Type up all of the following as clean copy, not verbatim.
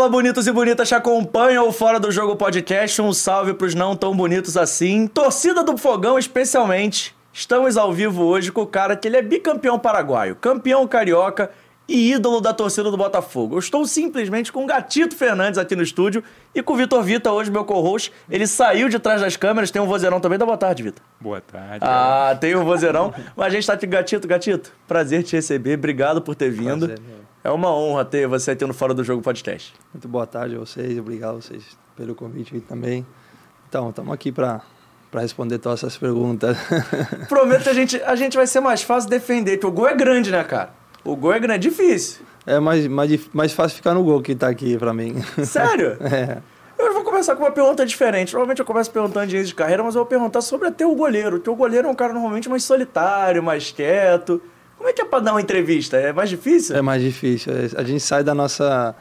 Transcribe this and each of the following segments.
Fala, bonitos e bonitas que acompanham o Fora do Jogo Podcast. Um salve pros não tão bonitos assim. Torcida do Fogão, especialmente. Estamos ao vivo hoje com o cara que ele é bicampeão paraguaio, campeão carioca e ídolo da torcida do Botafogo. Eu estou simplesmente com o Gatito Fernandes aqui no estúdio e com o Vitor Vita, hoje meu co-host. Ele saiu de trás das câmeras, tem um vozeirão também. Dá boa tarde, Vitor. Boa tarde. Ah, tem um vozeirão. Mas a gente tá aqui, Gatito. Gatito, prazer te receber. Obrigado por ter vindo. Prazer, meu. É uma honra ter você aqui no Fora do Jogo Podcast. Muito boa tarde a vocês, obrigado a vocês pelo convite também. Então, estamos aqui para responder todas essas perguntas. Prometo que a gente vai ser mais fácil defender, porque o gol é grande, né, cara? O gol é grande, é difícil. É mais fácil ficar no gol que tá aqui para mim. Sério? É. Eu vou começar com uma pergunta diferente. Normalmente eu começo perguntando de início de carreira, mas eu vou perguntar sobre até o goleiro. O teu goleiro é um cara normalmente mais solitário, mais quieto. Como é que é pra dar uma entrevista? É mais difícil? É mais difícil. A gente sai da nossa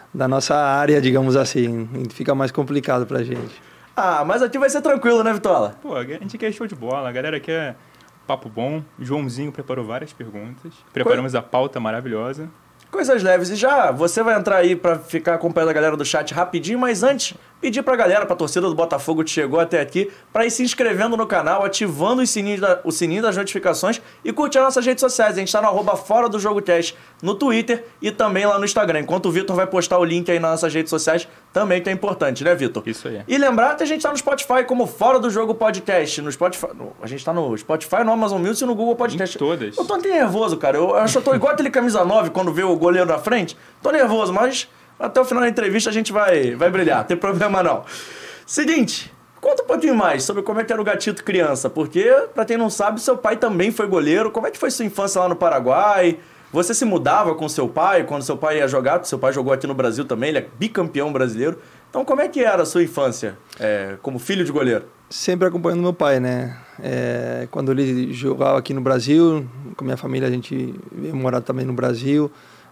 área, digamos assim, e fica mais complicado pra gente. Ah, mas aqui vai ser tranquilo, né, Vitola? Pô, a gente quer show de bola, a galera quer papo bom. Joãozinho preparou várias perguntas. Preparamos a pauta maravilhosa. Coisas leves. E já você vai entrar aí pra ficar acompanhando a galera do chat rapidinho, mas antes, pedir pra galera, pra torcida do Botafogo que chegou até aqui, pra ir se inscrevendo no canal, ativando o sininho das notificações e curtir as nossas redes sociais. A gente tá no @Fora do Jogo Cast no Twitter e também lá no Instagram. Enquanto o Vitor vai postar o link aí nas nossas redes sociais, também que é importante, né, Vitor? Isso aí. E lembrar que a gente tá no Spotify como Fora do Jogo Podcast. No Spotify, a gente tá no Spotify, no Amazon Music e no Google Podcast. Em todas. Eu tô até nervoso, cara. Eu acho que eu tô igual aquele camisa 9 quando vê o goleiro na frente. Tô nervoso, mas até o final da entrevista a gente vai brilhar. Não tem problema não. Seguinte, conta um pouquinho mais sobre como é que era o Gatito criança. Porque, pra quem não sabe, seu pai também foi goleiro. Como é que foi sua infância lá no Paraguai? Você se mudava com seu pai quando seu pai ia jogar? Porque seu pai jogou aqui no Brasil também, ele é bicampeão brasileiro. Então, como é que era a sua infância como filho de goleiro? Sempre acompanhando meu pai, né? Quando ele jogava aqui no Brasil, com minha família a gente veio morar também no Brasil.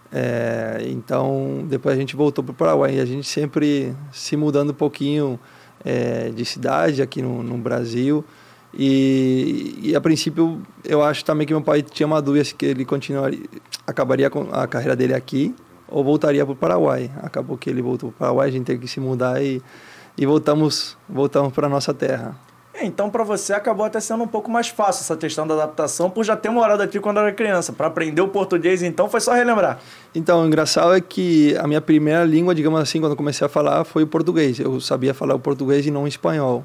Então, depois a gente voltou para o Paraguai e a gente sempre se mudando um pouquinho de cidade aqui no Brasil. E a princípio, eu acho também que meu pai tinha uma dúvida se que ele acabaria com a carreira dele aqui ou voltaria para o Paraguai. Acabou que ele voltou para o Paraguai, a gente teve que se mudar e voltamos para a nossa terra. Então, para você, acabou até sendo um pouco mais fácil essa questão da adaptação, por já ter morado aqui quando era criança. Para aprender o português, então, foi só relembrar. Então, o engraçado é que a minha primeira língua, digamos assim, quando eu comecei a falar, foi o português. Eu sabia falar o português e não o espanhol.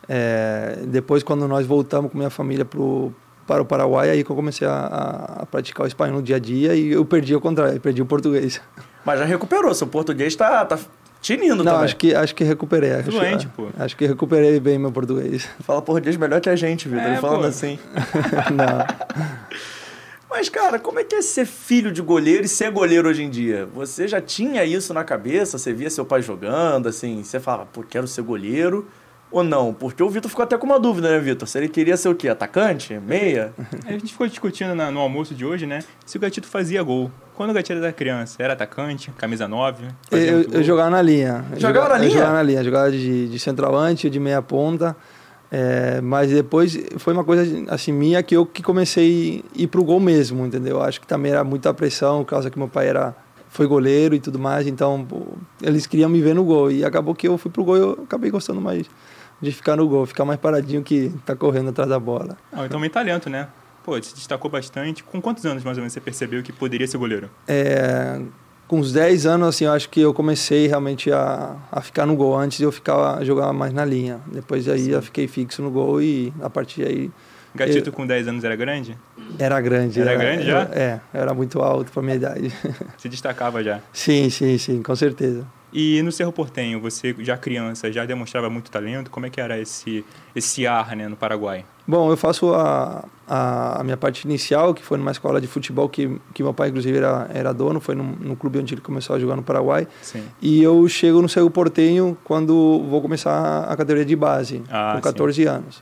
Depois, quando nós voltamos com minha família para o Paraguai, aí que eu comecei a praticar o espanhol no dia a dia e eu perdi ao contrário, eu perdi o português. Mas já recuperou, seu português tá tinindo não, também. Acho que recuperei. Fluente, pô. Acho que recuperei bem meu português. Fala português melhor que a gente, Vitor, falando assim. Não. Mas, cara, como é que é ser filho de goleiro e ser goleiro hoje em dia? Você já tinha isso na cabeça? Você via seu pai jogando, assim, você falava, pô, quero ser goleiro ou não? Porque o Vitor ficou até com uma dúvida, né, Vitor? Se ele queria ser o quê? Atacante? Meia? A gente ficou discutindo no almoço de hoje, né? Se o Gatito fazia gol. Quando o Gatito era criança, era atacante, camisa 9? Eu jogava na linha. Jogava na linha? Eu jogava na linha, jogava de centroavante, de meia ponta. Mas depois foi uma coisa assim minha que eu comecei a ir pro gol mesmo, entendeu? Acho que também era muita pressão, por causa que meu pai foi goleiro e tudo mais, então eles queriam me ver no gol. E acabou que eu fui pro gol e eu acabei gostando mais de ficar no gol, ficar mais paradinho que tá correndo atrás da bola. Então também talento, né? Pô, se destacou bastante. Com quantos anos, mais ou menos, você percebeu que poderia ser goleiro? Com uns 10 anos, assim, eu acho que eu comecei realmente a ficar no gol. Antes eu jogava mais na linha. Depois aí eu fiquei fixo no gol e a partir daí... Gatito com 10 anos era grande? Era grande. Era grande já? Era muito alto para minha idade. Se destacava já? Sim, com certeza. E no Cerro Porteño, você já criança, já demonstrava muito talento? Como é que era esse ar, né, no Paraguai? Bom, eu faço a minha parte inicial, que foi numa escola de futebol que meu pai, inclusive, era dono. Foi no clube onde ele começou a jogar no Paraguai. Sim. E eu chego no Cerro Porteño quando vou começar a categoria de base, com 14 anos.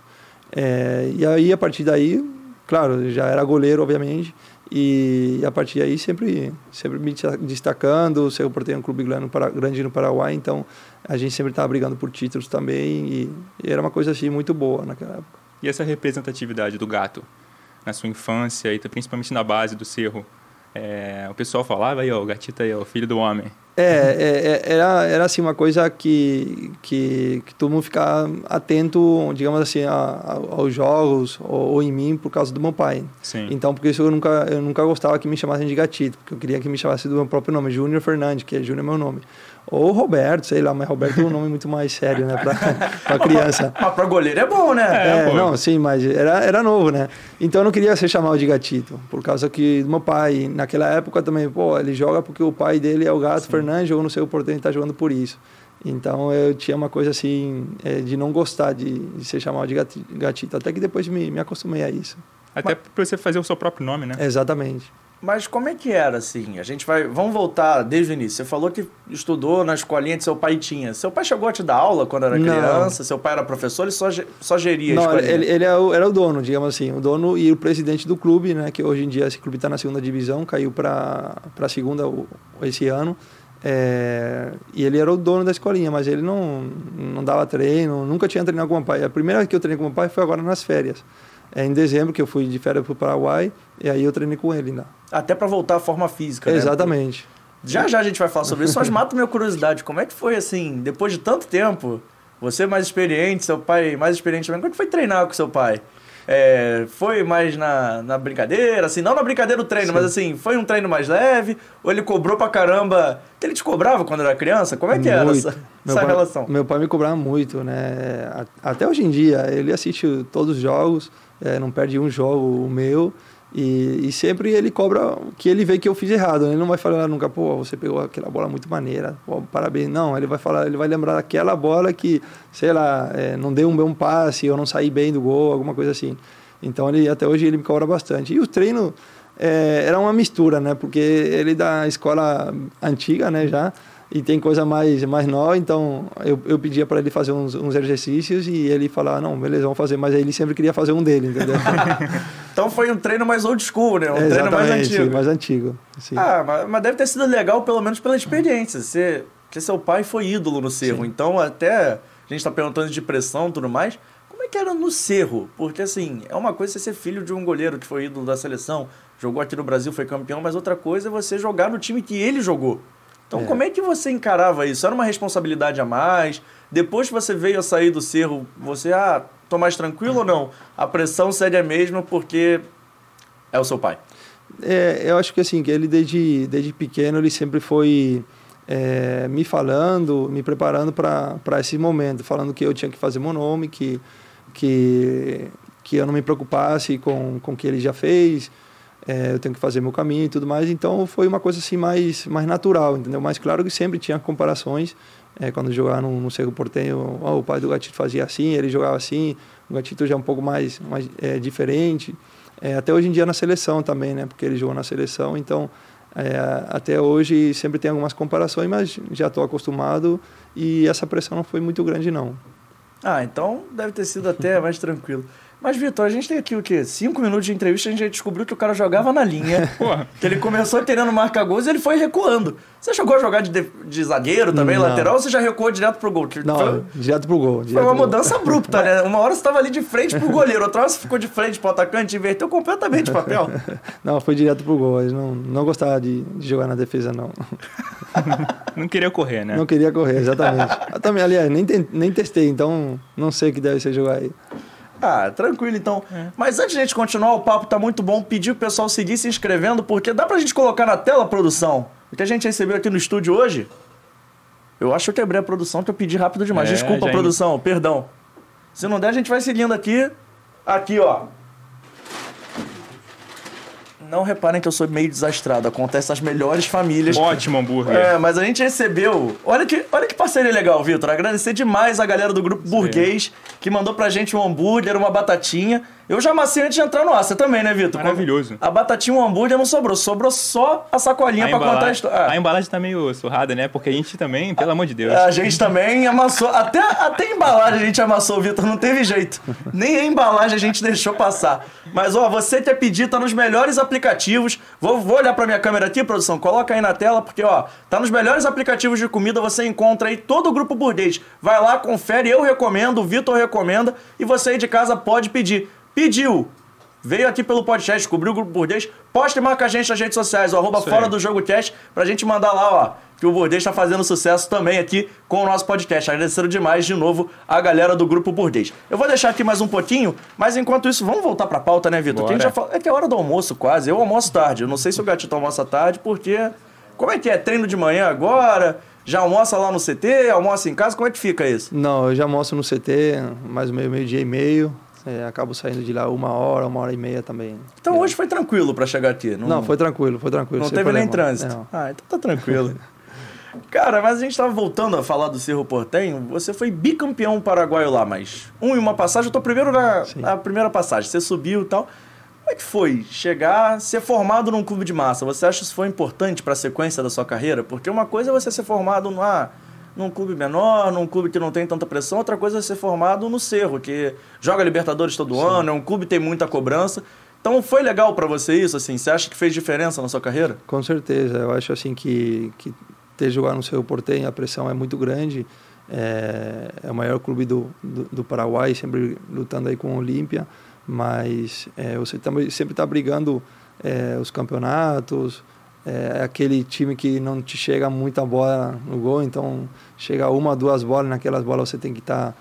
E aí, a partir daí, claro, já era goleiro, obviamente. E a partir daí sempre me destacando. O Cerro Porteño é um clube grande no Paraguai, então a gente sempre estava brigando por títulos também. E era uma coisa assim muito boa naquela época. E essa representatividade do Gato na sua infância e principalmente na base do Cerro? O pessoal falava aí, ó, o Gatito aí, ó, o filho do homem. Era assim uma coisa que todo mundo ficava atento, digamos assim, aos jogos ou em mim por causa do meu pai. Sim. Então, por isso eu nunca gostava que me chamassem de Gatito, porque eu queria que me chamassem do meu próprio nome, Júnior Fernandes, que é Júnior meu nome. Ou Roberto, sei lá, mas Roberto é um nome muito mais sério, né, pra criança. Mas pra goleiro é bom, né? Não, sim, mas era novo, né? Então eu não queria ser chamado de Gatito, por causa que do meu pai, naquela época também, ele joga porque o pai dele é o Gato Fernandes, ou não sei o Porteño tá jogando por isso. Então eu tinha uma coisa assim, de não gostar de ser chamado de Gatito, até que depois me acostumei a isso. Até pra você fazer o seu próprio nome, né? Exatamente. Mas como é que era, assim? Vamos voltar desde o início. Você falou que estudou na escolinha que seu pai tinha. Seu pai chegou a te dar aula quando era criança? Seu pai era professor, ele só geria a escolinha? Ele era o dono, digamos assim. O dono e o presidente do clube, né? Que hoje em dia esse clube está na segunda divisão, caiu para a segunda esse ano. E ele era o dono da escolinha, mas ele não dava treino, nunca tinha treinado com o meu pai. A primeira vez que eu treinei com o meu pai foi agora nas férias. Em dezembro, que eu fui de férias para o Paraguai, e aí eu treinei com ele ainda. Até para voltar à forma física, né? Exatamente. Já a gente vai falar sobre isso, mas mata minha curiosidade. Como é que foi, assim, depois de tanto tempo, você mais experiente, seu pai mais experiente também, como é que foi treinar com seu pai? Foi mais na brincadeira, assim, não na brincadeira do treino, mas assim, foi um treino mais leve? Ou ele cobrou pra caramba? Ele te cobrava quando era criança? Como é que era essa relação? Meu pai me cobrava muito, né? Até hoje em dia, ele assiste todos os jogos, não perde um jogo o meu, e sempre ele cobra que ele vê que eu fiz errado. Ele não vai falar nunca, você pegou aquela bola muito maneira, parabéns. Não, ele vai lembrar daquela bola que, sei lá, não deu um bom passe, ou não saí bem do gol, alguma coisa assim. Então, até hoje ele me cobra bastante. E o treino era uma mistura, né? Porque ele da escola antiga, né, já, e tem coisa mais nova, então eu pedia para ele fazer uns exercícios e ele falava, não, beleza, vamos fazer, mas aí ele sempre queria fazer um dele, entendeu? Então foi um treino mais old school, né? Treino mais antigo. Sim, mais antigo. Sim. Mas deve ter sido legal, pelo menos pela experiência, porque seu pai foi ídolo no Cerro, sim. Então até a gente está perguntando de pressão e tudo mais, como é que era no Cerro? Porque assim, é uma coisa você ser filho de um goleiro que foi ídolo da seleção, jogou aqui no Brasil, foi campeão, mas outra coisa é você jogar no time que ele jogou. Então, como é que você encarava isso? Era uma responsabilidade a mais? Depois que você veio a sair do Cerro, você, tô mais tranquilo ou não? A pressão seria a mesma porque é o seu pai? Eu acho que assim, que ele desde pequeno, ele sempre foi me falando, me preparando para esse momento, falando que eu tinha que fazer meu nome, que eu não me preocupasse com o que ele já fez, eu tenho que fazer meu caminho e tudo mais. Então foi uma coisa assim mais natural, entendeu? Mas claro que sempre tinha comparações, quando jogava no Cerro Porteño, o pai do Gatito fazia assim, ele jogava assim, o Gatito já é um pouco mais diferente. Até hoje em dia na seleção também, né? Porque ele jogou na seleção, então até hoje sempre tem algumas comparações, mas já estou acostumado e essa pressão não foi muito grande não. Então deve ter sido até mais tranquilo. Mas, Vitor, a gente tem aqui o quê? 5 minutos de entrevista, a gente já descobriu que o cara jogava na linha. Porra. Que ele começou querendo marcar gols e ele foi recuando. Você chegou a jogar de zagueiro também, não. Lateral, ou você já recuou direto pro gol? Não, direto pro gol. Foi uma mudança abrupta, né? Uma hora você estava ali de frente pro goleiro, outra hora você ficou de frente pro atacante, inverteu completamente o papel. Não, foi direto pro gol. Eu não gostava de jogar na defesa, não. Não queria correr, né? Não queria correr, exatamente. Eu também, aliás, nem testei, então não sei o que deve ser jogar aí. Tranquilo então. Mas antes de a gente continuar, o papo tá muito bom. Pedir o pessoal seguir se inscrevendo, porque dá pra gente colocar na tela a produção. O que a gente recebeu aqui no estúdio hoje, eu acho que eu quebrei a produção, que eu pedi rápido demais. Desculpa, produção, perdão. Se não der, a gente vai seguindo aqui. Aqui, ó. Não reparem que eu sou meio desastrado. Acontece nas melhores famílias. Ótimo hambúrguer. Mas a gente recebeu... Olha que parceria legal, Vitor. Agradecer demais a galera do Grupo Burguês, que mandou pra gente um hambúrguer, uma batatinha. Eu já amassei antes de entrar no ar. Você também, né, Vitor? Maravilhoso. A batatinha e o hambúrguer não sobrou. Sobrou só a sacolinha pra contar a história. A embalagem tá meio surrada, né? Porque a gente também, pelo amor de Deus. A gente também amassou. Até a embalagem a gente amassou, Vitor. Não teve jeito. Nem a embalagem a gente deixou passar. Mas, você quer pedir, tá nos melhores aplicativos. Vou olhar pra minha câmera aqui, produção. Coloca aí na tela, porque, tá nos melhores aplicativos de comida. Você encontra aí todo o Grupo Burguês. Vai lá, confere. Eu recomendo, o Vitor recomenda. E você aí de casa pode pedir. Pediu, veio aqui pelo podcast, descobriu o Grupo Burdês, posta e marca a gente nas redes sociais, o @fora do jogo cast, pra gente mandar lá, ó, que o Burdês tá fazendo sucesso também aqui com o nosso podcast. Agradecendo demais de novo a galera do Grupo Burdês. Eu vou deixar aqui mais um pouquinho, mas enquanto isso, vamos voltar pra pauta, né, Vitor? Que a gente já fala, é que é hora do almoço quase, eu almoço tarde, eu não sei se o Gatito almoça tarde, porque, como é que é? Treino de manhã agora? Já almoça lá no CT, almoça em casa, como é que fica isso? Não, eu já almoço no CT, mais meio-dia e meio. Acabo saindo de lá 1h e meia também. Então hoje foi tranquilo para chegar aqui? Não, foi tranquilo. Não teve nem trânsito? Não. Ah, então tá tranquilo. Cara, mas a gente tava voltando a falar do Cerro Porteño. Você foi bicampeão paraguaio lá, mas em uma passagem, eu tô primeiro na primeira passagem. Você subiu e tal. Como é que foi chegar, ser formado num clube de massa? Você acha que isso foi importante para a sequência da sua carreira? Porque uma coisa é você ser formado num clube menor, num clube que não tem tanta pressão, outra coisa é ser formado no Cerro, que joga Libertadores todo ano, é um clube que tem muita cobrança. Então foi legal para você isso, assim? Você acha que fez diferença na sua carreira? Com certeza, eu acho assim que ter jogado no Cerro Porteño, a pressão é muito grande, é o maior clube do Paraguai, sempre lutando aí com o Olímpia, mas você também sempre está brigando os campeonatos, é aquele time que não te chega muita bola no gol, então chega 1 ou 2 bolas, naquelas bolas você tem que estar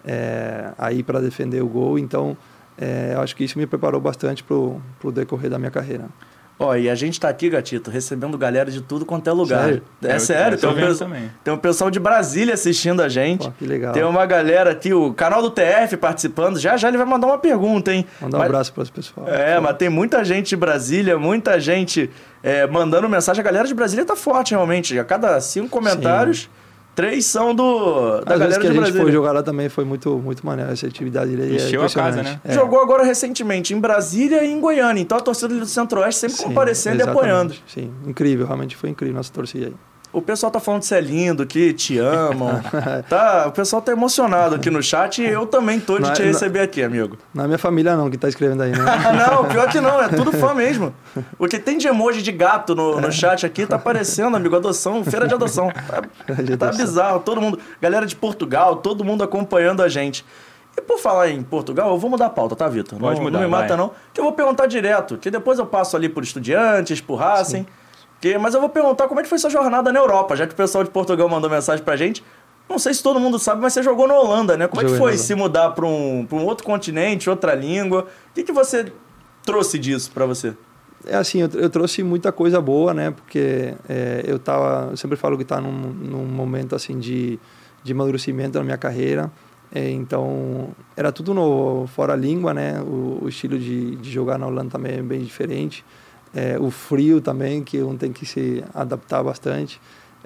aí para defender o gol, então eu acho que isso me preparou bastante pro decorrer da minha carreira. Ó, e a gente tá aqui, Gatito, recebendo galera de tudo quanto é lugar. Sério? É sério, tem um pessoal de Brasília assistindo a gente. Pô, que legal. Tem uma galera aqui, o canal do TF participando. Já ele vai mandar uma pergunta, hein? Mandar um abraço para os pessoal. Mas tem muita gente de Brasília, muita gente mandando mensagem. A galera de Brasília tá forte, realmente. A cada 5 comentários... 3 são da galera de Brasília. que a gente foi jogar lá também foi muito maneiro. Essa atividade ali encheu a casa, né? Jogou agora recentemente em Brasília e em Goiânia. Então a torcida do Centro-Oeste sempre comparecendo e apoiando. Sim, incrível. Realmente foi incrível nossa torcida aí. O pessoal tá falando que você é lindo, que te amam. O pessoal tá emocionado aqui no chat e eu também tô de te receber aqui, amigo. Não é minha família não que tá escrevendo aí, né? Não, pior que não, é tudo fã mesmo. O que tem de emoji de gato no chat aqui tá aparecendo, amigo, adoção, feira de adoção. Tá bizarro, todo mundo, galera de Portugal, todo mundo acompanhando a gente. E por falar em Portugal, eu vou mudar a pauta, tá, Vitor? Pode mudar, não me mata não, que eu vou perguntar direto, que depois eu passo ali por Estudiantes, por Racing. Sim. Mas eu vou perguntar como é que foi sua jornada na Europa, já que o pessoal de Portugal mandou mensagem pra gente. Não sei se todo mundo sabe, mas você jogou na Holanda, né? Como é que foi se mudar para um outro continente, outra língua? O que você trouxe disso pra você? Assim, eu trouxe muita coisa boa, né? Porque eu sempre falo que tá num momento assim de amadurecimento na minha carreira. Então, era tudo novo, fora a língua, né? O estilo de jogar na Holanda também é bem diferente. O frio também, que um tem que se adaptar bastante.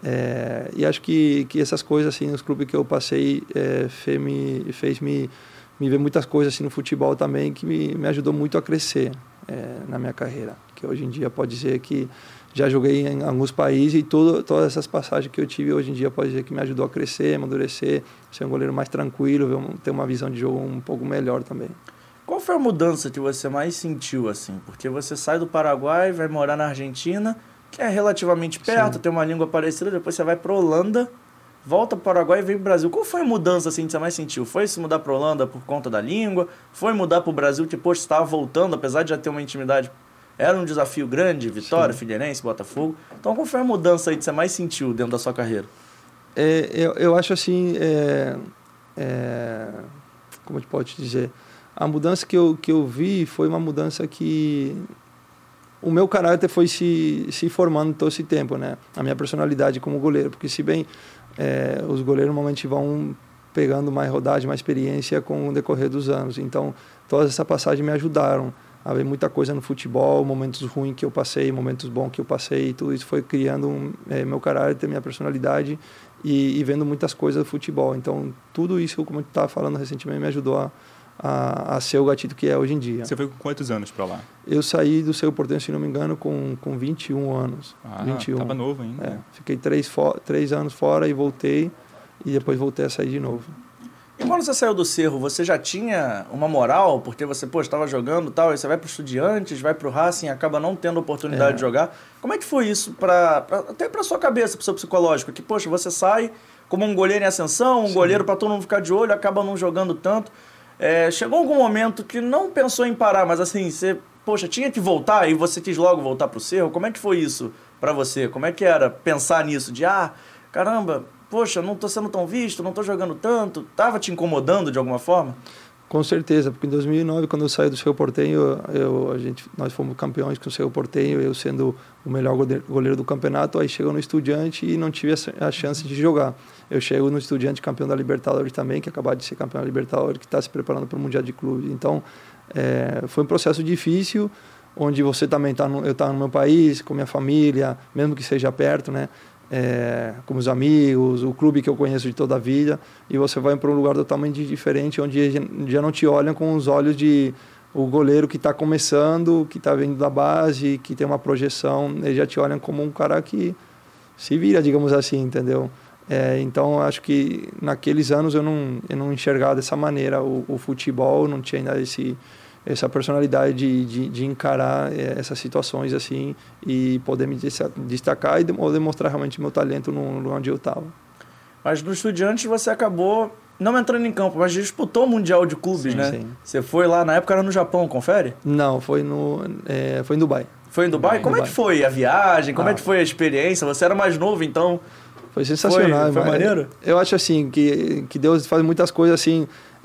E acho que essas coisas, assim, nos clubes que eu passei, fez me ver muitas coisas assim, no futebol também, que me ajudou muito a crescer na minha carreira. Que hoje em dia pode dizer que já joguei em alguns países e todas essas passagens que eu tive hoje em dia pode dizer que me ajudou a crescer, amadurecer, ser um goleiro mais tranquilo, ter uma visão de jogo um pouco melhor também. Qual foi a mudança que você mais sentiu, assim? Porque você sai do Paraguai, vai morar na Argentina, que é relativamente perto, tem uma língua parecida, depois você vai para Holanda, volta para o Paraguai e vem para o Brasil. Qual foi a mudança, assim, que você mais sentiu? Foi se mudar para Holanda por conta da língua? Foi mudar para o Brasil, que, poxa, estava voltando, apesar de já ter uma intimidade, era um desafio grande, Vitória, Figueirense, Botafogo. Então, qual foi a mudança aí que você mais sentiu dentro da sua carreira? Eu acho assim, como eu posso te dizer... A mudança que eu vi foi uma mudança que o meu caráter foi se formando todo esse tempo, né? A minha personalidade como goleiro, porque se bem os goleiros normalmente vão pegando mais rodagem, mais experiência com o decorrer dos anos. Então, toda essa passagem me ajudaram a ver muita coisa no futebol, momentos ruins que eu passei, momentos bons que eu passei, tudo isso foi criando meu caráter, minha personalidade e vendo muitas coisas do futebol. Então, tudo isso, como eu estava falando recentemente, me ajudou a ser o Gatito que é hoje em dia. Você foi com quantos anos para lá? Eu saí do Cerro Porteño, se não me engano, com 21 anos. 21. Tava novo ainda. Fiquei 3 anos fora e voltei, e depois voltei a sair de novo. E quando você saiu do Cerro, você já tinha uma moral? Porque você, estava jogando e tal, aí você vai para o Estudiantes, vai para o Racing, acaba não tendo oportunidade de jogar. Como é que foi isso, até para sua cabeça, para o seu psicológico? Que, você sai como um goleiro em ascensão, um goleiro para todo mundo ficar de olho, acaba não jogando tanto. chegou algum momento que não pensou em parar, mas assim, você, poxa, tinha que voltar e você quis logo voltar pro Cerro? Como é que foi isso pra você? Como é que era pensar nisso? De, caramba, poxa, não tô sendo tão visto, não tô jogando tanto. Tava te incomodando de alguma forma? Com certeza, porque em 2009, quando eu saí do Cerro Porteño, nós fomos campeões com o Cerro Porteño, eu sendo o melhor goleiro do campeonato, aí chegou no Estudiante e não tive a chance de jogar. Eu chego no Estudiante campeão da Libertadores também, que acabou de ser campeão da Libertadores, que está se preparando para o Mundial de Clubes. Então, foi um processo difícil, onde você também eu estava no meu país, com minha família, mesmo que seja perto, né? Com os amigos, o clube que eu conheço de toda a vida, e você vai para um lugar totalmente diferente, onde já não te olham com os olhos de o goleiro que está começando, que está vindo da base, que tem uma projeção, eles já te olham como um cara que se vira, digamos assim, entendeu? Então, acho que naqueles anos eu não enxergava dessa maneira o futebol, não tinha ainda essa personalidade de encarar essas situações assim e poder me destacar e demonstrar realmente meu talento no lugar onde eu estava. Mas no Estudiantes você acabou não entrando em campo, mas disputou o Mundial de Clubes, né? Sim. Você foi lá, na época era no Japão, confere? Não, foi em Dubai. Foi em Dubai? Como é que foi a viagem? Como é que foi a experiência? Você era mais novo, então... Foi sensacional. Foi maneiro? Eu acho assim, que Deus faz muitas coisas assim...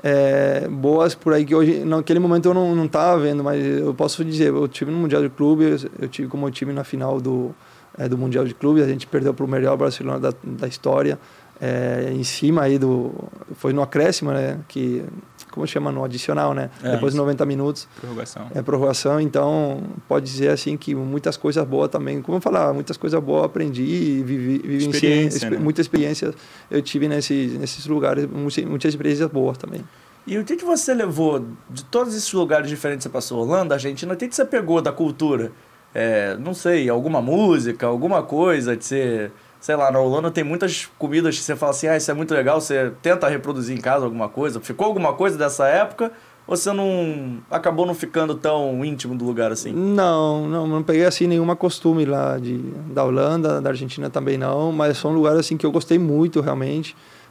boas por aí que hoje naquele momento eu não estava vendo, mas eu posso dizer, eu tive no Mundial de Clubes, eu tive como time na final do Mundial de Clubes, a gente perdeu para o melhor Barcelona da história, em cima aí foi no acréscimo, né, que como chama, no adicional, né, depois de 90 minutos, prorrogação, então pode dizer assim que muitas coisas boas também, como eu falava, muitas coisas boas aprendi, vivenciei, né? Muita experiência eu tive nesses lugares, muitas experiências boas também. E o que você levou de todos esses lugares diferentes que você passou? Holanda, Argentina, o que você pegou da cultura? Não sei, alguma música, alguma coisa de ser... Sei lá, na Holanda tem muitas comidas que você fala assim, isso é muito legal, você tenta reproduzir em casa alguma coisa. Ficou alguma coisa dessa época ou você acabou não ficando tão íntimo do lugar assim? Não peguei assim nenhuma costume lá da Holanda, da Argentina também não, mas são lugares assim que eu gostei muito realmente.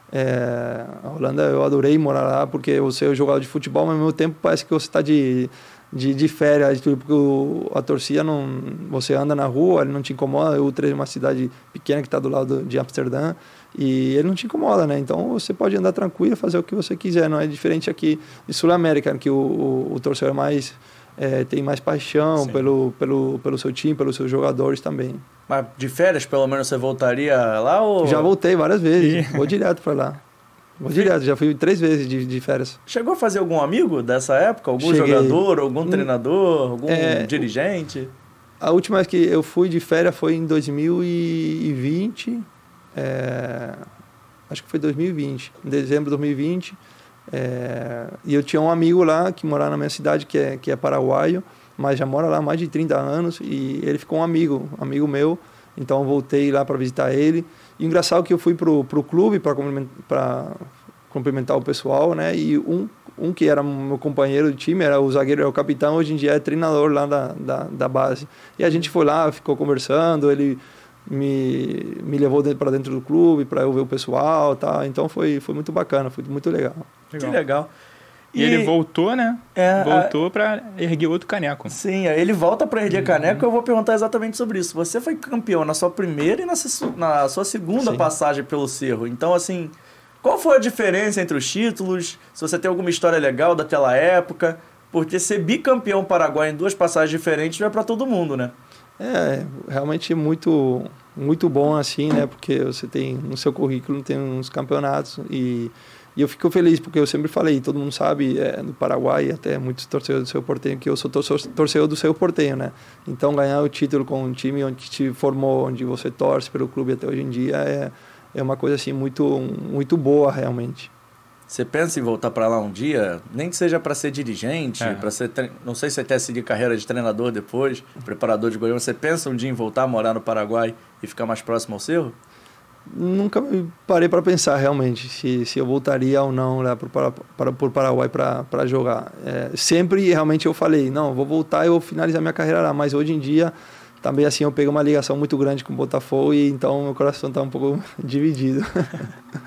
A Holanda eu adorei morar lá porque você é um jogador de futebol, mas ao mesmo tempo parece que você está de férias, porque a torcida você anda na rua, ele não te incomoda. O Utrecht é uma cidade pequena que está do lado de Amsterdã e ele não te incomoda, né? Então você pode andar tranquilo, fazer o que você quiser. Não é diferente aqui de Sul-América, que o torcedor tem mais paixão pelo seu time, pelos seus jogadores também. Mas de férias, pelo menos, você voltaria lá? Ou... Já voltei várias vezes, vou direto para lá. Vou direto, já fui 3 vezes de férias. Chegou a fazer algum amigo dessa época? Algum jogador, algum treinador, algum dirigente? A última vez que eu fui de férias foi em 2020. Acho que foi 2020, em dezembro de 2020. E eu tinha um amigo lá que morava na minha cidade, que é paraguaio, mas já mora lá há mais de 30 anos. E ele ficou um amigo meu. Então eu voltei lá para visitar ele. E engraçado que eu fui pro clube para cumprimentar o pessoal, né? E um que era meu companheiro de time, era o zagueiro, era o capitão, hoje em dia é treinador lá da base. E a gente foi lá, ficou conversando, ele me levou para dentro do clube para eu ver o pessoal, tá? Então foi muito bacana, foi muito legal. Que legal. E ele voltou, né? Voltou para erguer outro caneco. Sim, aí ele volta para erguer caneco. Eu vou perguntar exatamente sobre isso. Você foi campeão na sua primeira e na sua segunda passagem pelo Cerro. Então, assim, qual foi a diferença entre os títulos? Se você tem alguma história legal daquela época? Porque ser bicampeão paraguaio em 2 passagens diferentes não é para todo mundo, né? Realmente muito, muito bom assim, né? Porque você tem no seu currículo tem uns campeonatos e eu fico feliz, porque eu sempre falei, todo mundo sabe, no Paraguai, até muitos torcedores do Cerro Porteño, que eu sou torcedor do Cerro Porteño, né? Então, ganhar o título com um time onde te formou, onde você torce pelo clube até hoje em dia, é uma coisa assim muito, muito boa, realmente. Você pensa em voltar para lá um dia? Nem que seja para ser dirigente, para ser... Não sei se você quer seguir carreira de treinador depois, preparador de goleiro. Você pensa um dia em voltar a morar no Paraguai e ficar mais próximo ao Cerro? Nunca me parei para pensar realmente se eu voltaria ou não lá para o Paraguai para jogar. Sempre realmente eu falei, não, vou voltar e vou finalizar minha carreira lá, mas hoje em dia também assim eu peguei uma ligação muito grande com o Botafogo e então meu coração está um pouco dividido.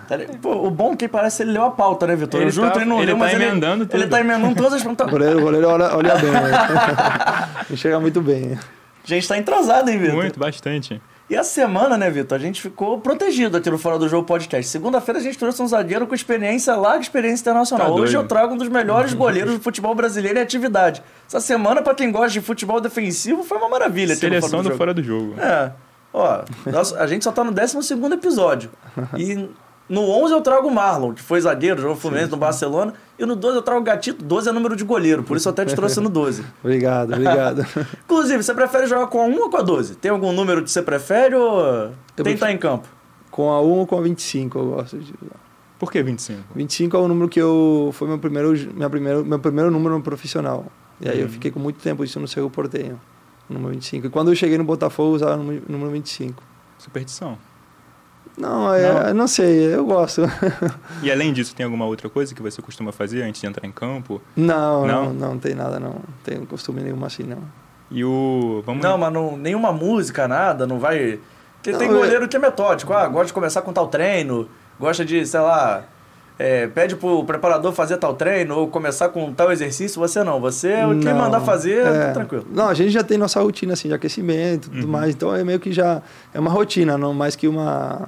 Pô, o bom é que parece que ele leu a pauta, né, Vitor? Eu juro que ele não leu, mas emendando tudo. Ele tá emendando todas as perguntas. O goleiro olha bem, né? Enxerga muito bem. A gente tá entrosado, hein, Vitor? Muito, bastante. E a semana, né, Vitor? A gente ficou protegido aqui no Fora do Jogo Podcast. Segunda-feira a gente trouxe um zagueiro com larga experiência internacional. Hoje eu trago um dos melhores goleiros do futebol brasileiro em atividade. Essa semana, pra quem gosta de futebol defensivo, foi uma maravilha. Seleção do Fora do Jogo. Ó, a gente só tá no 12º episódio. E no 11 eu trago o Marlon, que foi zagueiro, jogou Fluminense no Barcelona. E no 12 eu trago o Gatito. 12 é número de goleiro, por isso eu até te trouxe no 12. Obrigado. Inclusive, você prefere jogar com a 1 ou com a 12? Tem algum número que você prefere ou tem que estar em campo? Com a 1 ou com a 25 eu gosto de jogar. Por que 25? 25 é o número que foi meu primeiro número no profissional. E aí eu fiquei com muito tempo isso no Cerro Porteño, número 25. E quando eu cheguei no Botafogo, eu usava o número 25. Superstição? Não, não sei, eu gosto. E além disso, tem alguma outra coisa que você costuma fazer antes de entrar em campo? Não tem nada, não. Não tenho costume nenhum assim, não. E o... Mas nenhuma música, nada, não vai... Porque tem goleiro que é metódico, gosta de começar com tal treino, gosta de, sei lá... pede pro preparador fazer tal treino ou começar com tal exercício, você não. Você, quem mandar fazer, tá tranquilo. Não, a gente já tem nossa rotina assim, de aquecimento e tudo mais, então é meio que já é uma rotina, não mais que uma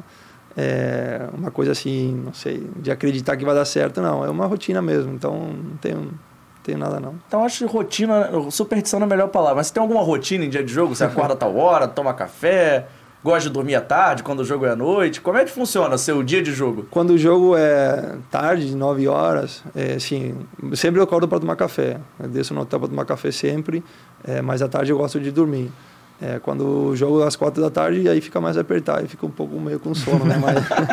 coisa assim, não sei, de acreditar que vai dar certo, não. É uma rotina mesmo, então não tenho nada não. Então acho que rotina, superstição não é a melhor palavra, mas você tem alguma rotina em dia de jogo? Você acorda a tal hora, toma café... Gosta de dormir à tarde, quando o jogo é à noite? Como é que funciona seu dia de jogo? Quando o jogo é tarde, 9 horas, assim, sempre eu acordo para tomar café. Eu desço no hotel para tomar café sempre, mas à tarde eu gosto de dormir. Quando o jogo é às 4 da tarde, aí fica mais apertado, e fica um pouco meio com sono, né?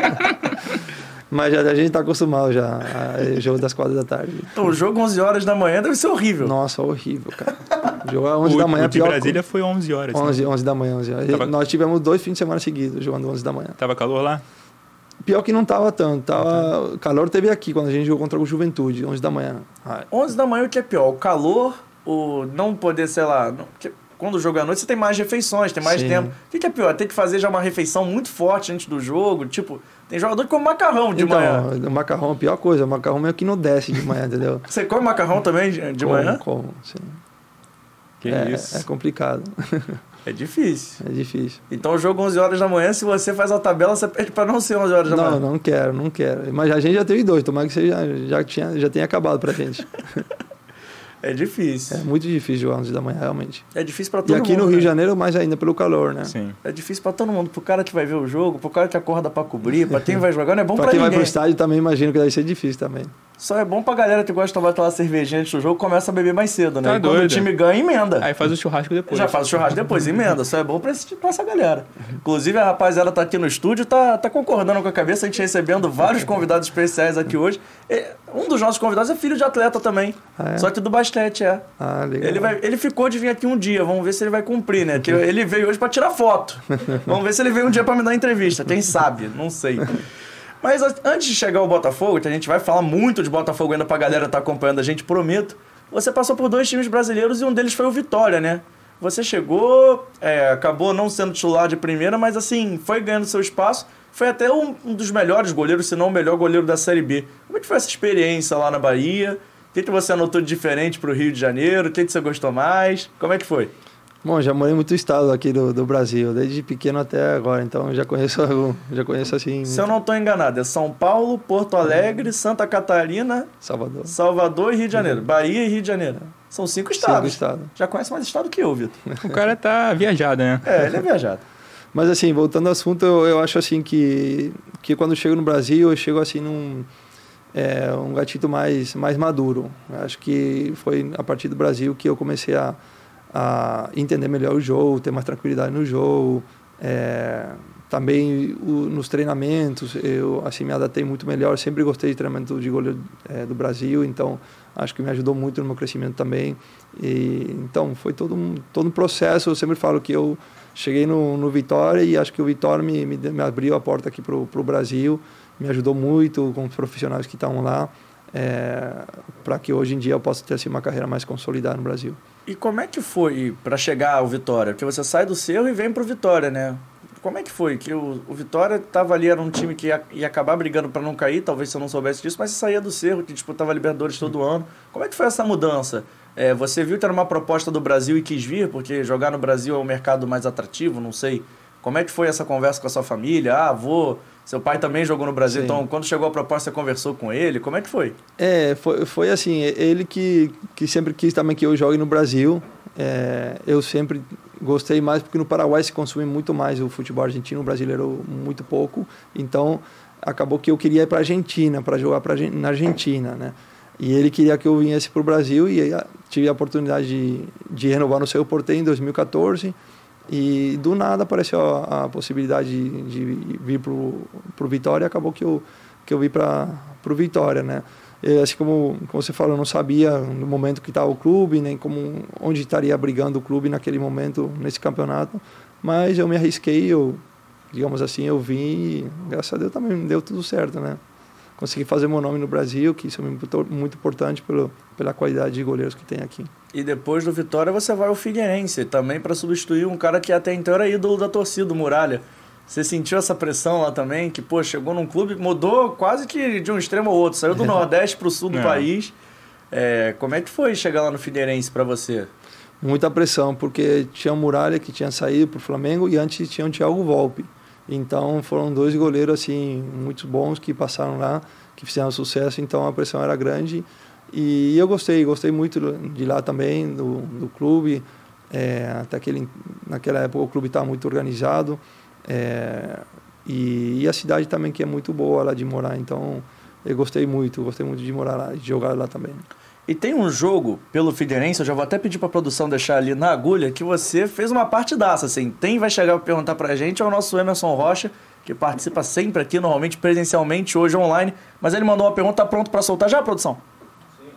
Mas a gente está acostumado já ao jogo das 4 da tarde. Então, o jogo 11 horas da manhã deve ser horrível. Nossa, horrível, cara. O jogo 11 da manhã... O de Brasília foi 11 horas. 11 da manhã. Nós tivemos 2 fins de semana seguidos jogando 11 da manhã. Tava calor lá? Pior que não tava tanto. Calor teve aqui, quando a gente jogou contra o Juventude, 11 da manhã. 11 da manhã o que é pior? O calor, o não poder, sei lá... Quando o jogo é à noite, você tem mais refeições, tem mais tempo. O que é pior? Ter que fazer já uma refeição muito forte antes do jogo? Tipo, tem jogador que come macarrão de manhã. O macarrão é a pior coisa. O macarrão meio que não desce de manhã, entendeu? Você come macarrão também de manhã? Como, sim. Que isso? É complicado. É difícil. É difícil. Então o jogo 11 horas da manhã, se você faz a tabela, você pede para não ser 11 horas da manhã. Não quero. Mas a gente já teve 2, tomara que você já tenha acabado pra gente. É difícil. É muito difícil jogar 11 da manhã, realmente. É difícil pra todo mundo. E aqui no Rio de Janeiro, mais ainda pelo calor, né? Sim. É difícil pra todo mundo. Pro cara que vai ver o jogo, pro cara que acorda pra cobrir, pra quem vai jogar, não é bom pra ninguém. Pra quem vai pro estádio também, imagino que deve ser difícil também. Só é bom pra galera que gosta de tomar aquela cervejinha antes do jogo, começa a beber mais cedo, né? Tá e quando o time ganha, emenda. Aí faz o churrasco depois. Já faz o churrasco depois, emenda. Só é bom pra essa galera. Inclusive, a rapaziada tá aqui no estúdio, tá concordando com a cabeça, a gente recebendo vários convidados especiais aqui hoje. Um dos nossos convidados é filho de atleta também. Só que do basquete, legal. Ele ficou de vir aqui um dia, vamos ver se ele vai cumprir, né? Que ele veio hoje pra tirar foto. Vamos ver se ele veio um dia pra me dar entrevista. Quem sabe? Não sei. Mas antes de chegar ao Botafogo, que a gente vai falar muito de Botafogo ainda pra galera que tá acompanhando a gente, prometo, você passou por 2 times brasileiros e um deles foi o Vitória, né? Você chegou, acabou não sendo titular de primeira, mas assim, foi ganhando seu espaço, foi até um dos melhores goleiros, se não o melhor goleiro da Série B. Como é que foi essa experiência lá na Bahia? O que você anotou de diferente pro Rio de Janeiro? O que você gostou mais? Como é que foi? Bom, já morei em muito estado aqui do Brasil, desde pequeno até agora, então já conheço assim... Se eu não estou enganado, é São Paulo, Porto Alegre, Santa Catarina... Salvador e Rio de Janeiro. Bahia e Rio de Janeiro. São 5 estados. 5 estados. Já conhece mais estado que eu, Vitor. O cara tá viajado, né? Ele é viajado. Mas assim, voltando ao assunto, eu acho assim que quando eu chego no Brasil, eu chego assim num... um gatito mais maduro. Eu acho que foi a partir do Brasil que eu comecei a entender melhor o jogo, ter mais tranquilidade no jogo. Também nos treinamentos, eu assim, me adaptei muito melhor. Sempre gostei de treinamento de goleiro do Brasil, então acho que me ajudou muito no meu crescimento também. Então foi todo um processo. Eu sempre falo que eu cheguei no Vitória e acho que o Vitória me abriu a porta aqui para o Brasil, me ajudou muito com os profissionais que estavam lá, para que hoje em dia eu possa ter assim, uma carreira mais consolidada no Brasil. E como é que foi para chegar ao Vitória? Porque você sai do Cerro e vem para o Vitória, né? como é que foi? Que o Vitória estava ali, era um time que ia acabar brigando para não cair, talvez você não soubesse disso, mas você saía do Cerro, que disputava Libertadores todo ano. Como é que foi essa mudança? Você viu que era uma proposta do Brasil e quis vir, porque jogar no Brasil é um mercado mais atrativo, não sei. Como é que foi essa conversa com a sua família? Seu pai também jogou no Brasil, então quando chegou a proposta você conversou com ele? Como é que foi? Foi assim, ele que sempre quis também que eu jogue no Brasil. Eu sempre gostei mais porque no Paraguai se consome muito mais o futebol argentino, o brasileiro muito pouco. Então acabou que eu queria ir para a Argentina, para jogar na Argentina, né? E ele queria que eu viesse para o Brasil e aí tive a oportunidade de renovar no Cerro Porteño em 2014 e do nada apareceu a possibilidade de vir para o Vitória e acabou que eu vim para o Vitória, né? Assim como você falou, eu não sabia no momento que estava o clube, nem onde estaria brigando o clube naquele momento, nesse campeonato, mas eu me arrisquei, digamos assim, eu vim e graças a Deus também deu tudo certo, né? Consegui fazer meu nome no Brasil, que isso é muito importante pela qualidade de goleiros que tem aqui. E depois do Vitória você vai ao Figueirense, também para substituir um cara que até então era ídolo da torcida, o Muralha. Você sentiu essa pressão lá também? Que, chegou num clube, mudou quase que de um extremo ao outro. Saiu do Nordeste para o sul do país. Como é que foi chegar lá no Figueirense para você? Muita pressão, porque tinha o Muralha que tinha saído para o Flamengo e antes tinha o Thiago Volpi. Então foram 2 goleiros assim, muito bons que passaram lá, que fizeram sucesso. Então a pressão era grande. E eu gostei muito de lá também, do clube. Naquela época o clube estava muito organizado. E a cidade também que é muito boa lá de morar, então eu gostei muito de morar lá, de jogar lá também. E tem um jogo pelo Figueirense, eu já vou até pedir para a produção deixar ali na agulha, que você fez uma partidaça, assim, vai chegar para perguntar para a gente, é o nosso Emerson Rocha, que participa sempre aqui, normalmente presencialmente, hoje online, mas ele mandou uma pergunta, tá pronto para soltar já, produção? Sim.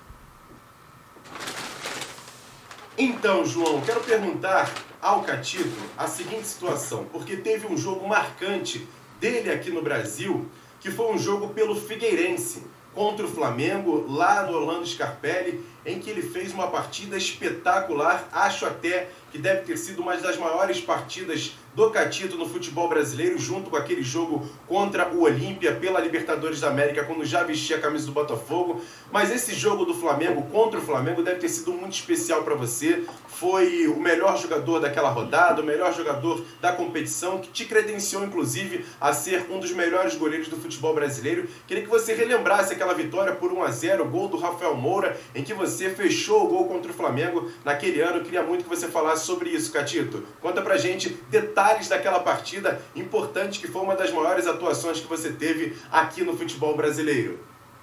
Então, João, quero perguntar ao Catito a seguinte situação, porque teve um jogo marcante dele aqui no Brasil, que foi um jogo pelo Figueirense contra o Flamengo, lá no Orlando Scarpelli, em que ele fez uma partida espetacular. Acho até que deve ter sido uma das maiores partidas do Catito no futebol brasileiro, junto com aquele jogo contra o Olímpia pela Libertadores da América, quando já vestia a camisa do Botafogo. Mas esse jogo do Flamengo contra o Flamengo deve ter sido muito especial para você. Foi o melhor jogador daquela rodada, o melhor jogador da competição, que te credenciou, inclusive, a ser um dos melhores goleiros do futebol brasileiro. Queria que você relembrasse aquela vitória por 1-0, o gol do Rafael Moura, em que você fechou o gol contra o Flamengo naquele ano. Eu queria muito que você falasse sobre isso, Catito. Conta pra gente detalhes daquela partida importante, que foi uma das maiores atuações que você teve aqui no futebol brasileiro.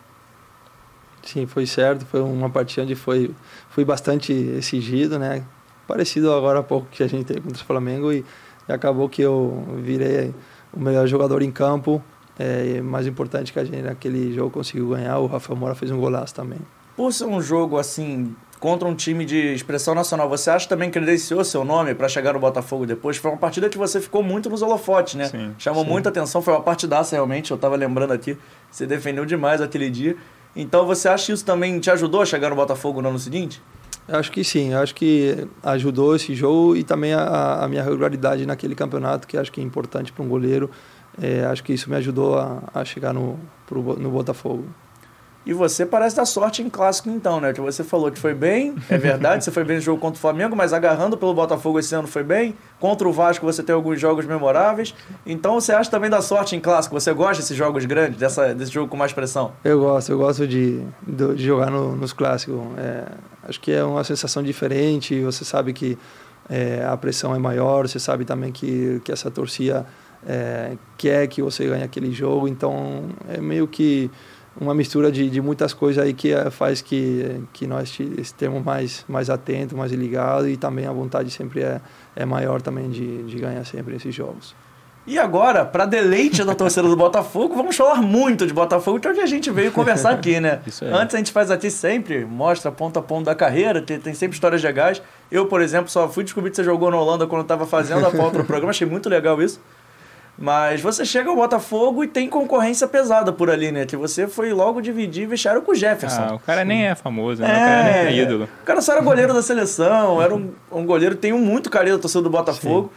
Sim, foi certo. Foi uma partida onde fui bastante exigido, né? Parecido agora há pouco que a gente teve contra o Flamengo e acabou que eu virei o melhor jogador em campo. Mais importante que a gente naquele jogo conseguiu ganhar. O Rafael Moura fez um golaço também. Por ser um jogo assim contra um time de expressão nacional, você acha também que credenciou seu nome para chegar no Botafogo depois? Foi uma partida que você ficou muito nos holofotes, né? Sim, chamou muita atenção, foi uma partidaça realmente, eu estava lembrando aqui, você defendeu demais aquele dia. Então você acha que isso também te ajudou a chegar no Botafogo no ano seguinte? Eu acho que sim, eu acho que ajudou esse jogo e também a minha regularidade naquele campeonato, que acho que é importante para um goleiro. Acho que isso me ajudou a chegar no Botafogo. E você parece dar sorte em clássico então, né? Que você falou que foi bem, é verdade, você foi bem no jogo contra o Flamengo, mas agarrando pelo Botafogo esse ano foi bem. Contra o Vasco você tem alguns jogos memoráveis. Então você acha também da sorte em clássico? Você gosta desses jogos grandes, desse jogo com mais pressão? Eu gosto de jogar nos clássicos. Acho que é uma sensação diferente, você sabe que a pressão é maior, você sabe também que essa torcida quer que você ganhe aquele jogo, então é meio que uma mistura de muitas coisas aí que faz que nós estemos mais atentos, mais ligados e também a vontade sempre é maior também de ganhar sempre esses jogos. E agora, para deleite da torcida do Botafogo, vamos falar muito de Botafogo, que é onde a gente veio conversar aqui, né? Antes a gente faz aqui sempre, mostra ponto a ponto da carreira, tem sempre histórias legais. Eu, por exemplo, só fui descobrir que você jogou na Holanda quando estava fazendo a pauta do programa, achei muito legal isso. Mas você chega ao Botafogo e tem concorrência pesada por ali, né? Que você foi logo dividir vestiário com o Jefferson. O cara nem é famoso, né? O cara nem é ídolo. O cara só era goleiro da seleção, era um goleiro que tem muito carinho da torcida do Botafogo. Sim.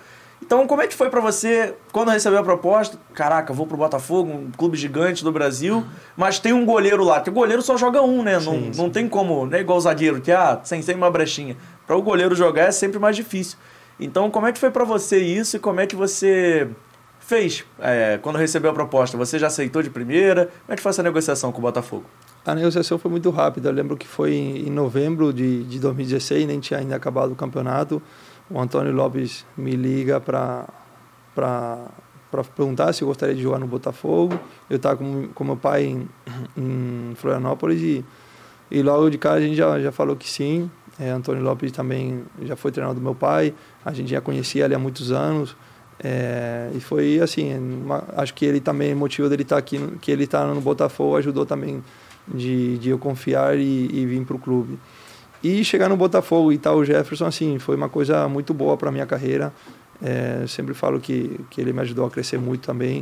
Então, como é que foi pra você, quando recebeu a proposta? Caraca, vou pro Botafogo, um clube gigante do Brasil, mas tem um goleiro lá. Porque o goleiro só joga um, né? Não tem como, não é igual o zagueiro, que sem uma brechinha. Para o goleiro jogar é sempre mais difícil. Então, como é que foi pra você isso e como é que você fez quando recebeu a proposta? Você já aceitou de primeira? Como é que foi essa negociação com o Botafogo? A negociação foi muito rápida. Eu lembro que foi em novembro de 2016, nem tinha ainda acabado o campeonato. O Antônio Lopes me liga para perguntar se eu gostaria de jogar no Botafogo. Eu estava com meu pai em Florianópolis e logo de cara a gente já falou que sim. Antônio Lopes também já foi treinador do meu pai, a gente já conhecia ele há muitos anos. E foi assim, acho que ele também, o motivo dele estar aqui, que ele está no Botafogo, ajudou também de eu confiar e vir para o clube. E chegar no Botafogo e estar o Jefferson, assim, foi uma coisa muito boa para a minha carreira. Sempre falo que ele me ajudou a crescer muito também,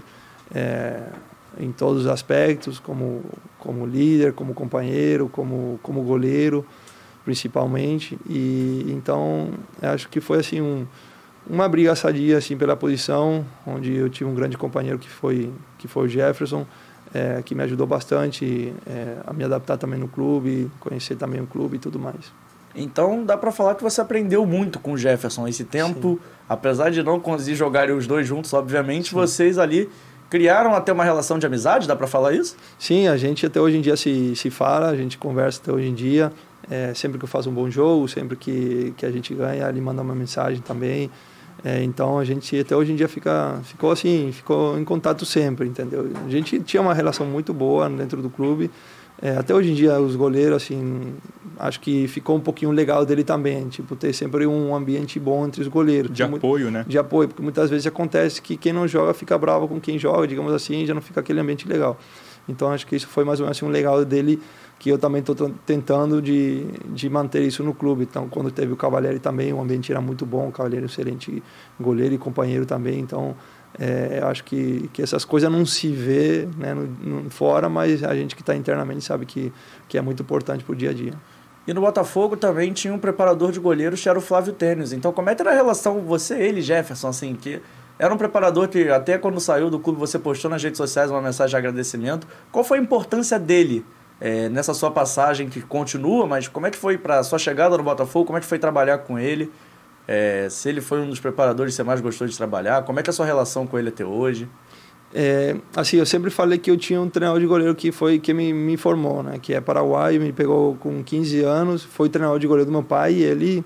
em todos os aspectos, como líder, como companheiro, como goleiro, principalmente. E então, acho que foi assim uma briga sadia assim, pela posição, onde eu tive um grande companheiro que foi o Jefferson, que me ajudou bastante a me adaptar também no clube, conhecer também o clube e tudo mais. Então dá para falar que você aprendeu muito com o Jefferson esse tempo. Sim. Apesar de não conseguir jogarem os dois juntos, obviamente, sim, vocês ali criaram até uma relação de amizade, dá para falar isso? Sim, a gente até hoje em dia se fala, a gente conversa até hoje em dia. Sempre que eu faço um bom jogo, sempre que a gente ganha, ele manda uma mensagem também. Então a gente até hoje em dia ficou em contato sempre, entendeu? A gente tinha uma relação muito boa dentro do clube. Até hoje em dia os goleiros, assim, acho que ficou um pouquinho legal dele também, tipo, ter sempre um ambiente bom entre os goleiros. De apoio, né? De apoio, porque muitas vezes acontece que quem não joga fica bravo com quem joga, digamos assim, já não fica aquele ambiente legal. Então acho que isso foi mais ou menos assim, um legal dele, que eu também estou tentando de manter isso no clube. Então, quando teve o Cavalieri também, o ambiente era muito bom, o Cavalieri é um excelente goleiro e companheiro também. Então, eu acho que essas coisas não se vê, né, fora, mas a gente que está internamente sabe que é muito importante para o dia a dia. E no Botafogo também tinha um preparador de goleiros, que era o Flávio Tênis. Então, como é que era a relação você, ele, Jefferson, assim, que era um preparador que até quando saiu do clube você postou nas redes sociais uma mensagem de agradecimento. Qual foi a importância dele nessa sua passagem que continua, mas como é que foi para a sua chegada no Botafogo, como é que foi trabalhar com ele, se ele foi um dos preparadores que você mais gostou de trabalhar, como é que é a sua relação com ele até hoje? Assim, eu sempre falei que eu tinha um treinador de goleiro que me formou, né, que é paraguaio, me pegou com 15 anos, foi treinador de goleiro do meu pai e ele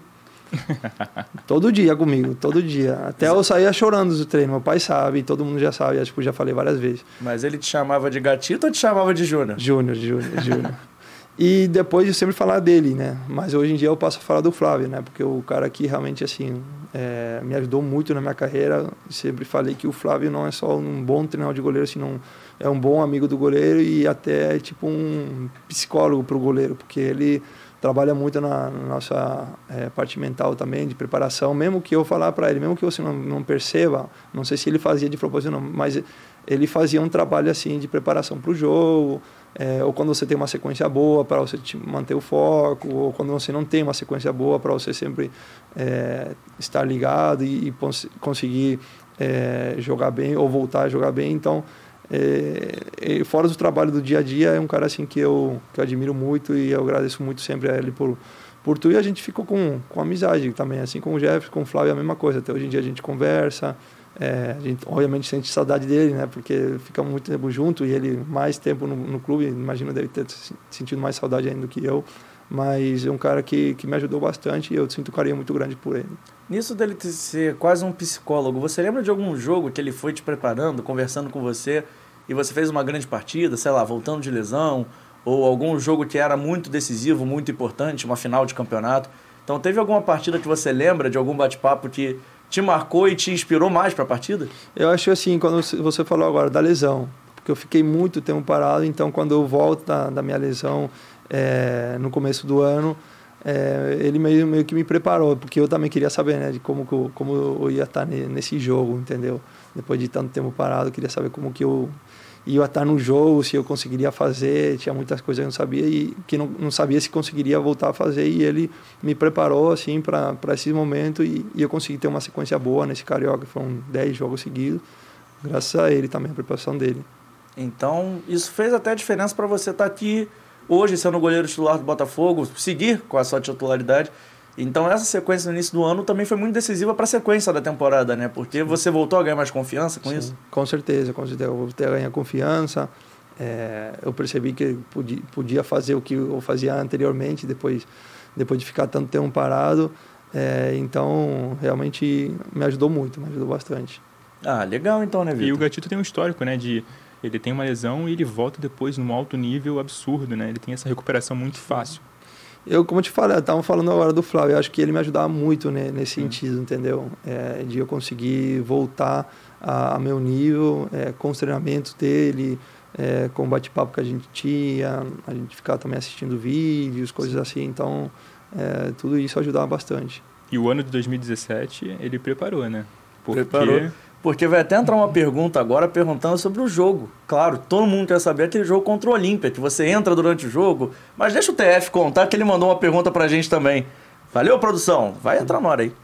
todo dia comigo, todo dia. Até eu saía chorando do treino. Meu pai sabe, todo mundo já sabe, acho que já falei várias vezes. Mas ele te chamava de gatito ou te chamava de Júnior? Júnior. E depois de sempre falar dele, né? Mas hoje em dia eu passo a falar do Flávio, né? Porque o cara que realmente, assim, me ajudou muito na minha carreira. Sempre falei que o Flávio não é só um bom treinador de goleiro, senão é um bom amigo do goleiro e até tipo um psicólogo para o goleiro, porque ele trabalha muito na nossa parte mental também, de preparação, mesmo que eu falar para ele, mesmo que você não perceba, não sei se ele fazia de propósito não, mas ele fazia um trabalho assim de preparação para o jogo, ou quando você tem uma sequência boa para você manter o foco, ou quando você não tem uma sequência boa para você sempre estar ligado e conseguir jogar bem ou voltar a jogar bem. Então, fora do trabalho do dia a dia, é um cara assim que eu admiro muito e eu agradeço muito sempre a ele por tudo. E a gente ficou com amizade também, assim como o Jeff, com o Flávio, a mesma coisa. Até hoje em dia a gente conversa, a gente obviamente sente saudade dele, né, porque ficamos muito tempo junto e ele mais tempo no clube, imagino deve ter sentido mais saudade ainda do que eu. Mas é um cara que me ajudou bastante e eu sinto um carinho muito grande por ele. Nisso dele ser quase um psicólogo, você lembra de algum jogo que ele foi te preparando, conversando com você, e você fez uma grande partida, sei lá, voltando de lesão, ou algum jogo que era muito decisivo, muito importante, uma final de campeonato? Então teve alguma partida que você lembra de algum bate-papo que te marcou e te inspirou mais para a partida? Eu acho assim, quando você falou agora da lesão, porque eu fiquei muito tempo parado, então quando eu volto da minha lesão no começo do ano, ele meio que me preparou, porque eu também queria saber, né, de como eu ia estar nesse jogo, entendeu? Depois de tanto tempo parado, eu queria saber como que eu ia estar no jogo, se eu conseguiria fazer, tinha muitas coisas que eu não sabia e que não sabia se conseguiria voltar a fazer, e ele me preparou assim para esse momento e eu consegui ter uma sequência boa nesse Carioca, foram 10 jogos seguidos, graças a ele também, a preparação dele. Então, isso fez até diferença para você estar aqui hoje, sendo goleiro titular do Botafogo, seguir com a sua titularidade. Então, essa sequência no início do ano também foi muito decisiva para a sequência da temporada, né? Porque você voltou a ganhar mais confiança com isso? Com certeza, eu voltei a ganhar confiança. Eu percebi que podia fazer o que eu fazia anteriormente, depois de ficar tanto tempo parado. Então, realmente me ajudou muito, me ajudou bastante. Ah, legal então, né, Vitor? E o Gatito tem um histórico, né, ele tem uma lesão e ele volta depois num alto nível absurdo, né? Ele tem essa recuperação muito fácil. Como eu te falei, estava falando agora do Flávio, eu acho que ele me ajudava muito, né, nesse sentido, entendeu? De eu conseguir voltar a meu nível, com os treinamentos dele, com o bate-papo que a gente tinha, a gente ficava também assistindo vídeos, coisas assim, então tudo isso ajudava bastante. E o ano de 2017 ele preparou, né? Preparou. Porque vai até entrar uma pergunta agora perguntando sobre o jogo. Claro, todo mundo quer saber aquele jogo contra o Olímpia, que você entra durante o jogo, mas deixa o TF contar que ele mandou uma pergunta pra gente também. Valeu, produção? Vai entrar na hora aí.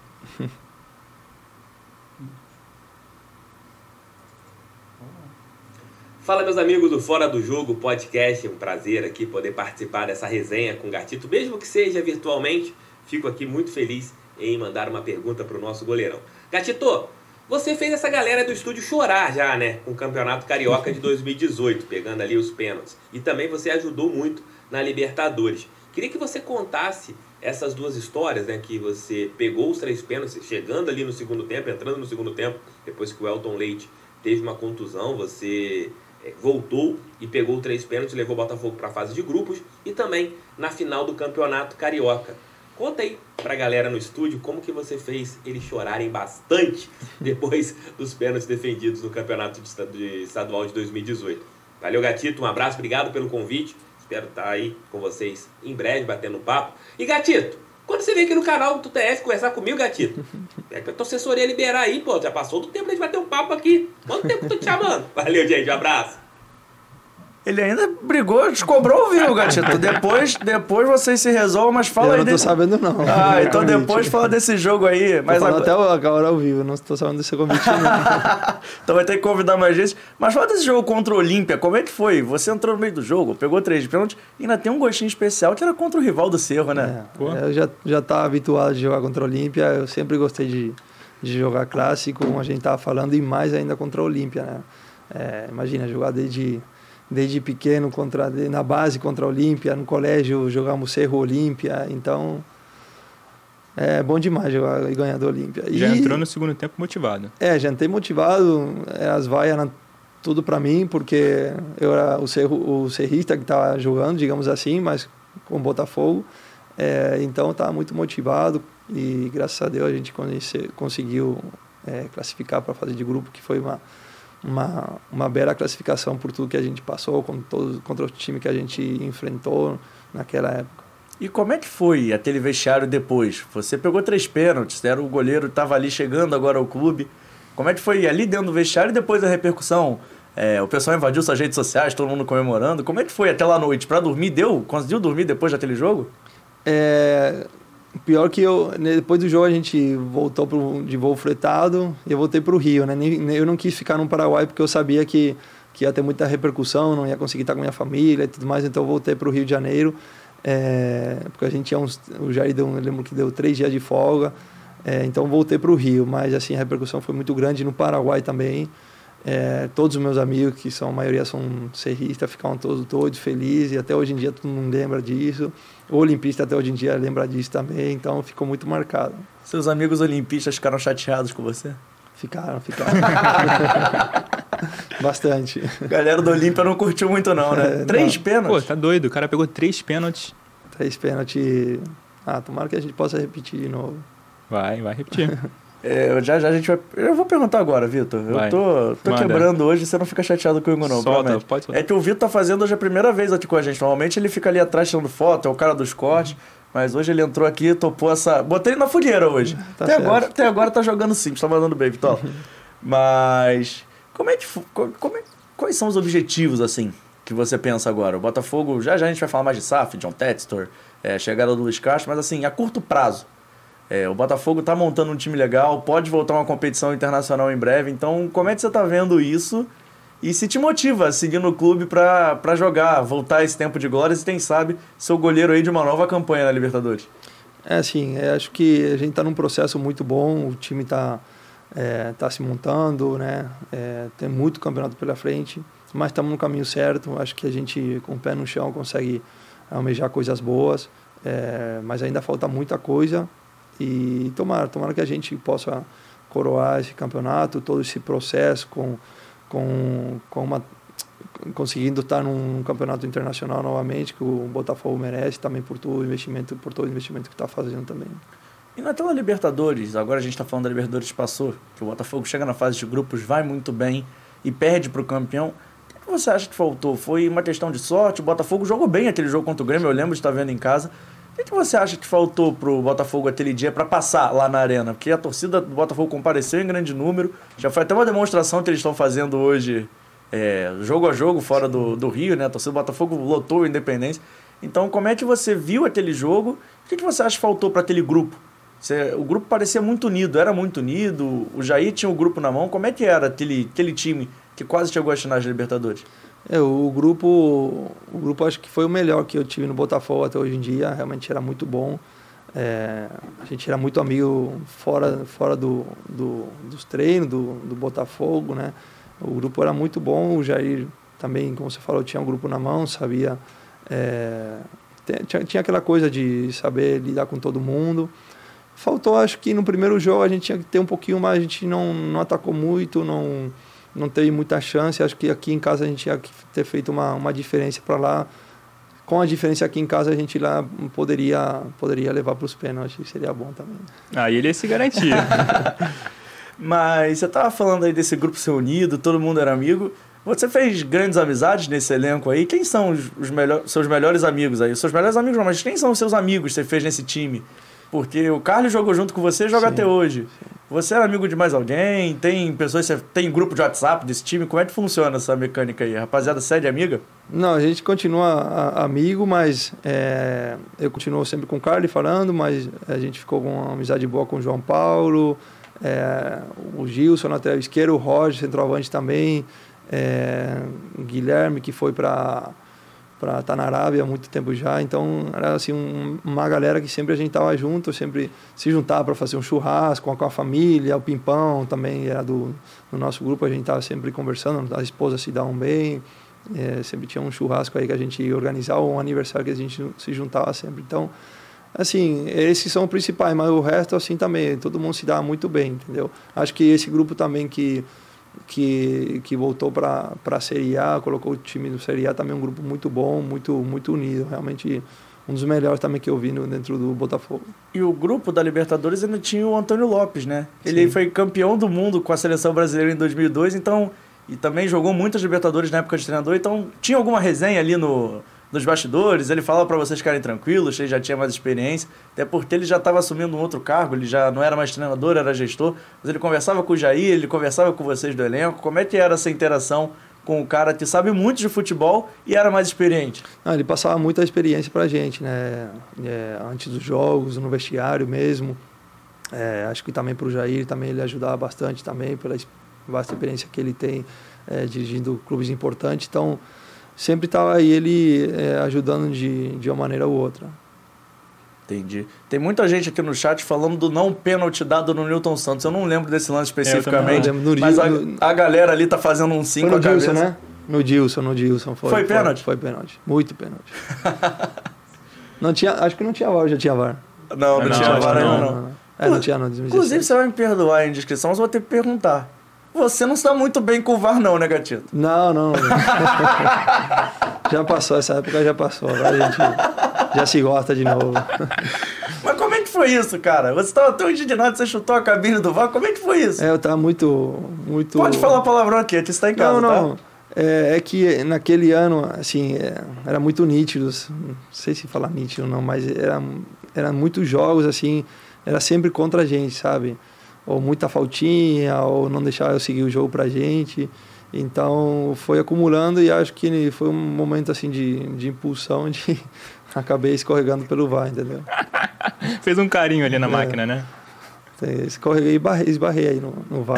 Fala, meus amigos do Fora do Jogo podcast, é um prazer aqui poder participar dessa resenha com o Gatito, mesmo que seja virtualmente. Fico aqui muito feliz em mandar uma pergunta pro nosso goleirão. Gatito, você fez essa galera do estúdio chorar já, né? Com o Campeonato Carioca de 2018, pegando ali os pênaltis. E também você ajudou muito na Libertadores. Queria que você contasse essas duas histórias, né? Que você pegou os 3 pênaltis, chegando ali no segundo tempo, entrando no segundo tempo, depois que o Elton Leite teve uma contusão, você voltou e pegou 3 pênaltis, levou o Botafogo para a fase de grupos e também na final do Campeonato Carioca. Conta aí pra galera no estúdio como que você fez eles chorarem bastante depois dos pênaltis defendidos no Campeonato Estadual de 2018. Valeu, Gatito, um abraço, obrigado pelo convite. Espero estar aí com vocês em breve, batendo um papo. E, Gatito, quando você vem aqui no canal do TF conversar comigo, Gatito, é que a tua assessoria liberar aí, pô, já passou do tempo, a gente vai ter um papo aqui. Quanto tempo que eu tô te chamando? Valeu, gente, um abraço. Ele ainda brigou, te cobrou, viu, Gatito? Depois vocês se resolvem, mas fala aí. Eu não tô sabendo, não. Ah, então depois fala desse jogo aí. Mas até agora ao vivo, não tô sabendo desse convite, não. Então vai ter que convidar mais gente. Mas fala desse jogo contra o Olímpia, como é que foi? Você entrou no meio do jogo, pegou 3 pênaltis e ainda tem um gostinho especial que era contra o rival do Cerro, né? Eu já tava habituado de jogar contra o Olímpia, eu sempre gostei de jogar clássico, como a gente tava falando, e mais ainda contra o Olímpia, né? Imagina, jogar desde pequeno na base contra a Olímpia, no colégio jogamos Cerro Olímpia, então é bom demais jogar e ganhar do Olímpia. Já entrou no segundo tempo motivado? Já entrei motivado, as vaias eram tudo para mim, porque eu era o cerrista que estava jogando, digamos assim, mas com o Botafogo, então eu estava muito motivado e graças a Deus a gente conseguiu classificar para a fase de grupo, que foi uma bela classificação por tudo que a gente passou, contra o time que a gente enfrentou naquela época. E como é que foi aquele vestiário depois? Você pegou 3 pênaltis, era o goleiro, estava ali chegando agora ao clube. Como é que foi ali dentro do vestiário e depois a repercussão? O pessoal invadiu suas redes sociais, todo mundo comemorando. Como é que foi até lá à noite? Para dormir, conseguiu dormir depois daquele jogo? Pior que depois do jogo a gente voltou de voo fretado e eu voltei para o Rio, né? Eu não quis ficar no Paraguai porque eu sabia que ia ter muita repercussão, não ia conseguir estar com minha família e tudo mais, então eu voltei para o Rio de Janeiro, porque a gente tinha o Jair eu lembro que deu 3 dias de folga, então voltei para o Rio, mas assim, a repercussão foi muito grande no Paraguai também. Todos os meus amigos, que a maioria são serristas, ficaram todos felizes e até hoje em dia todo mundo lembra disso. O olimpista até hoje em dia lembra disso também, então ficou muito marcado. Seus amigos olimpistas ficaram chateados com você? Ficaram. Bastante. A galera do Olímpia não curtiu muito não, né? 3 pênaltis? Pô, tá doido, o cara pegou 3 pênaltis. 3 pênaltis. Tomara que a gente possa repetir de novo. Vai repetir. Já a gente vai... Eu vou perguntar agora, Vitor. Eu tô quebrando hoje, você não fica chateado comigo não. Pode. É que o Vitor tá fazendo hoje a primeira vez aqui com a gente. Normalmente ele fica ali atrás tirando foto, é o cara dos cortes. Mas hoje ele entrou aqui e topou essa... Botei ele na fogueira hoje. Até agora tá jogando simples, tá mandando bem, Vitor. Mas... Como é Quais são os objetivos, assim, que você pensa agora? O Botafogo, já a gente vai falar mais de SAF, John Textor, chegada do Luiz Castro, mas assim, a curto prazo. O Botafogo está montando um time legal, pode voltar a uma competição internacional em breve, então como é que você está vendo isso e se te motiva a seguir no clube para jogar, voltar esse tempo de glórias e quem sabe ser o goleiro aí de uma nova campanha na Libertadores? Assim, acho que a gente está num processo muito bom, o time está se montando, né? Tem muito campeonato pela frente, mas estamos no caminho certo, acho que a gente com o pé no chão consegue almejar coisas boas, mas ainda falta muita coisa e tomara que a gente possa coroar esse campeonato, todo esse processo conseguindo estar num campeonato internacional novamente, que o Botafogo merece também por todo o investimento que está fazendo também. E na tela Libertadores, agora a gente está falando da Libertadores passou, que o Botafogo chega na fase de grupos, vai muito bem e perde para o campeão. O que você acha que faltou? Foi uma questão de sorte? O Botafogo jogou bem aquele jogo contra o Grêmio, eu lembro de estar vendo em casa. O que você acha que faltou para o Botafogo aquele dia para passar lá na arena? Porque a torcida do Botafogo compareceu em grande número, já foi até uma demonstração que eles estão fazendo hoje, jogo a jogo, fora do Rio, né? A torcida do Botafogo lotou o Independência. Então, como é que você viu aquele jogo? O que você acha que faltou para aquele grupo? O grupo parecia muito unido, era muito unido, o Jair tinha o grupo na mão. Como é que era aquele time que quase chegou às finais da Libertadores? O grupo acho que foi o melhor que eu tive no Botafogo até hoje em dia, realmente era muito bom. A gente era muito amigo fora dos treinos do Botafogo, né? O grupo era muito bom, o Jair também, como você falou, tinha um grupo na mão, sabia... Tinha aquela coisa de saber lidar com todo mundo. Faltou, acho que no primeiro jogo a gente tinha que ter um pouquinho mais, a gente não atacou muito, não teve muita chance. Acho que aqui em casa a gente tinha que ter feito uma diferença para lá. Com a diferença aqui em casa a gente lá poderia levar para os pênaltis, seria bom também. Aí ele ia se garantir. Mas você estava falando aí desse grupo ser unido, todo mundo era amigo. Você fez grandes amizades nesse elenco aí. Quem são os seus melhores amigos aí? Os seus melhores amigos não, mas quem são os seus amigos que você fez nesse time? Porque o Carlos jogou junto com você e joga até hoje. Sim. Você era amigo de mais alguém? Tem pessoas, você tem grupo de WhatsApp desse time? Como é que funciona essa mecânica aí? A rapaziada segue amiga? Não, a gente continua amigo, mas eu continuo sempre com o Carlos falando, mas a gente ficou com uma amizade boa com o João Paulo, o Gilson, lateral esquerdo, o Roger, centroavante também, o Guilherme, que foi para estar na Arábia há muito tempo já, então era assim uma galera que sempre a gente estava junto, sempre se juntava para fazer um churrasco com a família, o Pimpão também era do nosso grupo, a gente estava sempre conversando, as esposas se davam bem, sempre tinha um churrasco aí que a gente organizava, um aniversário que a gente se juntava sempre, então assim, esses são os principais, mas o resto assim também, todo mundo se dá muito bem, entendeu? Acho que esse grupo também que voltou para a Série A, colocou o time do Série A também, um grupo muito bom, muito unido, realmente um dos melhores também que eu vi dentro do Botafogo. E o grupo da Libertadores ainda tinha o Antônio Lopes, né? Ele Sim. foi campeão do mundo com a seleção brasileira em 2002, então, e também jogou muitas Libertadores na época de treinador, então tinha alguma resenha ali nos bastidores, ele falava para vocês ficarem tranquilos, ele já tinha mais experiência, até porque ele já estava assumindo um outro cargo, ele já não era mais treinador, era gestor, mas ele conversava com o Jair, ele conversava com vocês do elenco. Como é que era essa interação com o cara que sabe muito de futebol e era mais experiente? Ele passava muita experiência para a gente, né? Antes dos jogos, no vestiário mesmo, acho que também para o Jair, também ele ajudava bastante também, pela vasta experiência que ele tem dirigindo clubes importantes, então sempre estava aí ele ajudando de uma maneira ou outra. Entendi. Tem muita gente aqui no chat falando do não pênalti dado no Newton Santos. Eu não lembro desse lance especificamente, mas a galera ali tá fazendo um 5 com a cabeça. Dilson, né? No Dilson. Foi pênalti? Foi pênalti. Muito pênalti. Não tinha, acho que não tinha VAR, já tinha VAR. Não tinha VAR ainda não. Não tinha não. Inclusive, você vai me perdoar a indiscrição, mas eu vou ter que perguntar. Você não está muito bem com o VAR não, né, Gatito? Não. Já passou, essa época já passou. Agora a gente já se gosta de novo. Mas como é que foi isso, cara? Você estava tão indignado, você chutou a cabine do VAR. Como é que foi isso? Eu estava muito... Pode falar palavrão aqui, você está em casa, não. Tá? É que naquele ano, assim, era muito nítido. Não sei se falar nítido ou não, mas era muitos jogos, assim, era sempre contra a gente, sabe? Ou muita faltinha, ou não deixar eu seguir o jogo pra gente. Então foi acumulando e acho que foi um momento assim de impulsão, de acabei escorregando pelo VAR, entendeu? Fez um carinho ali na máquina, né? Escorreguei e esbarrei aí no VAR.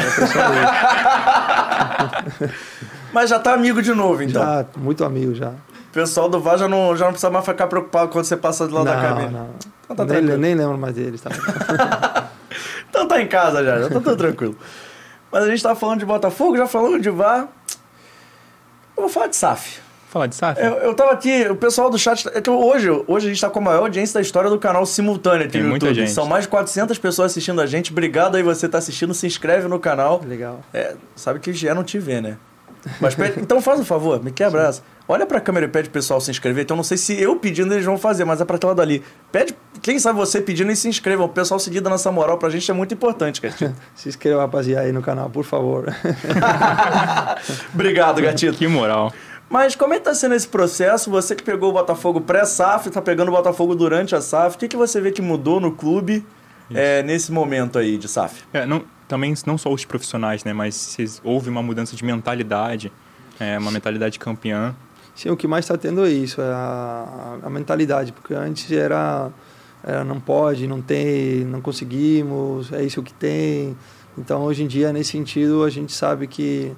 Mas já tá amigo de novo, então? Já, muito amigo já. O pessoal do VAR já não precisa mais ficar preocupado quando você passa do lado da cabine. Não. Então tá nem lembro mais deles. Tá? Então tá em casa já tá tudo tranquilo. Mas a gente tá falando de Botafogo, já falando de VAR. Eu vou falar de SAF. Falar de SAF? Eu tava aqui, o pessoal do chat... Hoje a gente tá com a maior audiência da história do canal simultâneo aqui no YouTube. Muita gente. São mais de 400 pessoas assistindo a gente. Obrigado aí, você tá assistindo. Se inscreve no canal. Legal. Sabe que já não te vê, né? Mas então faz um favor, me quebra essa. Olha pra câmera e pede pro pessoal se inscrever. Então não sei se eu pedindo eles vão fazer, mas é pra aquela dali. Pede, quem sabe você pedindo e se inscrevam. O pessoal seguir dando essa moral pra gente é muito importante, Gatito. Se inscreva, rapaziada, aí no canal, por favor. Obrigado, Gatito. Que moral. Mas como é que tá sendo esse processo? Você que pegou o Botafogo pré-SAF, tá pegando o Botafogo durante a SAF. O que você vê que mudou no clube nesse momento aí de SAF? Também não só os profissionais, né? Mas houve uma mudança de mentalidade, uma mentalidade campeã. Sim, o que mais está tendo é isso, é a mentalidade, porque antes era não pode, não tem, não conseguimos, é isso que tem. Então, hoje em dia, nesse sentido, a gente sabe que...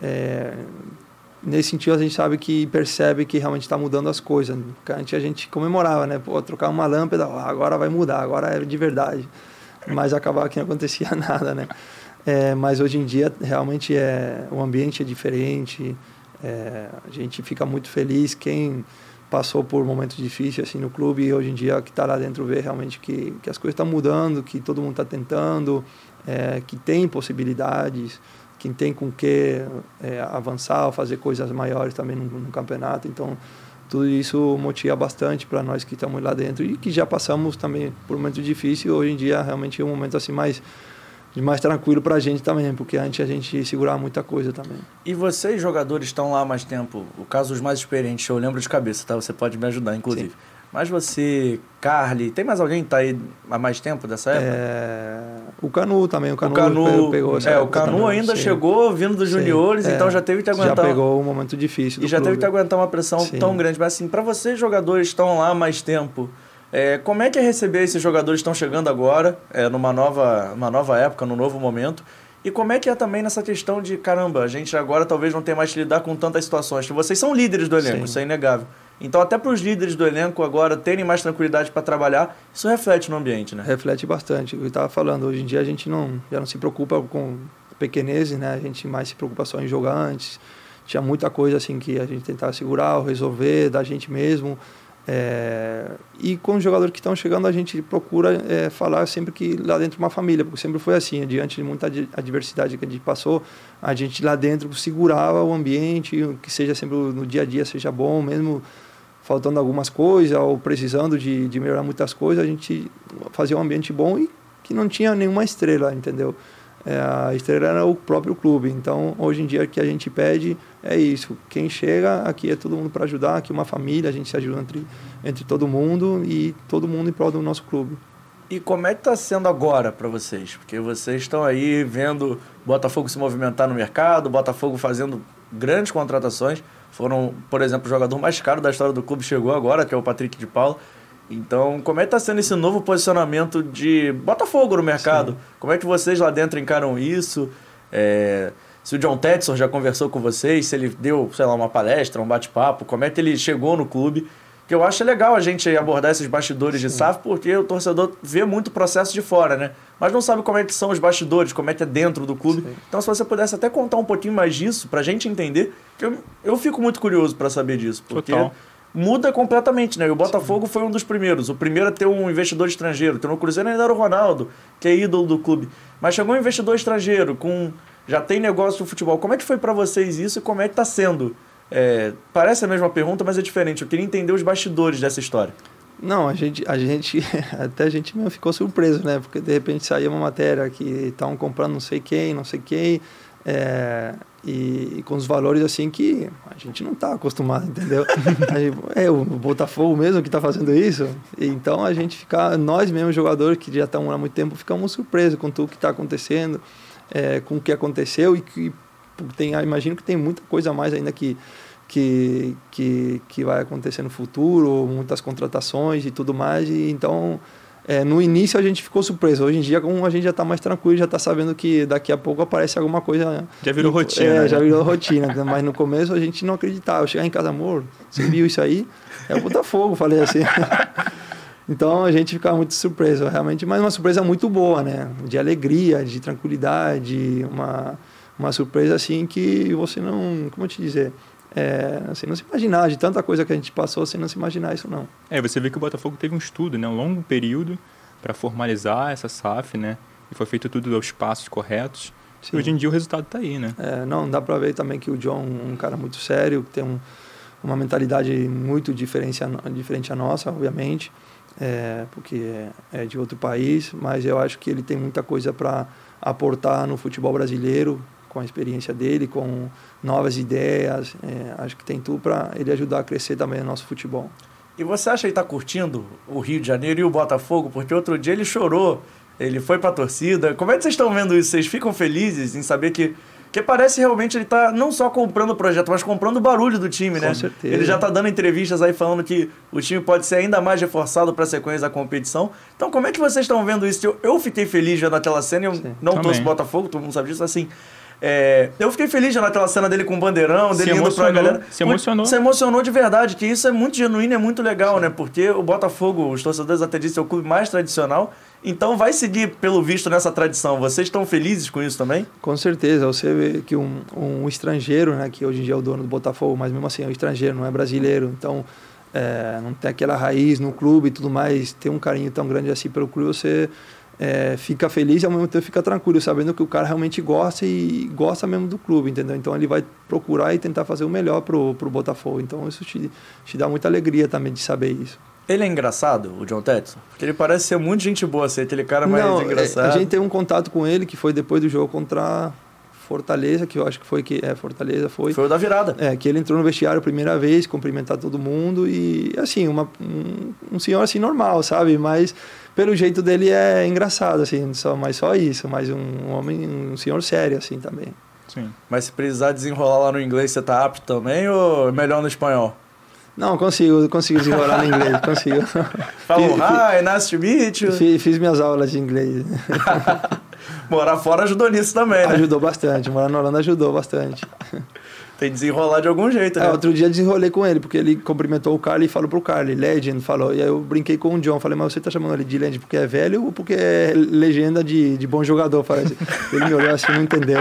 nesse sentido, a gente sabe que percebe que realmente está mudando as coisas. Porque antes a gente comemorava, né? Pô, trocar uma lâmpada, agora vai mudar, agora é de verdade. Mas acabava que não acontecia nada, né? Mas hoje em dia, realmente, o ambiente é diferente. A gente fica muito feliz. Quem passou por momentos difíceis assim no clube e hoje em dia que está lá dentro vê realmente que as coisas estão mudando, que todo mundo está tentando, que tem possibilidades, que tem com que avançar ou fazer coisas maiores também no campeonato. Então tudo isso motiva bastante para nós que estamos lá dentro e que já passamos também por um momento difícil. Hoje em dia realmente é um momento assim mais tranquilo para a gente também, porque antes a gente segurava muita coisa também. E vocês, jogadores, estão lá há mais tempo? O caso dos mais experientes, eu lembro de cabeça, tá? Você pode me ajudar, inclusive. Sim. Mas você, Carly, tem mais alguém que está aí há mais tempo dessa época? O Canu também. O Canu pegou essa época. O Canu também, ainda chegou vindo dos juniores, então já teve que aguentar... Já pegou um momento difícil do E já clube. teve que aguentar uma pressão tão grande. Mas assim, para vocês, jogadores que estão lá há mais tempo... como é que é receber esses jogadores que estão chegando agora, numa nova época, num novo momento? E como é que é também nessa questão de, caramba, a gente agora talvez não tenha mais que lidar com tantas situações. Vocês são líderes do elenco, isso é inegável. Então, até para os líderes do elenco agora terem mais tranquilidade para trabalhar, isso reflete no ambiente, né? Reflete bastante. O que eu estava falando, hoje em dia a gente já não se preocupa com pequenezes, né? A gente mais se preocupa só em jogar antes. Tinha muita coisa assim que a gente tentava segurar ou resolver da gente mesmo. E com os jogadores que estão chegando, a gente procura falar sempre que lá dentro é uma família, porque sempre foi assim, diante de muita adversidade que a gente passou, a gente lá dentro segurava o ambiente, que seja sempre no dia a dia, seja bom, mesmo faltando algumas coisas ou precisando de melhorar muitas coisas, a gente fazia um ambiente bom e que não tinha nenhuma estrela, entendeu? A estrela era o próprio clube. Então, hoje em dia, o que a gente pede é isso. Quem chega aqui é todo mundo para ajudar, aqui é uma família, a gente se ajuda entre todo mundo e todo mundo em prol do nosso clube. E como é que está sendo agora para vocês? Porque vocês estão aí vendo Botafogo se movimentar no mercado, Botafogo fazendo grandes contratações. Foram, por exemplo, o jogador mais caro da história do clube chegou agora, que é o Patrick de Paula. Então, como é que está sendo esse novo posicionamento de Botafogo no mercado? Sim. Como é que vocês lá dentro encaram isso? Se o John Tetson já conversou com vocês, se ele deu, sei lá, uma palestra, um bate-papo, como é que ele chegou no clube? Que eu acho legal a gente abordar esses bastidores de SAF, porque o torcedor vê muito o processo de fora, né? Mas não sabe como é que são os bastidores, como é que é dentro do clube. Sim. Então, se você pudesse até contar um pouquinho mais disso, pra gente entender, que eu fico muito curioso para saber disso, porque... Total. Muda completamente, né? E o Botafogo foi um dos primeiros. O primeiro a ter um investidor estrangeiro. No Cruzeiro ainda era o Ronaldo, que é ídolo do clube. Mas chegou um investidor estrangeiro, já tem negócio de futebol. Como é que foi para vocês isso e como é que está sendo? Parece a mesma pergunta, mas é diferente. Eu queria entender os bastidores dessa história. Não, até a gente mesmo ficou surpreso, né? Porque de repente saía uma matéria que estavam comprando não sei quem, e com os valores assim que a gente não está acostumado, entendeu? O Botafogo mesmo que está fazendo isso. Então a gente nós mesmos jogadores que já estamos há muito tempo, ficamos surpresos com tudo que está acontecendo, com o que aconteceu e que Imagino que tem muita coisa a mais ainda que vai acontecer no futuro, muitas contratações e tudo mais. E então, no início a gente ficou surpreso. Hoje em dia, como a gente já está mais tranquilo, já está sabendo que daqui a pouco aparece alguma coisa. Já virou rotina. Já virou rotina. Mas no começo a gente não acreditava. Eu chegava em casa, amor, você viu isso aí? É o Botafogo, falei assim. Então a gente ficava muito surpreso, realmente. Mas uma surpresa muito boa, né? De alegria, de tranquilidade. Uma surpresa assim que você não... Como eu te dizer? Você não se imaginar, de tanta coisa que a gente passou, você não se imaginar isso não. Você vê que o Botafogo teve um estudo, né, um longo período para formalizar essa SAF, né, e foi feito tudo aos passos corretos. Sim. E hoje em dia o resultado está aí, né? Não, dá para ver também que o John é um cara muito sério, que tem uma mentalidade muito diferente à nossa, obviamente, porque é de outro país, mas eu acho que ele tem muita coisa para aportar no futebol brasileiro, com a experiência dele, com novas ideias. Acho que tem tudo para ele ajudar a crescer também o nosso futebol. E você acha que ele está curtindo o Rio de Janeiro e o Botafogo? Porque outro dia ele chorou, ele foi para a torcida. Como é que vocês estão vendo isso? Vocês ficam felizes em saber que parece realmente ele está não só comprando o projeto, mas comprando o barulho do time, né? Com certeza. Ele já está dando entrevistas aí falando que o time pode ser ainda mais reforçado para a sequência da competição. Então, como é que vocês estão vendo isso? Eu fiquei feliz vendo aquela cena, eu não torço Botafogo, todo mundo sabe disso, assim... eu fiquei feliz naquela cena dele com o bandeirão, dele indo pra galera. Se emocionou. Se emocionou de verdade, que isso é muito genuíno e é muito legal, sim, né? Porque o Botafogo, os torcedores até dizem, é o clube mais tradicional. Então vai seguir, pelo visto, nessa tradição. Vocês estão felizes com isso também? Com certeza. Você vê que um estrangeiro, né, que hoje em dia é o dono do Botafogo, mas mesmo assim é um estrangeiro, não é brasileiro. Então não tem aquela raiz no clube e tudo mais. Ter um carinho tão grande assim pelo clube, você... fica feliz e ao mesmo tempo fica tranquilo, sabendo que o cara realmente gosta e gosta mesmo do clube, entendeu? Então ele vai procurar e tentar fazer o melhor pro Botafogo. Então isso te dá muita alegria também de saber isso. Ele é engraçado, o John Tetson? Porque ele parece ser muito gente boa, assim, aquele cara mais engraçado. A gente tem um contato com ele que foi depois do jogo contra Fortaleza, que eu acho que foi Fortaleza foi. Foi o da virada. Que ele entrou no vestiário a primeira vez, cumprimentar todo mundo e assim, um senhor assim normal, sabe? Mas pelo jeito dele é engraçado, assim, mas só isso, mas um senhor sério, assim, também. Sim. Mas se precisar desenrolar lá no inglês, você tá apto também ou melhor no espanhol? Não, consigo desenrolar no inglês, consigo. Falou, hi, nice to meet you. Fiz minhas aulas de inglês. Morar fora ajudou nisso também, né? Ajudou bastante, morar na Holanda ajudou bastante. Tem que desenrolar de algum jeito, né? Outro dia desenrolei com ele, porque ele cumprimentou o Carly e falou pro Carly, Legend, falou. E aí eu brinquei com o John, falei, mas você tá chamando ele de Legend porque é velho ou porque é legenda de bom jogador? Parece. Ele me olhou assim, não entendeu.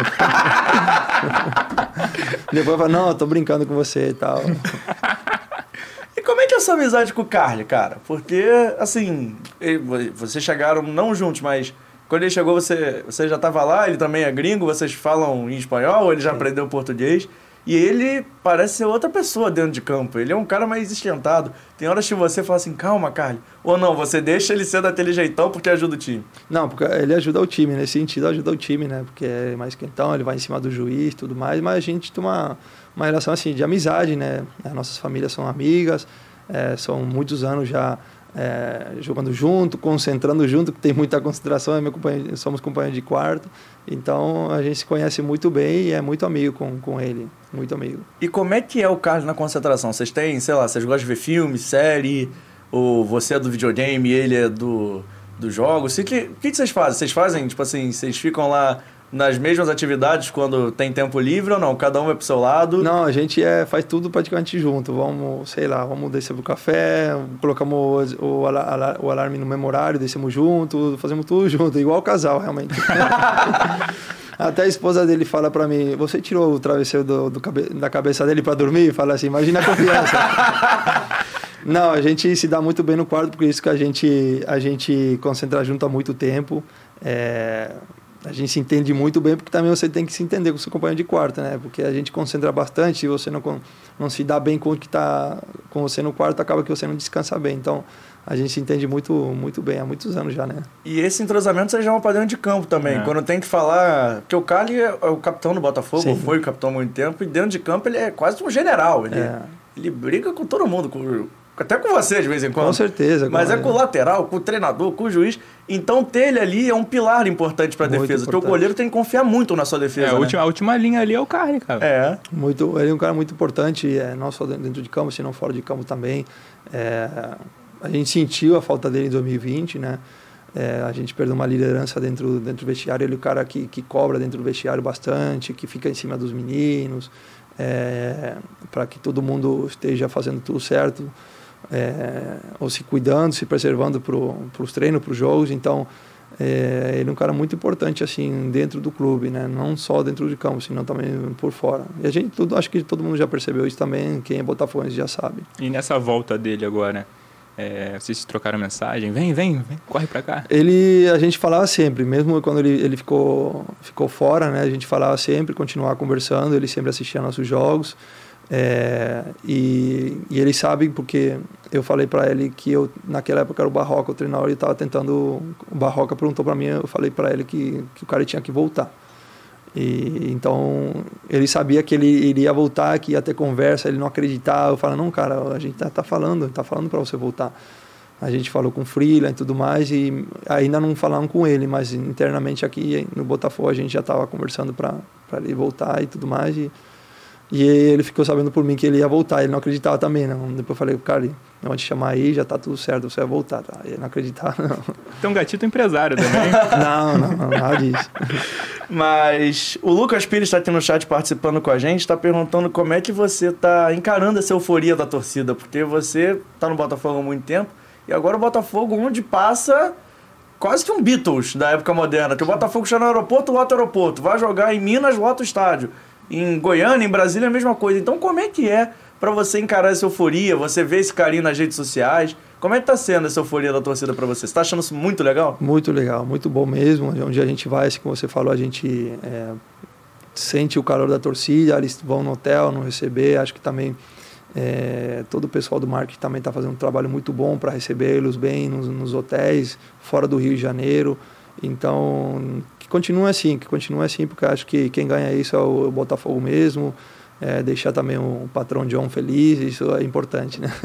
Depois falou, não, eu tô brincando com você e tal. E como é que é a sua amizade com o Carly, cara? Porque, assim, vocês chegaram não juntos, mas quando ele chegou, você já estava lá, ele também é gringo, vocês falam em espanhol, ou ele já aprendeu português? E ele parece ser outra pessoa dentro de campo. Ele é um cara mais esquentado. Tem horas que você fala assim, calma, Carly. Ou não, você deixa ele ser daquele jeitão porque ajuda o time. Não, porque ele ajuda o time. Nesse sentido, ajuda o time, né? Porque é mais quentão, ele vai em cima do juiz e tudo mais. Mas a gente tem uma relação assim de amizade, né? As nossas famílias são amigas. São muitos anos já jogando junto, concentrando junto, que tem muita concentração, somos companheiros de quarto, então a gente se conhece muito bem e é muito amigo com ele, muito amigo. E como é que é o Carlos na concentração? Vocês têm, sei lá, vocês gostam de ver filme, série, ou você é do videogame e ele é do jogo? O que vocês fazem? Vocês fazem, tipo assim, vocês ficam lá nas mesmas atividades quando tem tempo livre ou não? Cada um vai pro seu lado? Não, a gente faz tudo praticamente junto. Vamos, sei lá, vamos descer pro café, colocamos o alarme no mesmo horário, descemos junto, fazemos tudo junto, igual casal, realmente. Até a esposa dele fala pra mim, você tirou o travesseiro da cabeça dele pra dormir? Fala assim, imagina a confiança. Não, a gente se dá muito bem no quarto, porque isso que a gente concentra junto há muito tempo. A gente se entende muito bem, porque também você tem que se entender com o seu companheiro de quarto, né? Porque a gente concentra bastante, se você não se dá bem com o que está com você no quarto, acaba que você não descansa bem. Então, a gente se entende muito, muito bem, há muitos anos já, né? E esse entrosamento vocês já vão para dentro de campo também. Quando tem que falar... Porque o Carly é o capitão do Botafogo, Sim. Foi o capitão há muito tempo, e dentro de campo ele é quase um general. Ele briga com todo mundo, até com você de vez em quando. Com certeza. Mas é com o lateral, com o treinador, com o juiz. Então ter ele ali é um pilar importante para a defesa. Porque o goleiro tem que confiar muito na sua defesa. A última linha ali é o Carli, cara. Ele é um cara muito importante, não só dentro de campo, senão fora de campo também. A gente sentiu a falta dele em 2020, né? A gente perdeu uma liderança dentro do vestiário. Ele é o cara que cobra dentro do vestiário bastante, que fica em cima dos meninos, para que todo mundo esteja fazendo tudo certo, ou se cuidando, se preservando para os treinos, para os jogos. Então, ele é um cara muito importante assim dentro do clube, né? Não só dentro de campo, senão também por fora. E acho que todo mundo já percebeu isso também, quem é botafoguense já sabe. E nessa volta dele agora, vocês trocaram mensagem, vem, corre pra cá. A gente falava sempre, mesmo quando ele ficou fora, né? A gente falava sempre, continuava conversando, ele sempre assistia nossos jogos. E ele sabe porque eu falei para ele que naquela época era o Barroca, o treinador, ele estava tentando, o Barroca perguntou para mim, eu falei para ele que o cara tinha que voltar. E então ele sabia que ele iria voltar, que ia ter conversa, ele não acreditava. Eu falei, não, cara, a gente tá falando para você voltar. A gente falou com o Freeland e tudo mais, e ainda não falaram com ele, mas internamente aqui no Botafogo a gente já estava conversando para ele voltar e tudo mais. E ele ficou sabendo por mim que ele ia voltar, ele não acreditava também, não. Depois eu falei, cara, eu vou te chamar aí, já tá tudo certo, você vai voltar, tá? Ele não acreditava, não. Então, Gatito empresário também. Não, nada disso. Mas o Lucas Pires está aqui no chat participando com a gente, está perguntando como é que você está encarando essa euforia da torcida, porque você está no Botafogo há muito tempo, e agora o Botafogo, onde passa, quase que um Beatles da época moderna, que o Botafogo chega no aeroporto, lota o aeroporto, vai jogar em Minas, lota o estádio. Em Goiânia, em Brasília, a mesma coisa. Então, como é que é para você encarar essa euforia? Você vê esse carinho nas redes sociais? Como é que tá sendo essa euforia da torcida para você? Você tá achando isso muito legal? Muito legal, muito bom mesmo. Onde a gente vai, assim como você falou, a gente sente o calor da torcida, eles vão no hotel, não receber. Acho que também todo o pessoal do marketing também está fazendo um trabalho muito bom para recebê-los bem nos hotéis, fora do Rio de Janeiro. Então, que continue assim, porque acho que quem ganha isso é o Botafogo mesmo, deixar também o patrão John feliz, isso é importante, né?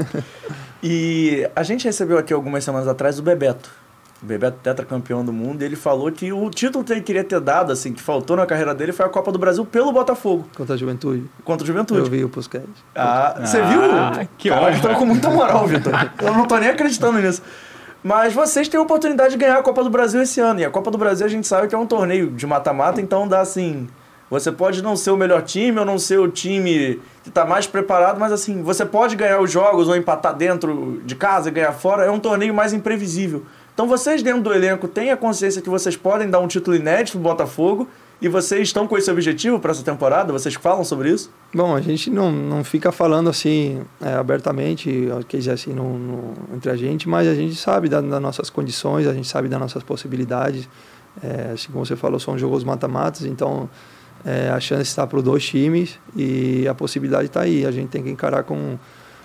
E a gente recebeu aqui algumas semanas atrás o Bebeto tetracampeão do mundo, e ele falou que o título que ele queria ter dado, assim, que faltou na carreira dele, foi a Copa do Brasil pelo Botafogo. Contra a Juventude? Contra a Juventude. Eu vi o Pusquets. Você viu? Que ótimo. Estão com muita moral, Vitor. Eu não tô nem acreditando nisso. Mas vocês têm a oportunidade de ganhar a Copa do Brasil esse ano. E a Copa do Brasil a gente sabe que é um torneio de mata-mata, então dá assim... Você pode não ser o melhor time ou não ser o time que está mais preparado, mas assim, você pode ganhar os jogos ou empatar dentro de casa e ganhar fora. É um torneio mais imprevisível. Então vocês dentro do elenco têm a consciência que vocês podem dar um título inédito no Botafogo e vocês estão com esse objetivo para essa temporada? Vocês falam sobre isso? Bom, a gente não fica falando assim abertamente, quer dizer assim, entre a gente, mas a gente sabe das nossas condições, a gente sabe das nossas possibilidades. Assim como você falou, são jogos mata-matas, então a chance está para os dois times e a possibilidade está aí. A gente tem que encarar com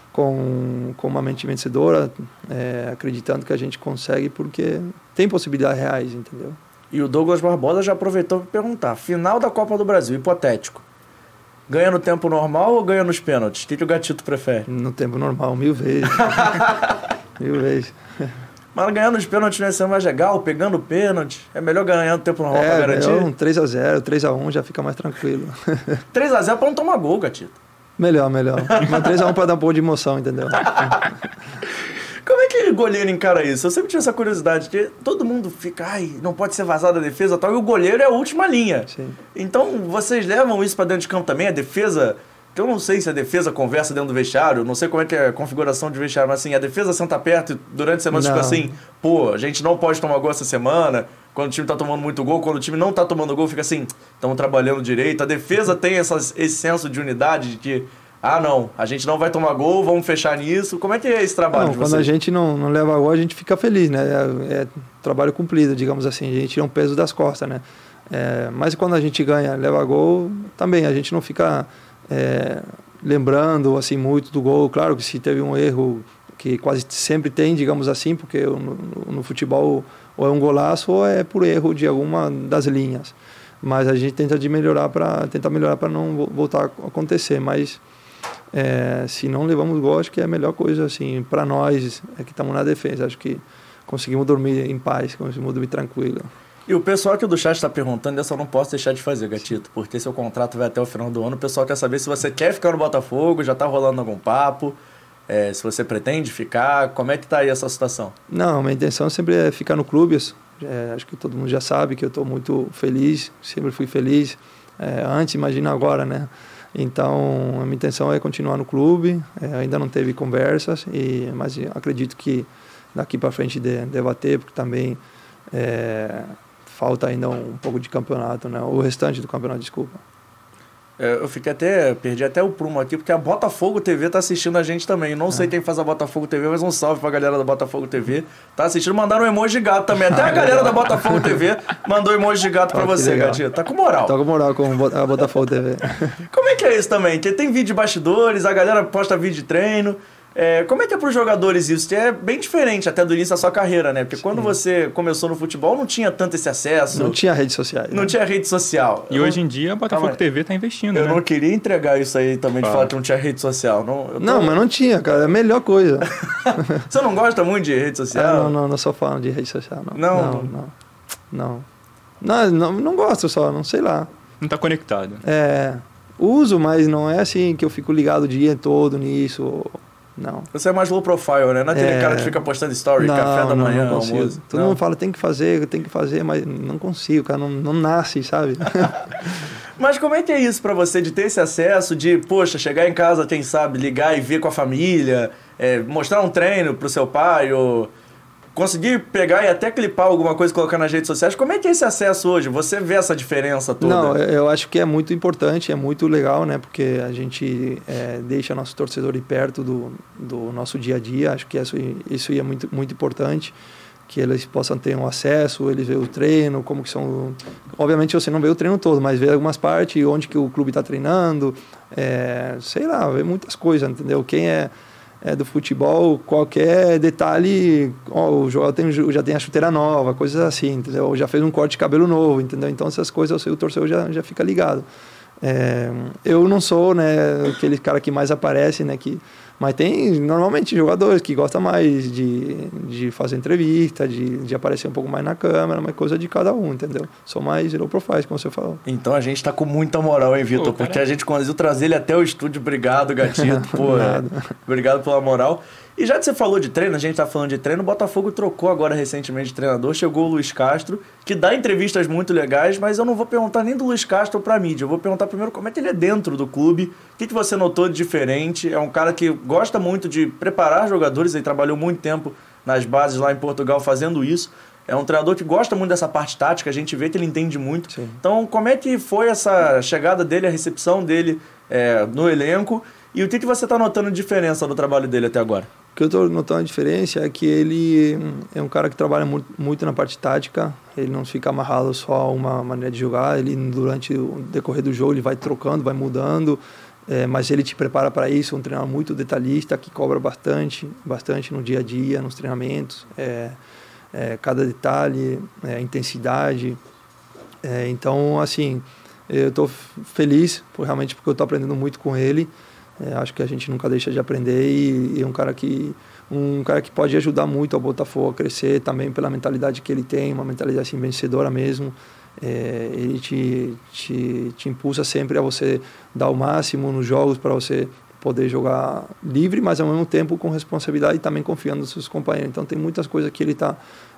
uma mente vencedora, acreditando que a gente consegue, porque tem possibilidades reais, entendeu? E o Douglas Barbosa já aproveitou para perguntar, final da Copa do Brasil, hipotético, ganha no tempo normal ou ganha nos pênaltis? O que o Gatito prefere? No tempo normal, 1000 vezes. 1000 vezes. Mas ganhando nos pênaltis não é ser mais legal, pegando pênalti. É melhor ganhar no tempo normal para garantir? Um 3-0, 3-1 já fica mais tranquilo. 3-0 para não tomar gol, Gatito. Melhor. Mas 3-1 para dar um pouco de emoção, entendeu? Como é que o goleiro encara isso? Eu sempre tive essa curiosidade, que todo mundo fica, não pode ser vazado a defesa e tal, e o goleiro é a última linha. Sim. Então, vocês levam isso para dentro de campo também? A defesa, que eu não sei se a defesa conversa dentro do vestiário, não sei como é que é a configuração de vestiário, mas assim, a defesa senta perto e durante a semana fica assim, a gente não pode tomar gol essa semana, quando o time tá tomando muito gol, quando o time não tá tomando gol, fica assim, estamos trabalhando direito. A defesa tem esse senso de unidade, de que não, a gente não vai tomar gol, vamos fechar nisso. Como é que é esse trabalho de vocês? Quando a gente não leva gol, a gente fica feliz, né? É trabalho cumprido, digamos assim. A gente tira um peso das costas, né? Mas quando a gente ganha, leva gol, também a gente não fica lembrando assim muito do gol. Claro que se teve um erro, que quase sempre tem, digamos assim, porque no futebol ou é um golaço ou é por erro de alguma das linhas. Mas a gente tenta melhorar para não voltar a acontecer. Mas se não levamos gol, acho que é a melhor coisa assim para nós que estamos na defesa. Acho que conseguimos dormir em paz, conseguimos dormir tranquilo. E o pessoal aqui do chat está perguntando, essa eu não posso deixar de fazer, Gatito, porque seu contrato vai até o final do ano. O pessoal quer saber se você quer ficar no Botafogo, já está rolando algum papo, se você pretende ficar, como é que está aí essa situação? Não, minha intenção sempre é ficar no clube. Acho que todo mundo já sabe que eu estou muito feliz, sempre fui feliz, antes, imagina agora, né? Então, a minha intenção é continuar no clube, ainda não teve conversas, mas acredito que daqui para frente deva ter, porque também falta ainda um pouco de campeonato, né? O restante do campeonato, desculpa. Eu perdi até o prumo aqui, porque a Botafogo TV tá assistindo a gente também. Não sei quem faz a Botafogo TV, mas um salve pra galera da Botafogo TV. Tá assistindo, mandaram um emoji de gato também. Até a galera da Botafogo TV mandou emoji de gato pra você, Gatito. Tá com moral. Tá com moral com a Botafogo TV. Como é que é isso também? Que tem vídeo de bastidores, a galera posta vídeo de treino. Como é que é para os jogadores isso? É bem diferente até do início da sua carreira, né? Porque quando você começou no futebol, não tinha tanto esse acesso. Não tinha redes sociais. Não tinha rede social. E hoje em dia a Botafogo TV está investindo, né? Eu não queria entregar isso aí também, de falar que não tinha rede social. Não, mas não tinha, cara. É a melhor coisa. Você não gosta muito de rede social? Não sou fã de rede social, não. Não gosto só, não sei lá. Não tá conectado. Uso, mas não é assim que eu fico ligado o dia todo nisso. Não. Você é mais low profile, né? Não é aquele cara que fica postando story, café da manhã, almoço. Todo mundo fala, tem que fazer, mas não consigo, cara, não nasce, sabe? Mas como é que é isso pra você, de ter esse acesso, de, poxa, chegar em casa, quem sabe, ligar e ver com a família, mostrar um treino pro seu pai, ou conseguir pegar e até clipar alguma coisa e colocar nas redes sociais? Como é que é esse acesso hoje? Você vê essa diferença toda? Não, eu acho que é muito importante, é muito legal, né? Porque a gente deixa nosso torcedor ir perto do nosso dia a dia. Acho que isso é muito, muito importante, que eles possam ter um acesso, eles veem o treino, como que são... Obviamente você não vê o treino todo, mas vê algumas partes, onde que o clube está treinando, sei lá, vê muitas coisas, entendeu? Quem é do futebol, qualquer detalhe, o jogador já tem a chuteira nova, coisas assim, entendeu? Já fez um corte de cabelo novo, entendeu? Então essas coisas o torcedor já fica ligado. Eu não sou, né, aquele cara que mais aparece, né, mas tem normalmente jogadores que gostam mais de fazer entrevista, de aparecer um pouco mais na câmera, mas coisa de cada um, entendeu? Sou mais low profile, como você falou. Então a gente tá com muita moral, hein, Vitor? Porque a gente conseguiu trazer ele até o estúdio. Obrigado, Gatito. Obrigado pela moral. E já que você falou de treino, a gente tá falando de treino, o Botafogo trocou agora recentemente de treinador, chegou o Luiz Castro, que dá entrevistas muito legais, mas eu não vou perguntar nem do Luiz Castro pra mídia, eu vou perguntar primeiro como é que ele é dentro do clube, o que você notou de diferente. É um cara que gosta muito de preparar jogadores, ele trabalhou muito tempo nas bases lá em Portugal fazendo isso. É um treinador que gosta muito dessa parte tática, a gente vê que ele entende muito. Sim. Então, como é que foi essa chegada dele, a recepção dele no elenco, e o que você está notando de diferença no trabalho dele até agora? O que eu estou notando a diferença é que ele é um cara que trabalha muito na parte tática, ele não fica amarrado só a uma maneira de jogar, ele durante o decorrer do jogo ele vai trocando, vai mudando, mas ele te prepara para isso, um treinador muito detalhista, que cobra bastante no dia a dia, nos treinamentos, cada detalhe, intensidade. Então, assim, eu estou feliz realmente porque eu estou aprendendo muito com ele. Acho que a gente nunca deixa de aprender e é um cara que pode ajudar muito ao Botafogo a crescer também pela mentalidade que ele tem, uma mentalidade assim, vencedora mesmo. Ele te impulsa sempre a você dar o máximo nos jogos para você poder jogar livre, mas ao mesmo tempo com responsabilidade e também confiando nos seus companheiros. Então tem muitas coisas que ele está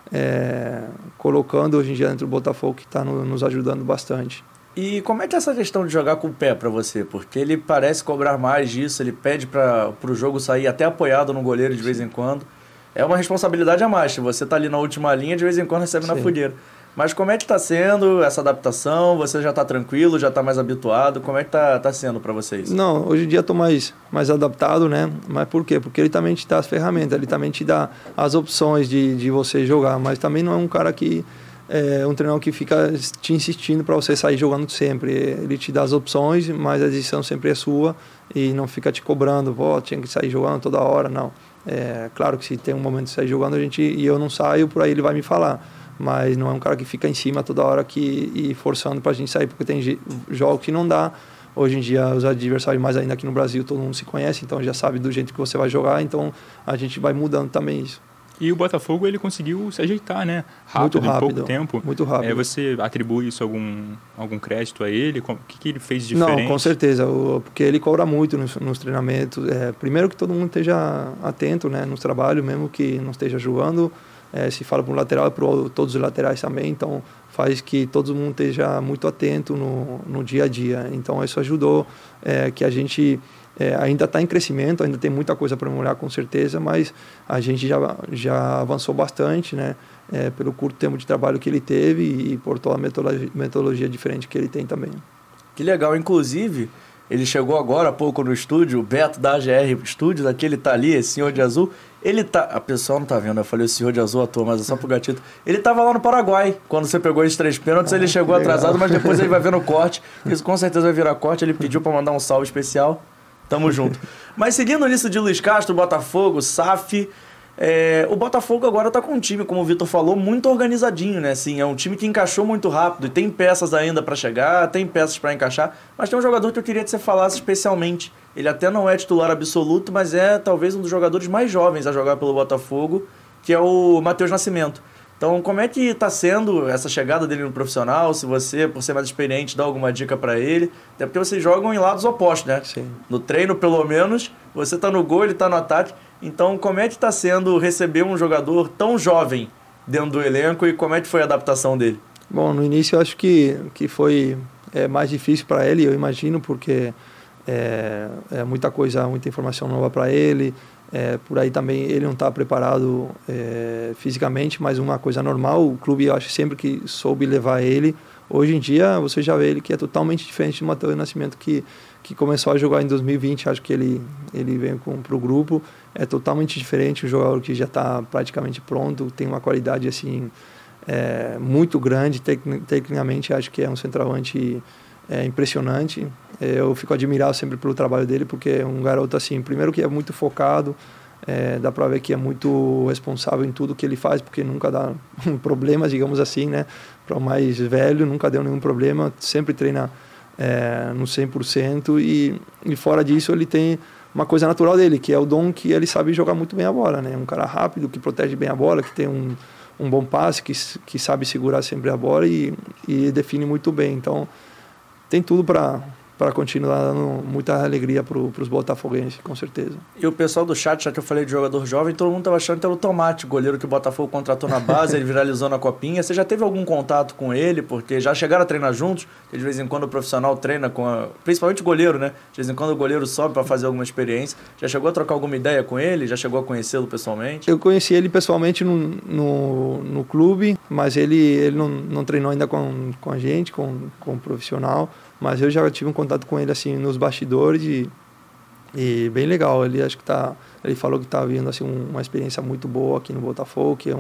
colocando hoje em dia dentro do Botafogo que está nos ajudando bastante. E como é que é essa questão de jogar com o pé para você? Porque ele parece cobrar mais disso, ele pede para o jogo sair até apoiado no goleiro de vez em quando. É uma responsabilidade a mais, se você está ali na última linha, de vez em quando recebe na fogueira. Mas como é que está sendo essa adaptação? Você já está tranquilo, já está mais habituado? Como é que está sendo para vocês? Não, hoje em dia estou mais adaptado, né? Mas por quê? Porque ele também te dá as ferramentas, ele também te dá as opções de você jogar, mas também não é um cara que... um treinador que fica te insistindo para você sair jogando sempre. Ele te dá as opções, mas a decisão sempre é sua e não fica te cobrando, tinha que sair jogando toda hora, não. Claro que se tem um momento de sair jogando e eu não saio, por aí ele vai me falar, mas não é um cara que fica em cima toda hora e forçando para a gente sair, porque tem jogos que não dá Hoje em dia, os adversários, mais ainda aqui no Brasil, todo mundo se conhece, então já sabe do jeito que você vai jogar, então a gente vai mudando também isso. E o Botafogo, ele conseguiu se ajeitar, né? Rápido, em pouco tempo. Muito rápido. Você atribui isso algum crédito a ele? O que ele fez de diferente? Não, com certeza, porque ele cobra muito nos treinamentos. Primeiro que todo mundo esteja atento, né, nos trabalhos, mesmo que não esteja jogando. Se fala para um lateral e para todos os laterais também, então faz que todo mundo esteja muito atento no dia a dia. Então isso ajudou que a gente... ainda está em crescimento, ainda tem muita coisa para melhorar com certeza, mas a gente já avançou bastante, né? Pelo curto tempo de trabalho que ele teve e por toda a metodologia diferente que ele tem também. Que legal, inclusive, ele chegou agora há pouco no estúdio, o Beto da AGR Studios, aqui ele tá ali, esse senhor de azul, ele tá, a pessoa não tá vendo, eu falei o senhor de azul à toa, mas é só pro gatito, ele tava lá no Paraguai, quando você pegou os 3 pênaltis, ele chegou atrasado, mas depois ele vai ver no corte, isso com certeza vai virar corte, ele pediu para mandar um salve especial. Tamo junto. Mas seguindo nisso de Luiz Castro, Botafogo, SAF, o Botafogo agora tá com um time, como o Vitor falou, muito organizadinho, né? Assim, é um time que encaixou muito rápido e tem peças ainda para chegar, tem peças para encaixar, mas tem um jogador que eu queria que você falasse especialmente. Ele até não é titular absoluto, mas é talvez um dos jogadores mais jovens a jogar pelo Botafogo, que é o Matheus Nascimento. Então, como é que está sendo essa chegada dele no profissional? Se você, por ser mais experiente, dá alguma dica para ele? Até porque vocês jogam em lados opostos, né? Sim. No treino, pelo menos, você está no gol, ele está no ataque. Então, como é que está sendo receber um jogador tão jovem dentro do elenco e como é que foi a adaptação dele? Bom, no início eu acho que foi mais difícil para ele, eu imagino, porque é muita coisa, muita informação nova para ele. Por aí também ele não está preparado fisicamente, mas uma coisa normal, o clube eu acho sempre que soube levar ele. Hoje em dia você já vê ele que é totalmente diferente do Matheus Nascimento que começou a jogar em 2020, acho que ele veio para o grupo, é totalmente diferente, um jogador que já está praticamente pronto, tem uma qualidade assim muito grande, tecnicamente acho que é um centroavante impressionante. Eu fico admirado sempre pelo trabalho dele, porque é um garoto assim, primeiro que é muito focado, dá para ver que é muito responsável em tudo que ele faz, porque nunca dá problemas, digamos assim, né? Para o mais velho, nunca deu nenhum problema, sempre treina no 100%, e fora disso ele tem uma coisa natural dele, que é o dom que ele sabe jogar muito bem a bola, né? Um cara rápido, que protege bem a bola, que tem um bom passe, que sabe segurar sempre a bola e define muito bem. Então tem tudo para continuar dando muita alegria para os botafoguenses, com certeza. E o pessoal do chat, já que eu falei de jogador jovem, todo mundo estava achando que era o Tomate, goleiro que o Botafogo contratou na base, ele viralizou na Copinha. Você já teve algum contato com ele? Porque já chegaram a treinar juntos, de vez em quando o profissional treina principalmente o goleiro, né? De vez em quando o goleiro sobe para fazer alguma experiência. Já chegou a trocar alguma ideia com ele? Já chegou a conhecê-lo pessoalmente? Eu conheci ele pessoalmente no clube, mas ele não treinou ainda com a gente, com o profissional. Mas eu já tive um contato com ele assim nos bastidores e bem legal. Ele acho que ele falou que está vindo assim uma experiência muito boa aqui no Botafogo, que é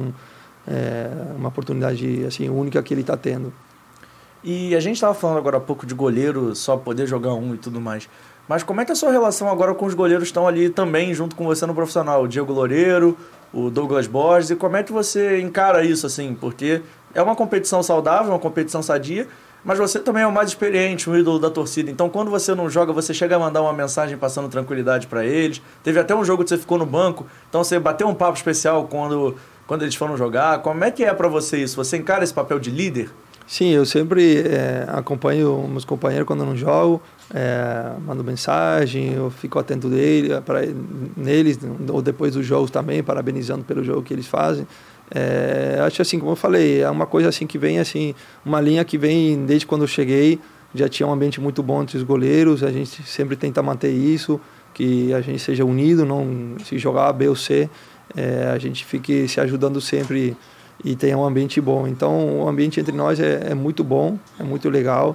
uma oportunidade assim única que ele está tendo. E a gente estava falando agora há pouco de goleiro só poder jogar um e tudo mais. Mas como é que é a sua relação agora com os goleiros que estão ali também junto com você no profissional? O Diego Loureiro, o Douglas Borges, e como é que você encara isso assim? Porque é uma competição saudável, uma competição sadia, mas você também é o mais experiente, um ídolo da torcida. Então, quando você não joga, você chega a mandar uma mensagem passando tranquilidade para eles. Teve até um jogo que você ficou no banco, então você bateu um papo especial quando eles foram jogar. Como é que é para você isso? Você encara esse papel de líder? Sim, eu sempre acompanho meus companheiros quando eu não jogo, mando mensagem, eu fico atento neles, ou depois dos jogos também, parabenizando pelo jogo que eles fazem. Acho assim, como eu falei, é uma coisa assim que vem assim, uma linha que vem desde quando eu cheguei, já tinha um ambiente muito bom entre os goleiros, a gente sempre tenta manter isso, que a gente seja unido, não se jogar A, B ou C, a gente fique se ajudando sempre e tenha um ambiente bom. Então o ambiente entre nós é muito bom, é muito legal,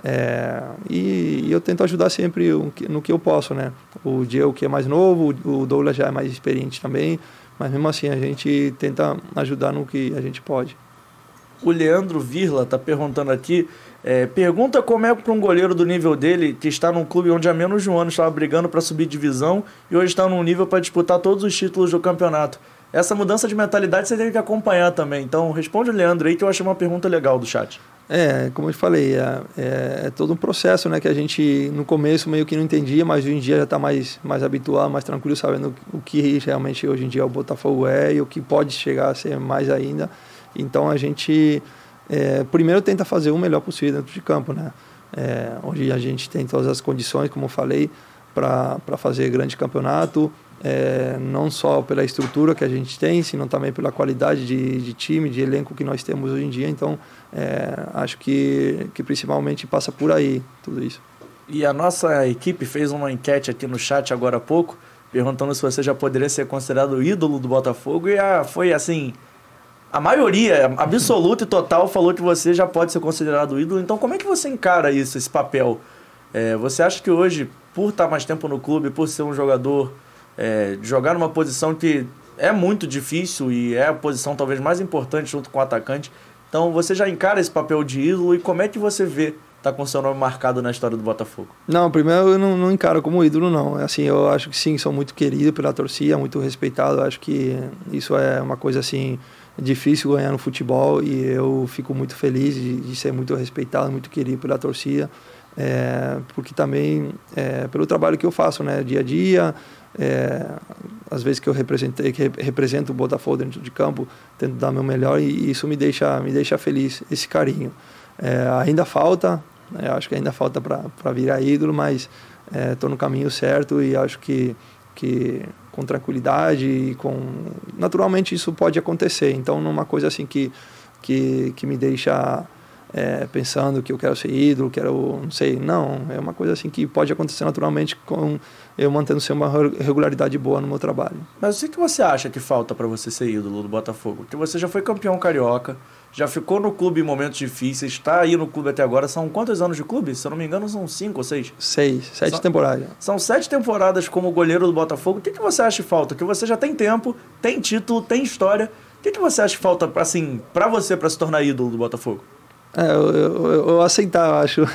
e eu tento ajudar sempre no que eu posso, né? O Diego que é mais novo, o Douglas já é mais experiente também, mas mesmo assim a gente tenta ajudar no que a gente pode. O Leandro Virla está perguntando aqui, pergunta como é para um goleiro do nível dele, que está num clube onde há menos de um ano estava brigando para subir divisão e hoje está num nível para disputar todos os títulos do campeonato. Essa mudança de mentalidade você teve que acompanhar também. Então responde o Leandro aí, que eu achei uma pergunta legal do chat. Como eu te falei, é todo um processo, né, que a gente no começo meio que não entendia, mas hoje em dia já está mais habituado, mais tranquilo, sabendo o que realmente hoje em dia o Botafogo e o que pode chegar a ser mais ainda. Então a gente primeiro tenta fazer o melhor possível dentro de campo, né? Onde a gente tem todas as condições, como eu falei, para fazer grande campeonato, não só pela estrutura que a gente tem, sino também pela qualidade de time, de elenco que nós temos hoje em dia. Então, acho que principalmente passa por aí tudo isso. E a nossa equipe fez uma enquete aqui no chat agora há pouco, perguntando se você já poderia ser considerado o ídolo do Botafogo, e foi assim... A maioria absoluta e total falou que você já pode ser considerado ídolo. Então, como é que você encara isso, esse papel? Você acha que hoje, por estar mais tempo no clube, por ser um jogador, jogar numa posição que é muito difícil e é a posição talvez mais importante junto com o atacante, então você já encara esse papel de ídolo, e como é que você vê estar com seu nome marcado na história do Botafogo? Não, primeiro eu não encaro como ídolo, não. Assim, eu acho que sim, sou muito querido pela torcida, muito respeitado. Eu acho que isso é uma coisa assim... difícil ganhar no futebol, e eu fico muito feliz de ser muito respeitado, muito querido pela torcida, porque também pelo trabalho que eu faço, né, dia a dia, às vezes que eu represento o Botafogo dentro de campo, tento dar meu melhor, e isso me deixa feliz, esse carinho. Ainda falta, acho que ainda falta para virar ídolo, mas estou no caminho certo, e acho que com tranquilidade e naturalmente isso pode acontecer. Então não é uma coisa assim que me deixa pensando que eu quero ser ídolo, não sei, não, é uma coisa assim que pode acontecer naturalmente com eu mantendo uma regularidade boa no meu trabalho. Mas o que você acha que falta para você ser ídolo do Botafogo? Porque você já foi campeão carioca, já ficou no clube em momentos difíceis, está aí no clube até agora. São quantos anos de clube? Se eu não me engano, são 5 ou 6? 7 temporadas. São 7 temporadas como goleiro do Botafogo. O que você acha que falta? Que você já tem tempo, tem título, tem história. O que você acha que falta assim, para você, para se tornar ídolo do Botafogo? Eu aceitar, eu acho.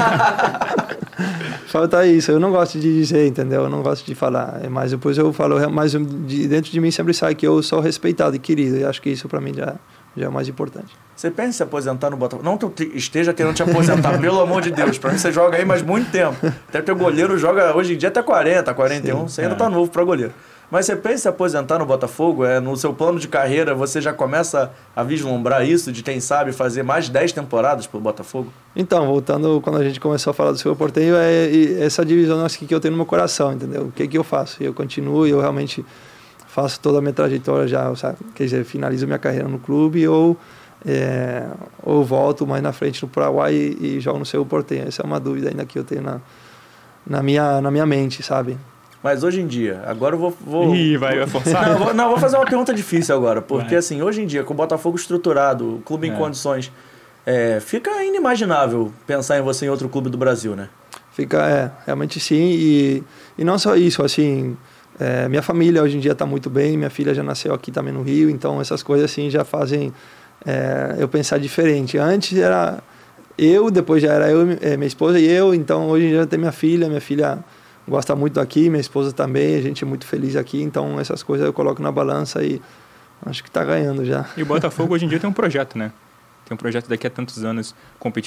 Falta isso. Eu não gosto de dizer, entendeu? Eu não gosto de falar. Mas depois eu falo, mas dentro de mim sempre sai que eu sou respeitado e querido. E acho que isso para mim já é o mais importante. Você pensa em se aposentar no Botafogo? Não que eu esteja querendo te aposentar, pelo amor de Deus. Para mim você joga aí mais muito tempo. Até porque o goleiro joga hoje em dia até 40, 41. Sim, você ainda tá novo para goleiro. Mas você pensa em se aposentar no Botafogo? No seu plano de carreira você já começa a vislumbrar isso, de quem sabe fazer mais de 10 temporadas pro Botafogo? Então, voltando quando a gente começou a falar do Cerro Porteño, essa divisão que eu tenho no meu coração, entendeu? O que eu faço? Eu continuo, eu realmente faço toda a minha trajetória já, sabe? Quer dizer, finalizo minha carreira no clube ou volto mais na frente no Paraguai e jogo no Cerro Porteño. Essa é uma dúvida ainda que eu tenho na minha mente, sabe? Mas hoje em dia, agora eu vou... Ih, vai forçar? Vou fazer uma pergunta difícil agora, porque assim, hoje em dia, com o Botafogo estruturado, o clube em condições, fica inimaginável pensar em você em outro clube do Brasil, né? Fica, realmente sim, e não só isso, assim, minha família hoje em dia está muito bem, minha filha já nasceu aqui também no Rio, então essas coisas assim já fazem eu pensar diferente. Antes era eu, depois já era eu, minha esposa e eu, então hoje em dia tem minha filha gosta muito daqui, minha esposa também, a gente é muito feliz aqui, então essas coisas eu coloco na balança e acho que está ganhando já. E o Botafogo hoje em dia tem um projeto, né? Tem um projeto daqui a tantos anos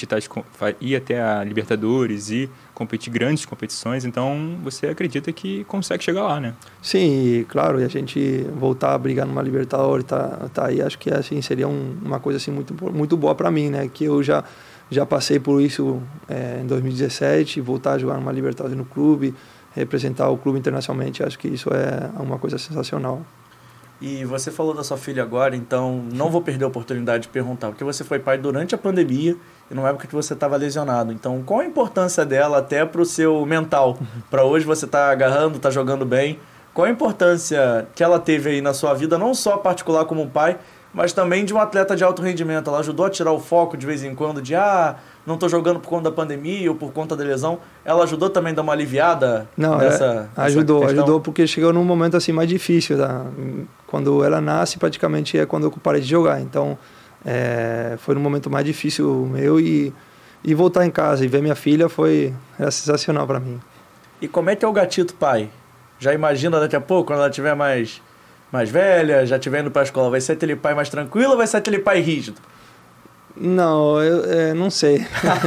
ir até a Libertadores e competir grandes competições, então você acredita que consegue chegar lá, né? Sim, claro, e a gente voltar a brigar numa Libertadores, tá aí, acho que assim, seria uma coisa assim, muito, muito boa para mim, né? Que eu já passei por isso em 2017, voltar a jogar numa Libertadores no clube, representar o clube internacionalmente, acho que isso é uma coisa sensacional. E você falou da sua filha agora, então não vou perder a oportunidade de perguntar, porque você foi pai durante a pandemia e numa época que você estava lesionado. Então, qual a importância dela até para o seu mental? Para hoje você tá agarrando, tá jogando bem. Qual a importância que ela teve aí na sua vida, não só particular como um pai, mas também de um atleta de alto rendimento? Ela ajudou a tirar o foco de vez em quando de não estou jogando por conta da pandemia ou por conta da lesão. Ela ajudou também a dar uma aliviada nessa ajudou porque chegou num momento assim mais difícil, tá? Quando ela nasce praticamente é quando eu parei de jogar, então foi no momento mais difícil meu e voltar em casa e ver minha filha era sensacional para mim. E como é que é o Gatito pai? Já imagina daqui a pouco, quando ela estiver mais velha, já estiver indo para a escola, vai ser aquele pai mais tranquilo ou vai ser aquele pai rígido? Não, eu não sei.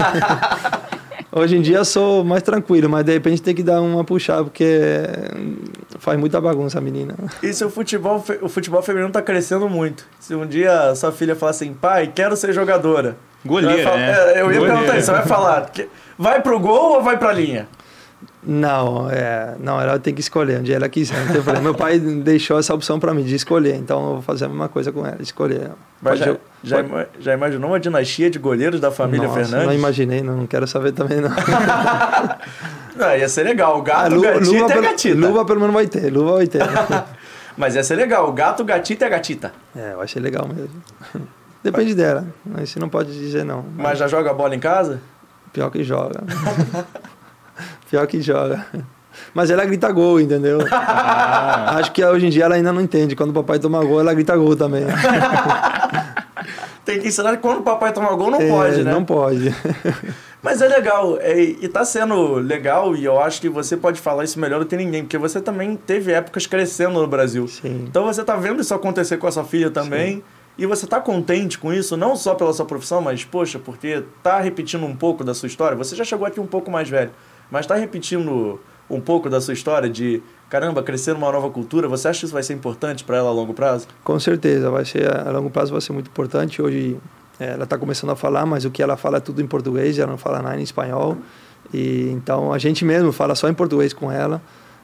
Hoje em dia eu sou mais tranquilo, mas de repente tem que dar uma puxada, porque faz muita bagunça a menina. E se o futebol feminino tá crescendo muito? Se um dia sua filha falar assim, pai, quero ser jogadora. Goleira, né? Eu ia perguntar isso, você vai falar, vai pro gol ou vai pra linha? Não, ela tem que escolher onde ela quiser, não tem problema. Meu pai deixou essa opção para mim de escolher, então eu vou fazer a mesma coisa com ela, escolher. Mas já imaginou uma dinastia de goleiros da família Fernandes? Não imaginei, não quero saber também não. Não, ia ser legal, o gato, gatita e a gatita. Luva pelo menos vai ter. Mas ia ser legal, o gato, gatita e a gatita. Eu achei legal mesmo. Depende dela, mas você não pode dizer não. Mas já joga bola em casa? Pior que joga. Pior que joga. Mas ela grita gol, entendeu? Acho que hoje em dia ela ainda não entende. Quando o papai toma gol, ela grita gol também. Tem que ensinar que quando o papai toma gol, não pode, né? Não pode. Mas é legal, e tá sendo legal, e eu acho que você pode falar isso melhor do que ninguém, porque você também teve épocas crescendo no Brasil. Sim. Então você tá vendo isso acontecer com a sua filha também. Sim. E você tá contente com isso, não só pela sua profissão, mas, poxa, porque tá repetindo um pouco da sua história. Você já chegou aqui um pouco mais velho, mas tá repetindo um pouco da sua história de, caramba, crescer numa nova cultura. Você acha que isso vai ser importante para ela a longo prazo? Com certeza, a longo prazo vai ser muito importante. Hoje ela está começando a falar, mas o que ela fala é tudo em português, ela não fala nada em espanhol. E então a gente mesmo fala só em português com ela.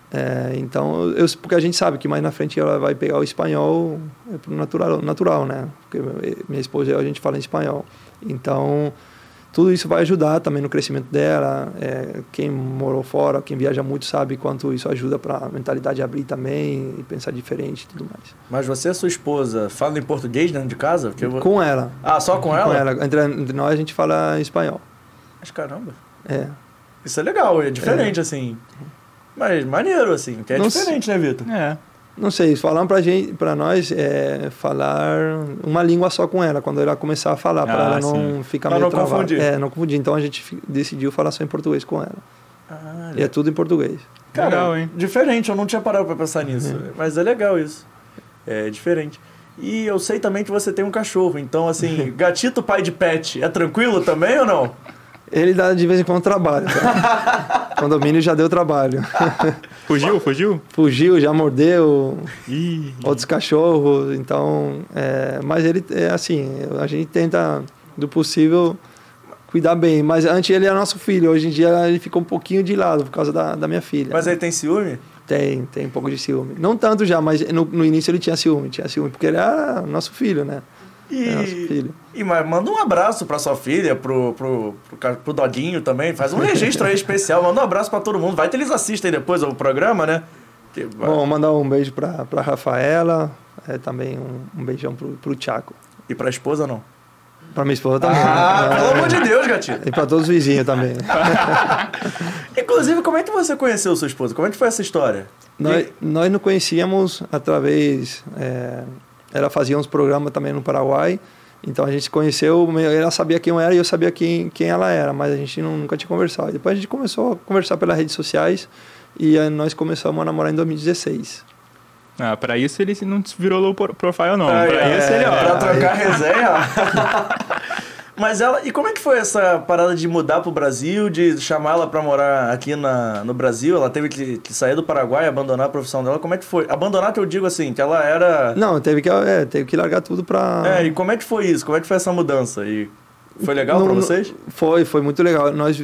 Então, porque a gente sabe que mais na frente ela vai pegar o espanhol natural, né? Porque minha esposa e eu, a gente fala em espanhol. Então, tudo isso vai ajudar também no crescimento dela. Quem morou fora, quem viaja muito sabe quanto isso ajuda para a mentalidade abrir também e pensar diferente e tudo mais. Mas você e sua esposa falam em português dentro de casa? Com ela. Ah, só com ela? Com ela. Entre nós a gente fala em espanhol. Mas caramba. Isso é legal, é diferente assim. Mas maneiro, assim, que é diferente, né, Vitor? Não sei, falando pra nós falar uma língua só com ela, quando ela começar a falar, para ela não ficar meio travada. Não confundir. Não confundir. Então a gente decidiu falar só em português com ela. E é tudo em português. Cara, legal, hein? Diferente, eu não tinha parado pra pensar nisso. Mas é legal isso. É diferente. E eu sei também que você tem um cachorro, então assim, gatito pai de pet, é tranquilo também ou não? Ele dá de vez em quando trabalho. Tá? Condomínio já deu trabalho. Fugiu? Fugiu, já mordeu outros cachorros. Então, mas ele assim, a gente tenta do possível cuidar bem. Mas antes ele era nosso filho. Hoje em dia ele ficou um pouquinho de lado por causa da minha filha. Mas ele tem ciúme? Tem um pouco de ciúme. Não tanto já, mas no início ele tinha ciúme, porque ele era nosso filho, né? Mas manda um abraço pra sua filha, pro Doguinho também. Faz um registro aí especial. Manda um abraço pra todo mundo. Vai que eles assistem depois o programa, né? Bom, mandar um beijo pra Rafaela. Também um beijão pro Thiago. E pra esposa, não? Pra minha esposa também. Pelo amor de Deus, gatinho. E pra todos os vizinhos também. Inclusive, como é que você conheceu sua esposa? Como é que foi essa história? Nós nos conhecíamos através... ela fazia uns programas também no Paraguai, então a gente se conheceu, ela sabia quem eu era e eu sabia quem ela era, mas a gente nunca tinha conversado. Depois a gente começou a conversar pelas redes sociais e aí nós começamos a namorar em 2016. Para isso ele não virou low profile não, isso ele... Pra trocar resenha, ó. Mas e como é que foi essa parada de mudar pro Brasil, de chamar ela pra morar aqui no Brasil? Ela teve que sair do Paraguai, abandonar a profissão dela. Como é que foi? Abandonar, que eu digo assim, que ela era... Não, teve que largar tudo pra... E como é que foi isso? Como é que foi essa mudança? E foi legal pra vocês? Foi muito legal. Nós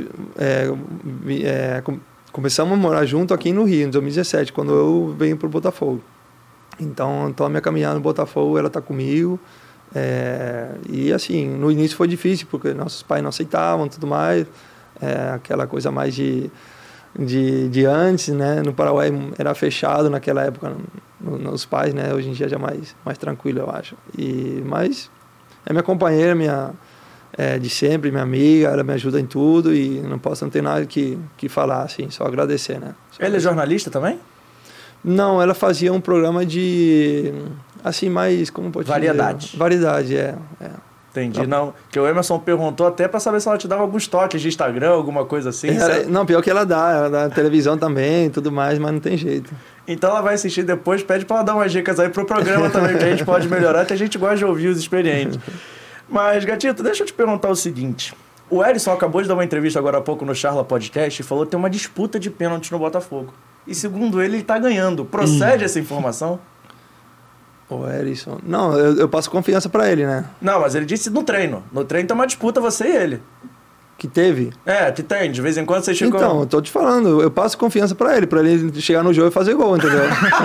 começamos a morar junto aqui no Rio, em 2017, quando eu venho pro Botafogo. Então a minha caminhada no Botafogo, ela tá comigo. E assim, no início foi difícil, porque nossos pais não aceitavam, tudo mais, aquela coisa mais de antes, né? No Paraguai era fechado naquela época, nos pais, né? Hoje em dia já mais tranquilo, eu acho. Mas é minha companheira, de sempre, minha amiga, ela me ajuda em tudo e não ter nada que falar, assim, só agradecer, né? Ela é jornalista também? Não, ela fazia um programa de... assim, mais... como pode variedade. Dizer? Variedade, Entendi. Não, que o Emerson perguntou até pra saber se ela te dava alguns toques de Instagram, alguma coisa assim. Não, pior que ela dá televisão também, tudo mais, mas não tem jeito. Então ela vai assistir depois, pede pra ela dar umas dicas aí pro programa também, que a gente pode melhorar, que a gente gosta de ouvir os experientes. Mas, Gatito, deixa eu te perguntar o seguinte. O Erisson acabou de dar uma entrevista agora há pouco no Charla Podcast e falou que tem uma disputa de pênalti no Botafogo. E segundo ele tá ganhando. Procede essa informação? O Erisson... Não, eu passo confiança pra ele, né? Não, mas ele disse no treino. No treino tem uma disputa você e ele. Que teve? Que tem. De vez em quando você chegou... Então, eu tô te falando. Eu passo confiança pra ele chegar no jogo e fazer gol, entendeu?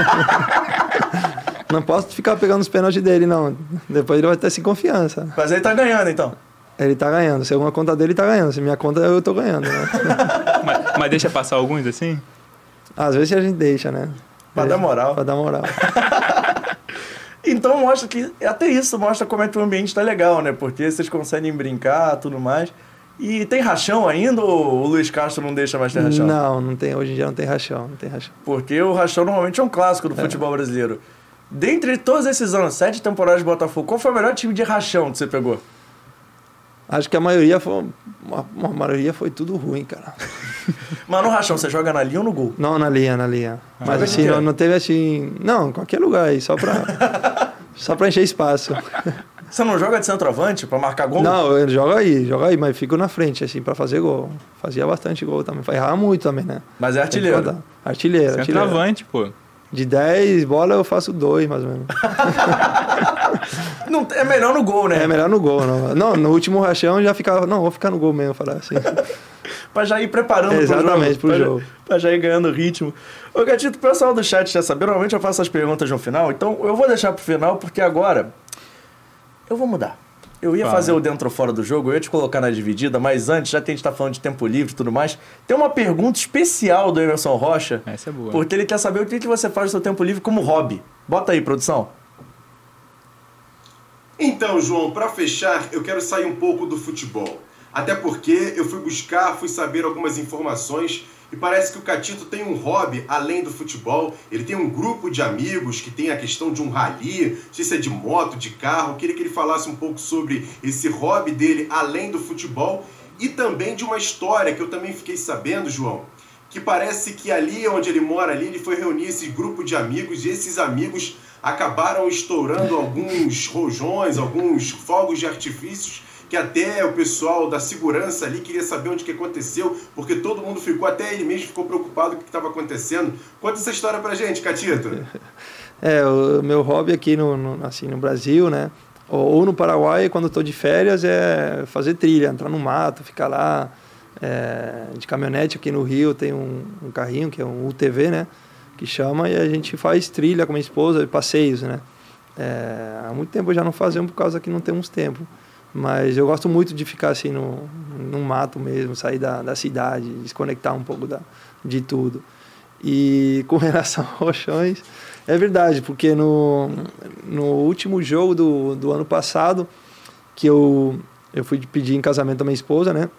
Não posso ficar pegando os pênaltis dele, não. Depois ele vai ter sem confiança. Mas ele tá ganhando, então? Ele tá ganhando. Se alguma conta dele, tá ganhando. Se minha conta, eu tô ganhando, né? mas deixa passar alguns, assim? Às vezes a gente deixa, né? Pra dar moral. Pra dar moral. Então mostra que... Até isso mostra como é que o ambiente tá legal, né? Porque vocês conseguem brincar, tudo mais. E tem rachão ainda ou o Luiz Castro não deixa mais ter rachão? Não tem. Hoje em dia não tem rachão. Porque o rachão normalmente é um clássico do futebol brasileiro. Dentre todos esses anos, 7 temporadas de Botafogo, qual foi o melhor time de rachão que você pegou? Acho que a maioria foi tudo ruim, cara. Mas no rachão, você joga na linha ou no gol? Não, na linha. Mas assim, não teve assim... Não, em qualquer lugar aí, só pra encher espaço. Você não joga de centroavante pra marcar gol? Não, eu jogo aí, mas fico na frente, assim, pra fazer gol. Fazia bastante gol também, errava muito também, né? Mas é artilheiro? Artilheiro. Centroavante, pô. De 10 bolas eu faço 2, mais ou menos. Não, é melhor no gol, né? É melhor no gol. Não, no último rachão já ficava... Não, vou ficar no gol mesmo, falar assim. Pra já ir preparando exatamente pro jogo. Pra já ir ganhando ritmo. Ô, Gatito, o pessoal do chat já sabe, normalmente eu faço as perguntas no final, então eu vou deixar pro final, porque agora eu vou mudar. Eu ia fazer o dentro ou fora do jogo, eu ia te colocar na dividida, mas antes, já que a gente tá falando de tempo livre e tudo mais, tem uma pergunta especial do Emerson Rocha. Essa é boa. Porque ele quer saber o que você faz no seu tempo livre como hobby. Bota aí, produção. Então, João, para fechar, eu quero sair um pouco do futebol. Até porque eu fui saber algumas informações e parece que o Gatito tem um hobby além do futebol. Ele tem um grupo de amigos que tem a questão de um rally, não sei se é de moto, de carro. Eu queria que ele falasse um pouco sobre esse hobby dele além do futebol e também de uma história que eu também fiquei sabendo, João, que parece que ali onde ele mora, ele foi reunir esse grupo de amigos e esses amigos acabaram estourando alguns rojões, alguns fogos de artifícios, que até o pessoal da segurança ali queria saber onde que aconteceu, porque todo mundo ficou, até ele mesmo ficou preocupado com o que estava acontecendo. Conta essa história pra gente, Gatito. O meu hobby aqui no Brasil, né, ou no Paraguai, quando eu estou de férias, é fazer trilha, entrar no mato, ficar lá de caminhonete. Aqui no Rio tem um carrinho, que é um UTV, né, que chama, e a gente faz trilha com a minha esposa, passeios, né. Há muito tempo eu já não fazemos por causa que não temos tempo. Mas eu gosto muito de ficar assim no mato mesmo, sair da cidade, desconectar um pouco de tudo. E com relação aos rochões, é verdade, porque no último jogo do ano passado, que eu fui pedir em casamento a minha esposa, né?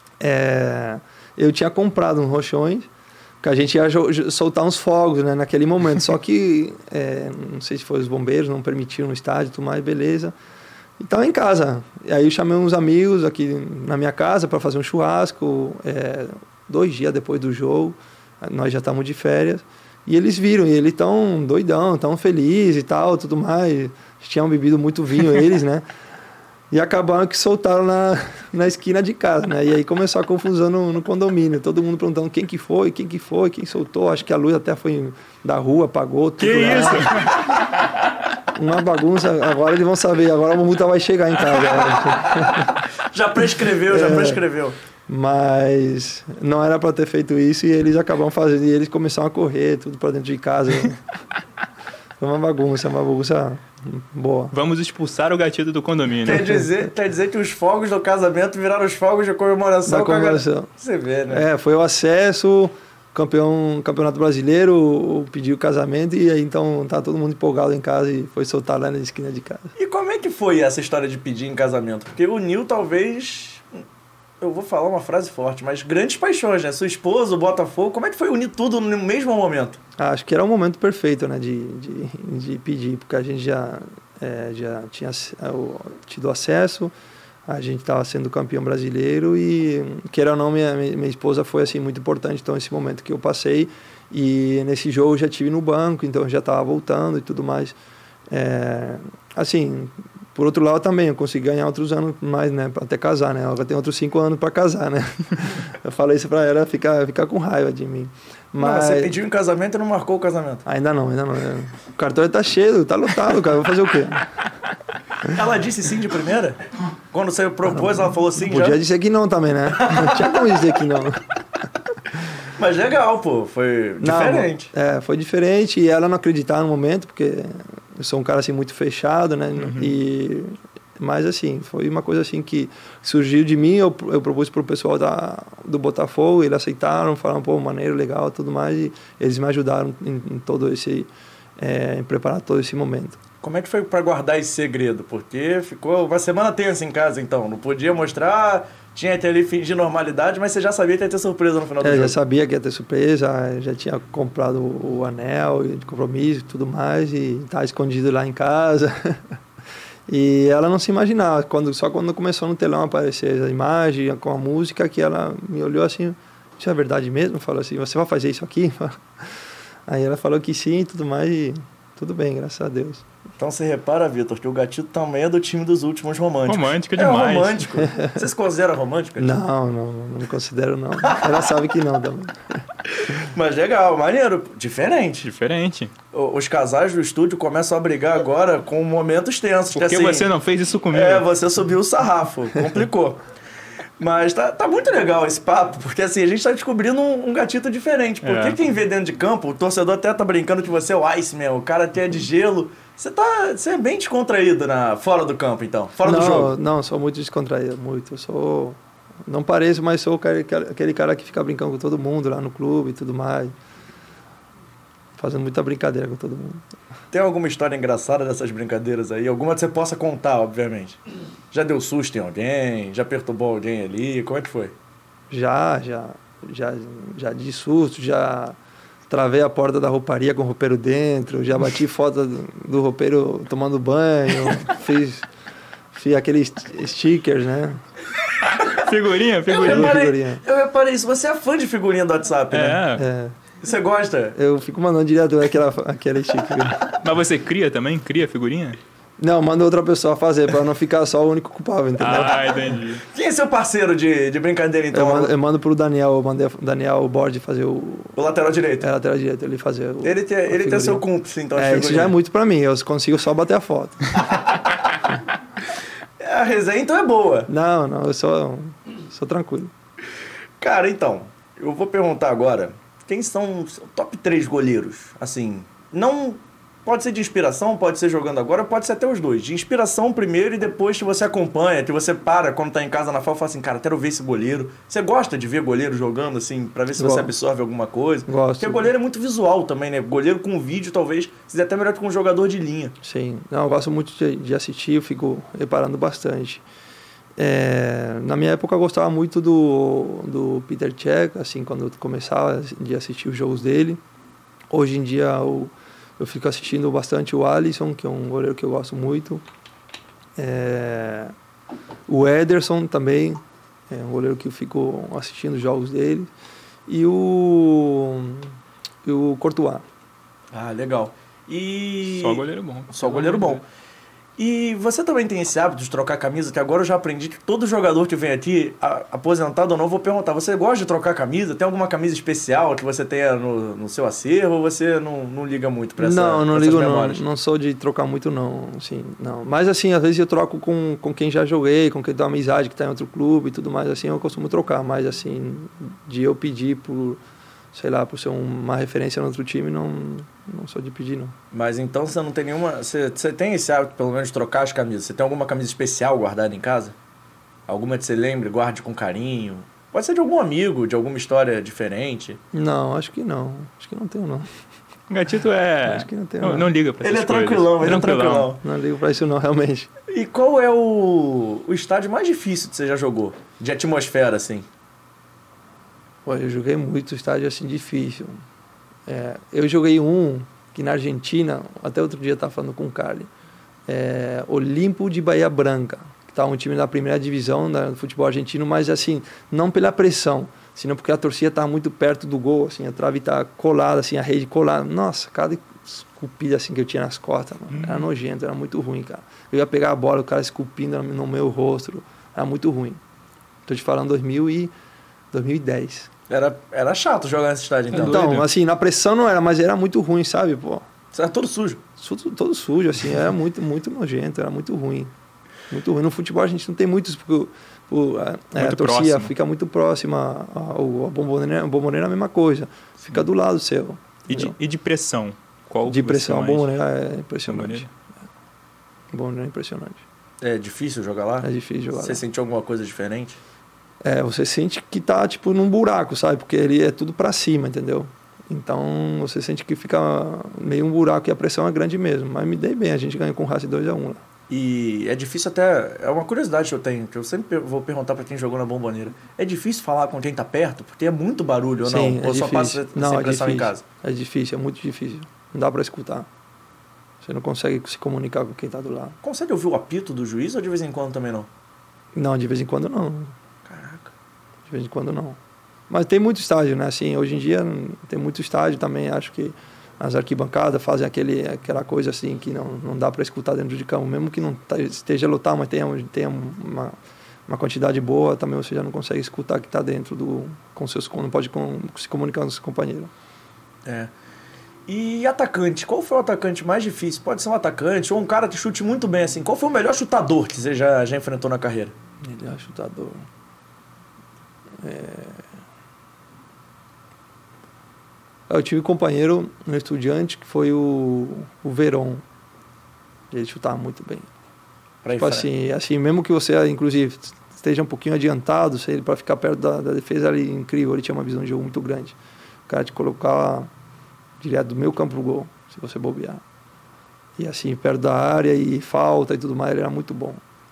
Eu tinha comprado uns rochões, que a gente ia soltar uns fogos, né, naquele momento. Só que, não sei se foi os bombeiros, não permitiram no estádio e tudo mais, beleza. Então, em casa. E aí eu chamei uns amigos aqui na minha casa para fazer um churrasco. 2 dias depois do jogo, nós já estamos de férias. E eles viram, e eles tão doidão, tão felizes e tal, tudo mais. Tinham bebido muito vinho eles, né? E acabaram que soltaram na esquina de casa, né? E aí começou a confusão no condomínio. Todo mundo perguntando quem foi, quem soltou. Acho que a luz até foi da rua, apagou tudo. Que isso? Uma bagunça. Agora eles vão saber. Agora a multa vai chegar em casa. Já prescreveu. Mas não era para ter feito isso e eles acabaram fazendo. E eles começaram a correr tudo para dentro de casa. Foi uma bagunça boa. Vamos expulsar o Gatito do condomínio. Quer dizer que os fogos do casamento viraram os fogos de comemoração. Você vê, né? Foi o acesso, campeonato brasileiro, pediu o casamento e aí então tá todo mundo empolgado em casa e foi soltar lá na esquina de casa. E como é que foi essa história de pedir em casamento? Porque uniu talvez... Eu vou falar uma frase forte, mas grandes paixões, né? Sua esposa, o Botafogo, como é que foi unir tudo no mesmo momento? Acho que era o momento perfeito, né, de pedir, porque a gente já tinha tido acesso, a gente estava sendo campeão brasileiro e, queira ou não, minha esposa foi assim, muito importante, então esse momento que eu passei, e nesse jogo eu já estive no banco, então eu já estava voltando e tudo mais. Assim, por outro lado também, eu consegui ganhar outros anos mais, né? Até casar, né? Ela tem outros 5 anos para casar, né? Eu falei isso para ela ficar com raiva de mim. Mas você pediu em casamento e não marcou o casamento? Ainda não. O cartório tá cheio, tá lotado, cara. Vou fazer o quê? Ela disse sim de primeira? Quando você propôs, ela falou sim já? Podia dizer que não também, né? Não tinha como dizer que não. Mas legal, pô. Foi diferente. Foi diferente e ela não acreditava no momento, porque eu sou um cara assim muito fechado, né? Mas assim, foi uma coisa assim que surgiu de mim, eu propus pro pessoal do Botafogo, eles aceitaram, falaram, pô, maneiro, legal, tudo mais, e eles me ajudaram em todo esse, em preparar todo esse momento. Como é que foi para guardar esse segredo? Porque ficou uma semana tensa em casa, então, não podia mostrar, tinha que ali fingir normalidade, mas você já sabia que ia ter surpresa no final do jogo. Já sabia que ia ter surpresa, já tinha comprado o anel de compromisso e tudo mais, e estava escondido lá em casa. E ela não se imaginava, só quando começou no telão a aparecer a imagem com a música, que ela me olhou assim, isso é verdade mesmo? Falou assim, você vai fazer isso aqui? Aí ela falou que sim e tudo mais, e tudo bem, graças a Deus. Então você repara, Vitor, que o Gatito também é do time dos últimos românticos. Romântico demais. É romântico. Você se considera romântico? Não me considero não. Ela sabe que não também. Mas legal, maneiro, diferente. Os casais do estúdio começam a brigar agora com momentos tensos. Por que assim, você não fez isso comigo? Você subiu o sarrafo, complicou. Mas tá muito legal esse papo, porque assim, a gente tá descobrindo um Gatito diferente. Porque quem vê dentro de campo, o torcedor até tá brincando que você é o Iceman, o cara até é de gelo. Você é bem descontraído fora do campo, então, fora do jogo. Não, sou muito descontraído, muito. Não pareço, mas sou aquele cara que fica brincando com todo mundo lá no clube e tudo mais. Fazendo muita brincadeira com todo mundo. Tem alguma história engraçada dessas brincadeiras aí? Alguma que você possa contar, obviamente? Já deu susto em alguém? Já perturbou alguém ali? Como é que foi? Já de susto, já travei a porta da rouparia com o roupeiro dentro, já bati foto do roupeiro tomando banho, fiz aqueles stickers, né? Figurinha. Eu reparei isso. Você é fã de figurinha do WhatsApp, né? Você gosta? Eu fico mandando direto aquele sticker. Mas você cria também? Cria figurinha? Não, manda outra pessoa fazer, pra não ficar só o único culpável, entendeu? Entendi. Quem é seu parceiro de brincadeira, então? Eu mando pro Daniel, eu mandei o Daniel Bordi fazer o lateral direito. Lateral direito, ele fazer o... Ele tem seu cúmplice, então. Isso já é muito pra mim, eu consigo só bater a foto. A resenha, então, é boa. Não, eu sou tranquilo. Cara, então, eu vou perguntar agora, quem são os top 3 goleiros? Assim, não... Pode ser de inspiração, pode ser jogando agora, pode ser até os dois. De inspiração primeiro e depois que você acompanha, que você para quando tá em casa na FAO e fala assim, cara, quero ver esse goleiro. Você gosta de ver goleiro jogando, assim, pra ver se você absorve alguma coisa? Gosto. Porque goleiro é muito visual também, né? Goleiro com vídeo, talvez, seja até melhor que um jogador de linha. Sim. Não, eu gosto muito de assistir, eu fico reparando bastante. Na minha época eu gostava muito do Peter Cech, assim, quando eu começava a assistir os jogos dele. Hoje em dia eu fico assistindo bastante o Alisson, que é um goleiro que eu gosto muito. O Ederson também, é um goleiro que eu fico assistindo os jogos dele. E o Courtois. Ah, legal. Só goleiro bom. Só goleiro bom. E você também tem esse hábito de trocar camisa, que agora eu já aprendi que todo jogador que vem aqui, aposentado ou não, eu vou perguntar, você gosta de trocar camisa? Tem alguma camisa especial que você tenha no seu acervo ou você não liga muito pra não ligo memórias? Não sou de trocar muito não, assim, não. Mas assim, às vezes eu troco com quem já joguei, com quem tem uma amizade que tá em outro clube e tudo mais, assim, eu costumo trocar, mas assim, de eu pedir por ser uma referência no outro time, não sou de pedir, não. Mas então você não tem nenhuma... Você tem esse hábito, pelo menos, de trocar as camisas? Você tem alguma camisa especial guardada em casa? Alguma que você lembre, guarde com carinho? Pode ser de algum amigo, de alguma história diferente? Não, acho que não. Acho que não tenho, não. O Gatito Acho que não tenho, não liga pra essas coisas. Ele é tranquilão. Não ligo pra isso, não, realmente. E qual é o estádio mais difícil que você já jogou? De atmosfera, assim? Pô, eu joguei muito estádio assim difícil. Eu joguei que na Argentina, até outro dia eu estava falando com o Carly, Olimpo de Bahia Blanca, que está um time da primeira divisão do futebol argentino, mas assim, não pela pressão, senão porque a torcida estava muito perto do gol, assim, a trave está colada, assim, a rede colada. Nossa, cada esculpida assim que eu tinha nas costas, mano. Era nojento, era muito ruim, cara. Eu ia pegar a bola, o cara esculpindo no meu rosto, era muito ruim. Tô te falando 2010. Era chato jogar nesse estádio, então. Então, assim, na pressão não era, mas era muito ruim, sabe, pô. Você era todo sujo. Todo sujo, assim, era muito nojento, era muito ruim. Muito ruim. No futebol a gente não tem muitos, porque a torcida fica muito próxima, a Bombonera é a mesma coisa, fica do lado seu. E de pressão? Qual de pressão, a Bombonera é impressionante. A Bombonera é impressionante. É difícil jogar lá? É difícil jogar lá. Você sentiu alguma coisa diferente? Você sente que tá, tipo, num buraco, sabe? Porque ele é tudo pra cima, entendeu? Então, você sente que fica meio um buraco e a pressão é grande mesmo. Mas me dei bem, a gente ganhou com o Racing 2-1 lá. E é difícil até... É uma curiosidade que eu tenho, que eu sempre vou perguntar pra quem jogou na Bombonera. É difícil falar com quem tá perto? Porque é muito barulho, ou Sim, não? Ou só passa essa impressão em casa? É difícil, é muito difícil. Não dá pra escutar. Você não consegue se comunicar com quem tá do lado. Consegue ouvir o apito do juiz ou de vez em quando também não? Não, de vez em quando não. Caraca. De vez em quando não. Mas tem muito estádio, né? Assim, hoje em dia tem muito estádio também. Acho que as arquibancadas fazem aquela coisa assim que não dá para escutar dentro de campo. Mesmo que não esteja lotado, mas tenha uma quantidade boa, também você já não consegue escutar que está dentro não pode se comunicar com os companheiros. E atacante? Qual foi o atacante mais difícil? Pode ser um atacante ou um cara que chute muito bem, assim. Qual foi o melhor chutador que você já enfrentou na carreira? Melhor chutador... Eu tive um companheiro no Estudiante que foi o Veron. Ele chutava muito bem. Tipo assim, mesmo que você, inclusive, esteja um pouquinho adiantado, para ficar perto da defesa, ele incrível, ele tinha uma visão de jogo muito grande. O cara te colocava direto do meio campo pro gol, se você bobear. E assim, perto da área e falta e tudo mais, ele era muito bom.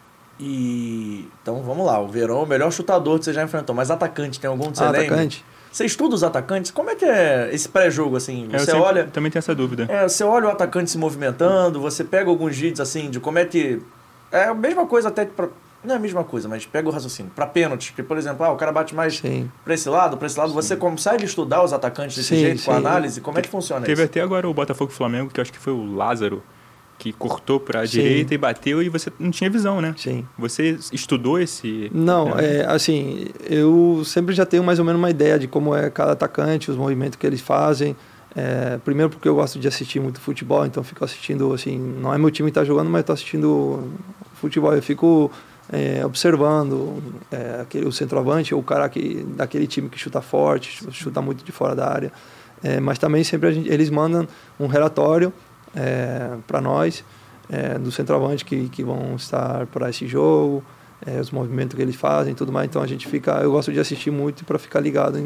Então vamos lá, o Verón é o melhor chutador que você já enfrentou, mas atacante, tem algum que você lembra? Atacante? Você estuda os atacantes? Como é que é esse pré-jogo, assim? Você olha... Também tem essa dúvida. Você olha o atacante se movimentando, você pega alguns vídeos, assim, de como é que... É a mesma coisa até não é a mesma coisa, mas pega o raciocínio. Para pênaltis, porque, por exemplo, o cara bate mais para esse lado, você consegue estudar os atacantes desse jeito, com a análise? Como é que funciona isso? Teve até agora o Botafogo e Flamengo, que eu acho que foi o Lázaro, que cortou para a direita e bateu e você não tinha visão, né? Sim. Você estudou esse... Não, assim, eu sempre já tenho mais ou menos uma ideia de como é cada atacante, os movimentos que eles fazem. Primeiro porque eu gosto de assistir muito futebol, então fico assistindo, assim, não é meu time que está jogando, mas estou assistindo futebol. Eu fico observando o centroavante ou o cara daquele time que chuta forte, chuta muito de fora da área. Mas também sempre eles mandam um relatório para nós, do centroavante que vão estar para esse jogo, os movimentos que eles fazem e tudo mais. Então eu gosto de assistir muito para ficar ligado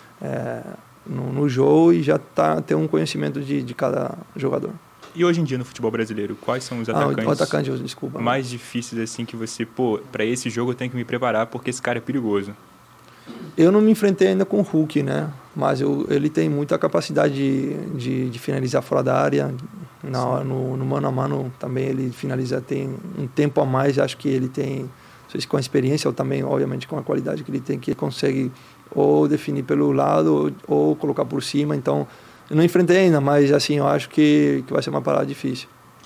no jogo e já ter um conhecimento de cada jogador. E hoje em dia no futebol brasileiro, quais são os atacantes mais difíceis assim que você, para esse jogo eu tenho que me preparar porque esse cara é perigoso? Eu não me enfrentei ainda com o Hulk, né? Mas ele tem muita capacidade de finalizar fora da área. No mano a mano também ele finaliza, tem um tempo a mais. Acho que ele tem, não sei se com a experiência ou também, obviamente, com a qualidade que ele tem, que ele consegue ou definir pelo lado ou colocar por cima. Então, eu não enfrentei ainda, mas assim, eu acho que vai ser uma parada difícil.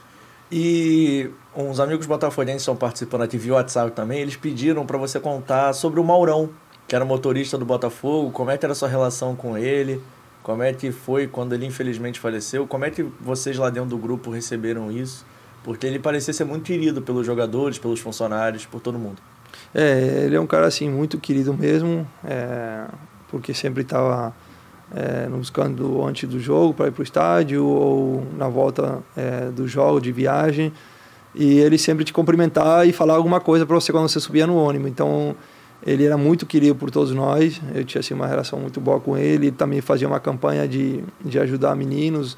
E uns amigos botafoguenses estão participando aqui via WhatsApp também, eles pediram para você contar sobre o Maurão, que era motorista do Botafogo, como é que era a sua relação com ele, como é que foi quando ele infelizmente faleceu, como é que vocês lá dentro do grupo receberam isso, porque ele parecia ser muito querido pelos jogadores, pelos funcionários, por todo mundo. Ele é um cara assim muito querido mesmo, porque sempre estava buscando antes do jogo para ir para o estádio ou na volta do jogo, de viagem, e ele sempre te cumprimentar e falar alguma coisa para você quando você subia no ônibus. Então ele era muito querido por todos nós, eu tinha assim, uma relação muito boa com ele. Ele também fazia uma campanha de ajudar meninos,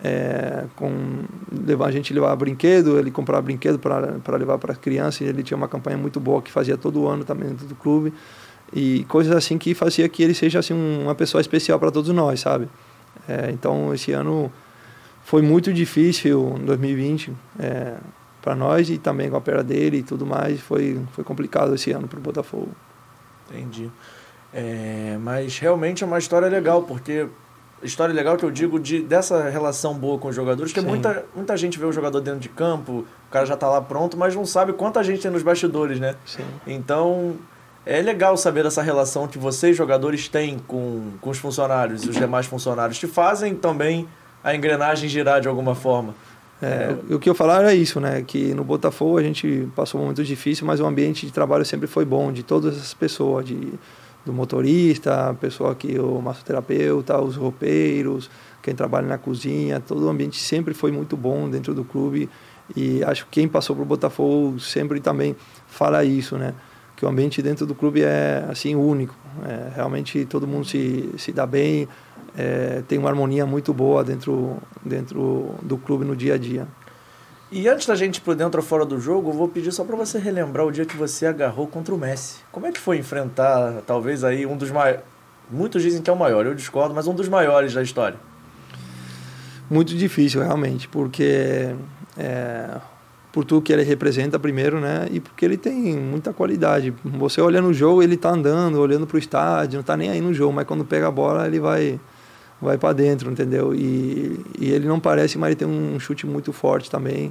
a gente levava brinquedo, ele comprava brinquedo para levar para as crianças, e ele tinha uma campanha muito boa que fazia todo ano também dentro do clube, e coisas assim que fazia que ele seja assim, uma pessoa especial para todos nós, sabe? Então esse ano foi muito difícil, em 2020, para nós, e também com a perda dele e tudo mais, foi complicado esse ano para o Botafogo. Entendi. Mas realmente é uma história legal, porque História legal que eu digo dessa relação boa com os jogadores, que muita gente vê o jogador dentro de campo, o cara já tá lá pronto, mas não sabe quanta gente tem nos bastidores, né? Sim. Então, é legal saber dessa relação que vocês, jogadores, têm com os funcionários e os demais funcionários, que fazem também a engrenagem girar de alguma forma. O que eu falar é isso, né? Que no Botafogo a gente passou um momento difícil, mas o ambiente de trabalho sempre foi bom, de todas as pessoas, do motorista, a pessoa que o massoterapeuta, os roupeiros, quem trabalha na cozinha, todo o ambiente sempre foi muito bom dentro do clube, e acho que quem passou para o Botafogo sempre também fala isso, né? Que o ambiente dentro do clube é assim único, realmente todo mundo se dá bem, tem uma harmonia muito boa dentro do clube no dia a dia. E antes da gente ir pro dentro ou fora do jogo, eu vou pedir só para você relembrar o dia que você agarrou contra o Messi. Como é que foi enfrentar, talvez aí, um dos maiores... Muitos dizem que é o maior, eu discordo, mas um dos maiores da história. Muito difícil, realmente, porque... por tudo que ele representa primeiro, né? E porque ele tem muita qualidade. Você olha no jogo, ele tá andando, olhando pro estádio, não tá nem aí no jogo, mas quando pega a bola, ele vai para dentro, entendeu? E ele não parece, mas ele tem um chute muito forte também.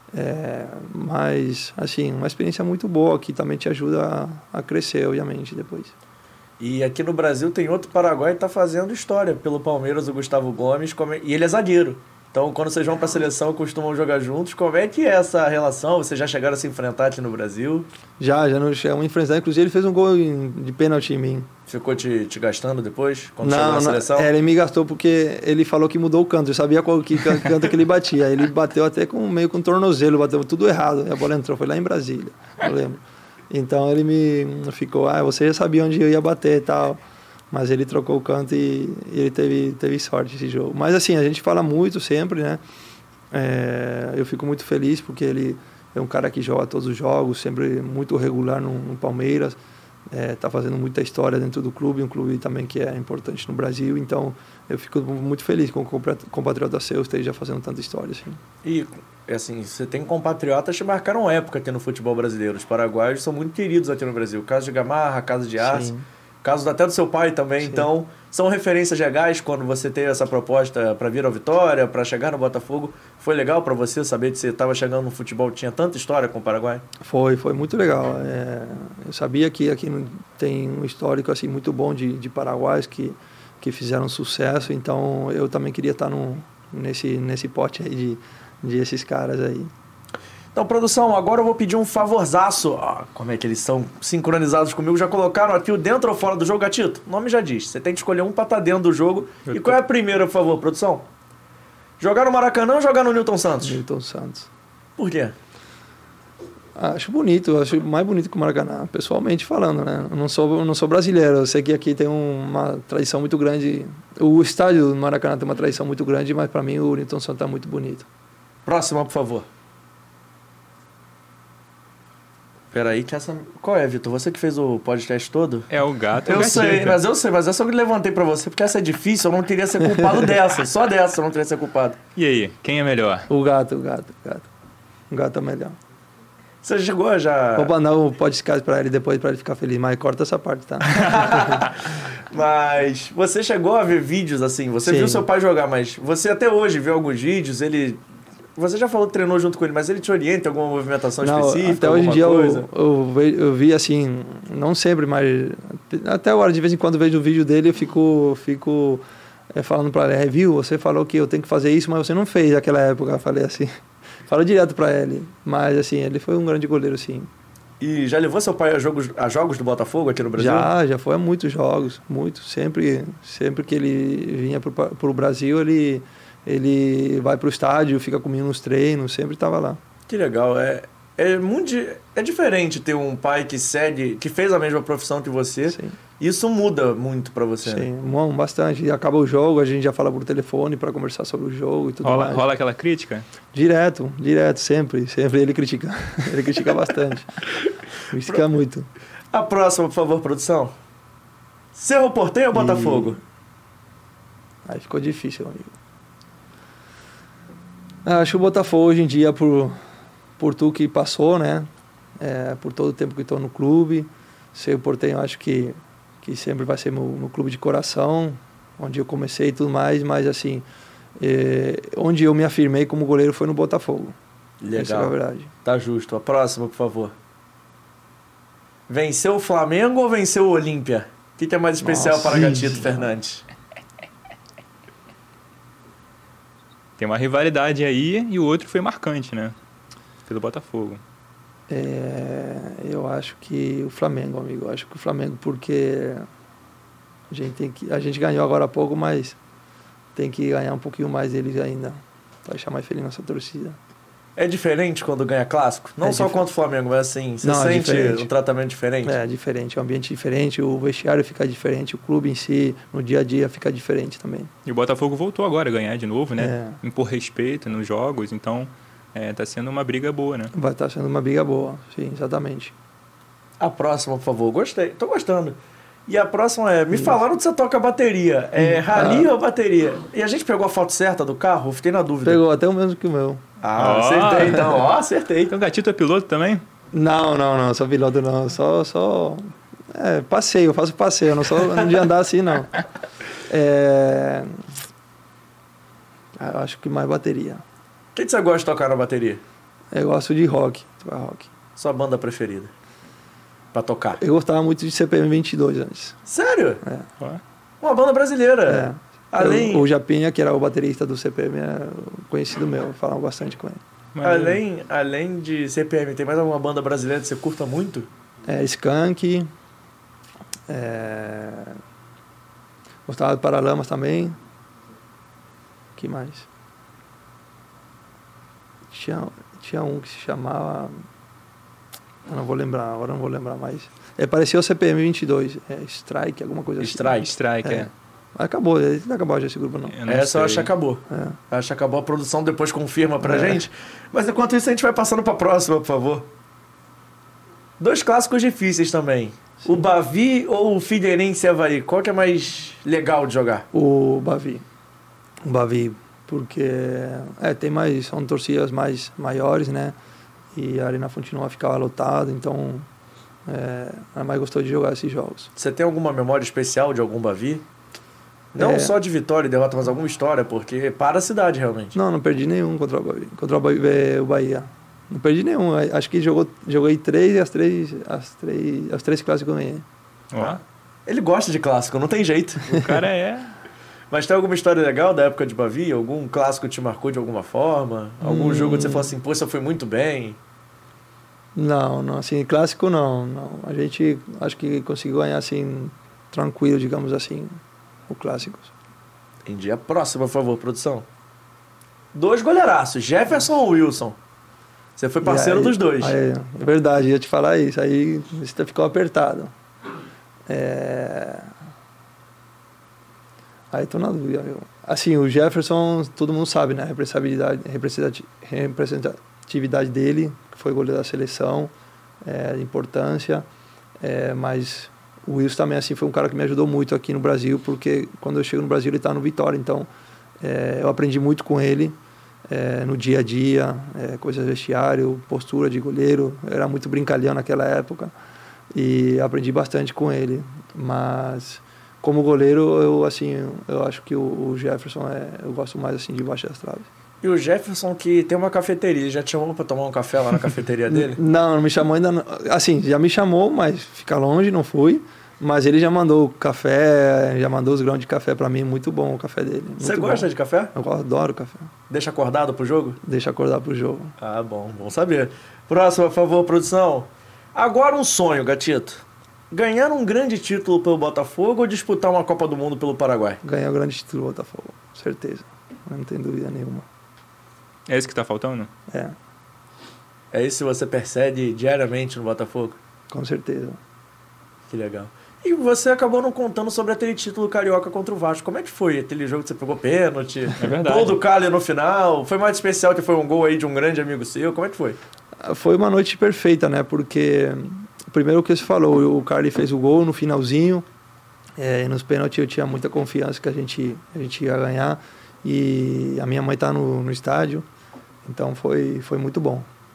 Mas, assim, uma experiência muito boa que também te ajuda a crescer, obviamente, depois. E aqui no Brasil tem outro paraguaio que tá fazendo história pelo Palmeiras, o Gustavo Gomes, e ele é zagueiro. Então, quando vocês vão para a seleção, costumam jogar juntos. Como é que é essa relação? Vocês já chegaram a se enfrentar aqui no Brasil? Já nos chegamos a enfrentar. Inclusive, ele fez um gol de pênalti em mim. Ficou te gastando depois, quando chegou na seleção? Ele me gastou porque ele falou que mudou o canto. Eu sabia qual canto que ele batia. Ele bateu até meio com tornozelo, bateu tudo errado. A bola entrou, foi lá em Brasília, eu lembro. Então, ele me ficou, você já sabia onde eu ia bater e tal. Mas ele trocou o canto e ele teve sorte esse jogo. Mas assim, a gente fala muito sempre, né? Eu fico muito feliz porque ele é um cara que joga todos os jogos, sempre muito regular no Palmeiras. Tá fazendo muita história dentro do clube, um clube também que é importante no Brasil. Então, eu fico muito feliz com o compatriota seu esteja fazendo tanta história. Assim. E, assim, você tem compatriotas que marcaram época aqui no futebol brasileiro. Os paraguaios são muito queridos aqui no Brasil. O caso de Gamarra, caso de Arce. Sim. Caso até do seu pai também. Sim. Então, são referências legais quando você teve essa proposta para vir ao Vitória, para chegar no Botafogo. Foi legal para você saber que você estava chegando no futebol, tinha tanta história com o Paraguai? Foi muito legal. Eu sabia que aqui tem um histórico assim, muito bom de paraguaios que fizeram sucesso, então eu também queria estar nesse pote aí de esses caras aí. Então, produção, agora eu vou pedir um favorzaço. Como é que eles são sincronizados comigo? Já colocaram aqui o dentro ou fora do jogo, Gatito? O nome já diz. Você tem que escolher um para estar dentro do jogo. E qual é a primeira, por favor, produção? Jogar no Maracanã ou jogar no Newton Santos? Newton Santos. Por quê? Acho bonito, acho mais bonito que o Maracanã, pessoalmente falando, né? Eu não sou brasileiro, eu sei que aqui tem uma tradição muito grande. O estádio do Maracanã tem uma tradição muito grande, mas para mim o Newton Santos está muito bonito. Próxima, por favor. Peraí, que essa... Qual é, Vitor? Você que fez o podcast todo? É o gato. Eu sei, mas essa eu levantei pra você, porque essa é difícil, eu não queria ser culpado dessa. Só dessa eu não queria ser culpado. E aí, quem é melhor? O gato. O gato é melhor. Você chegou já... Vou mandar o podcast pra ele depois, pra ele ficar feliz, mas corta essa parte, tá? Mas você chegou a ver vídeos assim, você Sim. viu seu pai jogar, mas você até hoje viu alguns vídeos, ele... Você já falou que treinou junto com ele, mas ele te orienta em alguma movimentação específica? Até hoje em dia eu vi assim, não sempre, mas até agora, de vez em quando vejo o vídeo dele, eu fico falando para ele, viu, você falou que eu tenho que fazer isso, mas você não fez naquela época. Eu falei assim, falo direto para ele, mas assim, ele foi um grande goleiro, sim. E já levou seu pai a jogos do Botafogo aqui no Brasil? Já foi a muitos jogos, sempre que ele vinha pro Brasil, ele vai pro estádio, fica comigo nos treinos, sempre estava lá. Que legal, é diferente ter um pai que fez a mesma profissão que você. Sim. Isso muda muito para você. Sim, né? Bastante. Acaba o jogo, a gente já fala por telefone para conversar sobre o jogo e tudo mais. Rola aquela crítica? Direto, sempre ele critica. Ele critica bastante. Critica muito. A próxima, por favor, produção. Cerro Porteño ou Botafogo? Aí ficou difícil, amigo. Acho que o Botafogo hoje em dia, por tudo que passou, né? Por todo o tempo que estou no clube. Cerro Porteño, acho que sempre vai ser meu clube de coração. onde eu comecei e tudo mais, mas assim, onde eu me afirmei como goleiro foi no Botafogo. Legal. Essa é a verdade. Tá justo. A próxima, por favor. Venceu o Flamengo ou venceu o Olímpia? O que é mais especial para Gatito Fernandes? Tem uma rivalidade aí e o outro foi marcante, né? Pelo Botafogo. Eu acho que o Flamengo, amigo. Eu acho que o Flamengo, porque a gente ganhou agora há pouco, mas tem que ganhar um pouquinho mais deles ainda para deixar mais feliz nossa torcida. É diferente quando ganha clássico? Não só contra o Flamengo, mas assim, você sente um tratamento diferente? É diferente, é um ambiente diferente, o vestiário fica diferente, o clube em si, no dia a dia, fica diferente também. E o Botafogo voltou agora a ganhar de novo, né? Impor respeito nos jogos, então tá sendo uma briga boa, né? Vai estar sendo uma briga boa, sim, exatamente. A próxima, por favor. Gostei, tô gostando. E a próxima me falaram que você toca bateria. Rally ou bateria? E a gente pegou a foto certa do carro? Fiquei na dúvida. Pegou até o mesmo que o meu. Acertei então. Acertei. Então o Gatito é piloto também? Não, sou piloto não. Só passeio, eu faço passeio, não sou de andar assim não. Eu acho que mais bateria. O que você gosta de tocar na bateria? Eu gosto de rock. Sua banda preferida? Pra tocar? Eu gostava muito de CPM 22 antes. Sério? Uma banda brasileira. O Japinha, que era o baterista do CPM, é conhecido meu, falava bastante com ele. Além de CPM, tem mais alguma banda brasileira que você curta muito? Skank. Gostava de Paralamas também. O que mais? Tinha um que se chamava... Eu não vou lembrar, agora não vou lembrar mais. Parecia o CPM 22, Strike, alguma coisa assim. Strike. Acabou, não acabou já esse grupo não. Essa eu acho que acabou. Acho que acabou a produção, depois confirma pra gente. Mas enquanto isso a gente vai passando pra próxima, por favor. 2 clássicos difíceis também. Sim. O Bavi ou o Figueirense Avaí? Qual que é mais legal de jogar? O Bavi. O Bavi, porque são torcidas mais maiores, né? E a Arena Fonte Nova ficava lotada, então a mais gostou de jogar esses jogos. Você tem alguma memória especial de algum Bavi? Não só de vitória e derrota, mas alguma história, porque para a cidade realmente. Não perdi nenhum contra o Bavi, contra o Bahia. Não perdi nenhum, acho que joguei 3 e as três clássicos eu ganhei. Ele gosta de clássico, não tem jeito. O cara Mas tem alguma história legal da época de Bavi? Algum clássico te marcou de alguma forma? Algum jogo que você falou assim, pô, você foi muito bem? Não, assim, clássico não. A gente acho que conseguiu ganhar assim, tranquilo, digamos assim, o clássico. Entendi. A próxima, por favor, produção. 2 goleiraços, Jefferson ou Wilson? Você foi parceiro dos dois. É verdade, ia te falar isso. Aí você ficou apertado. Aí tô na dúvida. Assim, o Jefferson, todo mundo sabe, né? A representatividade dele, que foi goleiro da seleção, importância. Mas o Wilson também assim, foi um cara que me ajudou muito aqui no Brasil, porque quando eu chego no Brasil ele está no Vitória. Então, eu aprendi muito com ele no dia a dia, coisas de vestiário, postura de goleiro. Eu era muito brincalhão naquela época e aprendi bastante com ele. Mas... como goleiro, eu acho que o Jefferson eu gosto mais assim de baixo das traves. E o Jefferson que tem uma cafeteria, já te chamou para tomar um café lá na cafeteria dele? Não me chamou ainda não. Assim, já me chamou, mas fica longe, não fui. Mas ele já mandou café, já mandou os grãos de café para mim, muito bom o café dele. Você gosta de café? Eu adoro café. Deixa acordado pro jogo? Deixa acordar pro jogo. Ah, bom saber. Próxima, por favor, produção. Agora um sonho, Gatito. Ganhar um grande título pelo Botafogo ou disputar uma Copa do Mundo pelo Paraguai? Ganhar um grande título pelo Botafogo, certeza. Não tem dúvida nenhuma. É isso que tá faltando? É isso que você percebe diariamente no Botafogo? Com certeza. Que legal. E você acabou não contando sobre aquele título carioca contra o Vasco. Como é que foi aquele jogo que você pegou pênalti? É verdade. Gol do Cali no final. Foi mais especial que foi um gol aí de um grande amigo seu. Como é que foi? Foi uma noite perfeita, né? Porque... primeiro o que você falou, o Carly fez o gol no finalzinho, e nos pênaltis eu tinha muita confiança que a gente ia ganhar, e a minha mãe está no estádio, então foi muito bom.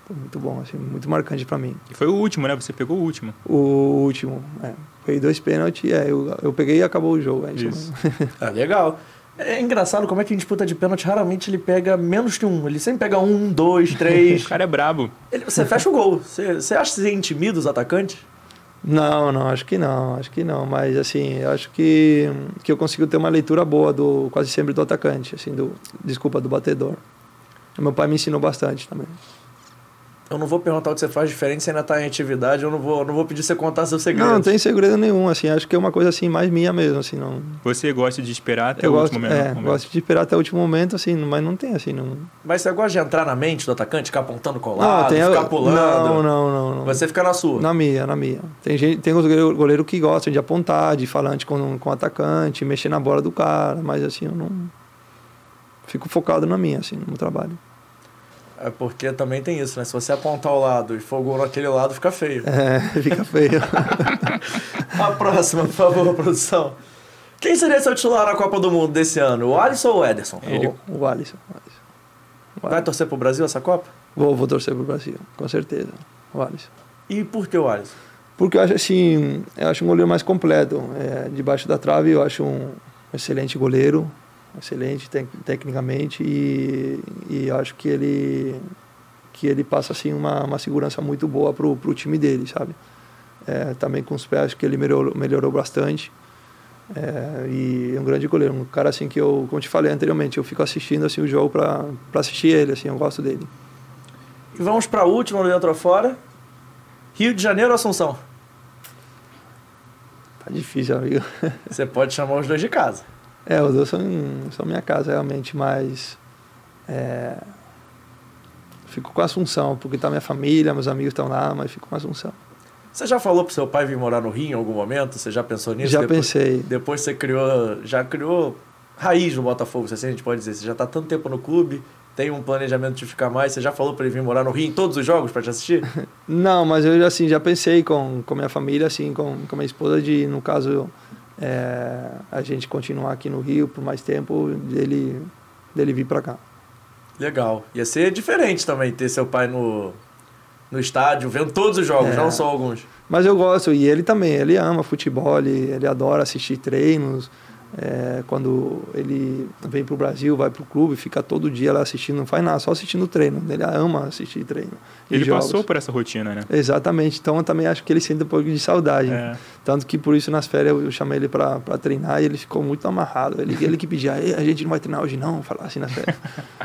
Foi muito bom, assim, muito marcante para mim. E foi o último, né? Você pegou o último. O último, Peguei 2 pênaltis, eu peguei e acabou o jogo. Isso. Legal. É engraçado como é que em disputa de pênalti, raramente ele pega menos que 1. Ele sempre pega 1, 2, 3. O cara é brabo. Você fecha o gol. Você acha que você intimida os atacantes? Não, acho que não. Mas, assim, eu acho que eu consigo ter uma leitura boa quase sempre do atacante, assim, do batedor. Meu pai me ensinou bastante também. Eu não vou perguntar o que você faz diferente, você ainda está em atividade, eu não vou pedir você contar seu segredo. Não tem segredo nenhum, assim, acho que é uma coisa assim mais minha mesmo, assim, não. Você gosta de esperar até o último momento? Gosto de esperar até o último momento, assim, mas não tem assim, não. Mas você gosta de entrar na mente do atacante, ficar apontando colado, ficar pulando? Não. Você fica na sua? Na minha. Tem os goleiros que gostam de apontar, de falante com o atacante, mexer na bola do cara, mas assim, eu não fico focado na minha, assim, no meu trabalho. É porque também tem isso, né? Se você apontar o lado e for gol naquele lado, fica feio. Fica feio. A próxima, por favor, produção. Quem seria seu titular na Copa do Mundo desse ano? O Alisson ou o Ederson? O Alisson. Vai torcer pro Brasil essa Copa? Vou torcer pro Brasil, com certeza. O Alisson. E por que o Alisson? Porque eu acho um goleiro mais completo. Debaixo da trave eu acho um excelente goleiro. Excelente tecnicamente e acho que ele passa assim uma segurança muito boa pro time dele, sabe? Também com os pés acho que ele melhorou bastante e é um grande goleiro, um cara assim que eu, como te falei anteriormente, eu fico assistindo assim o jogo para assistir ele, assim, eu gosto dele. E vamos para a última, no dentro ou fora. Rio de Janeiro ou Assunção? Tá difícil, amigo. Você pode chamar os dois de casa. Os dois são minha casa, realmente, mas fico com a Assunção, porque tá minha família, meus amigos estão lá, mas fico com a Assunção. Você já falou pro seu pai vir morar no Rio em algum momento? Você já pensou nisso? Já pensei. Depois você criou raiz no Botafogo, assim a gente pode dizer. Você já tá tanto tempo no clube, tem um planejamento de ficar mais. Você já falou para ele vir morar no Rio em todos os jogos para te assistir? Não, mas eu assim, já pensei com minha família, assim, com minha esposa, no caso... a gente continuar aqui no Rio por mais tempo, dele vir para cá. Legal. Ia ser diferente também ter seu pai no estádio, vendo todos os jogos, não só alguns. Mas eu gosto, e ele também, ele ama futebol, ele adora assistir treinos. Quando ele vem pro Brasil, vai pro clube, fica todo dia lá assistindo, não faz nada, só assistindo treino. Ele ama assistir treino. Ele passou por essa rotina, né? Exatamente, então eu também acho que ele sente um pouco de saudade. Tanto que por isso nas férias eu chamei ele para treinar e ele ficou muito amarrado. Ele que pedia, a gente não vai treinar hoje não, falar assim nas férias.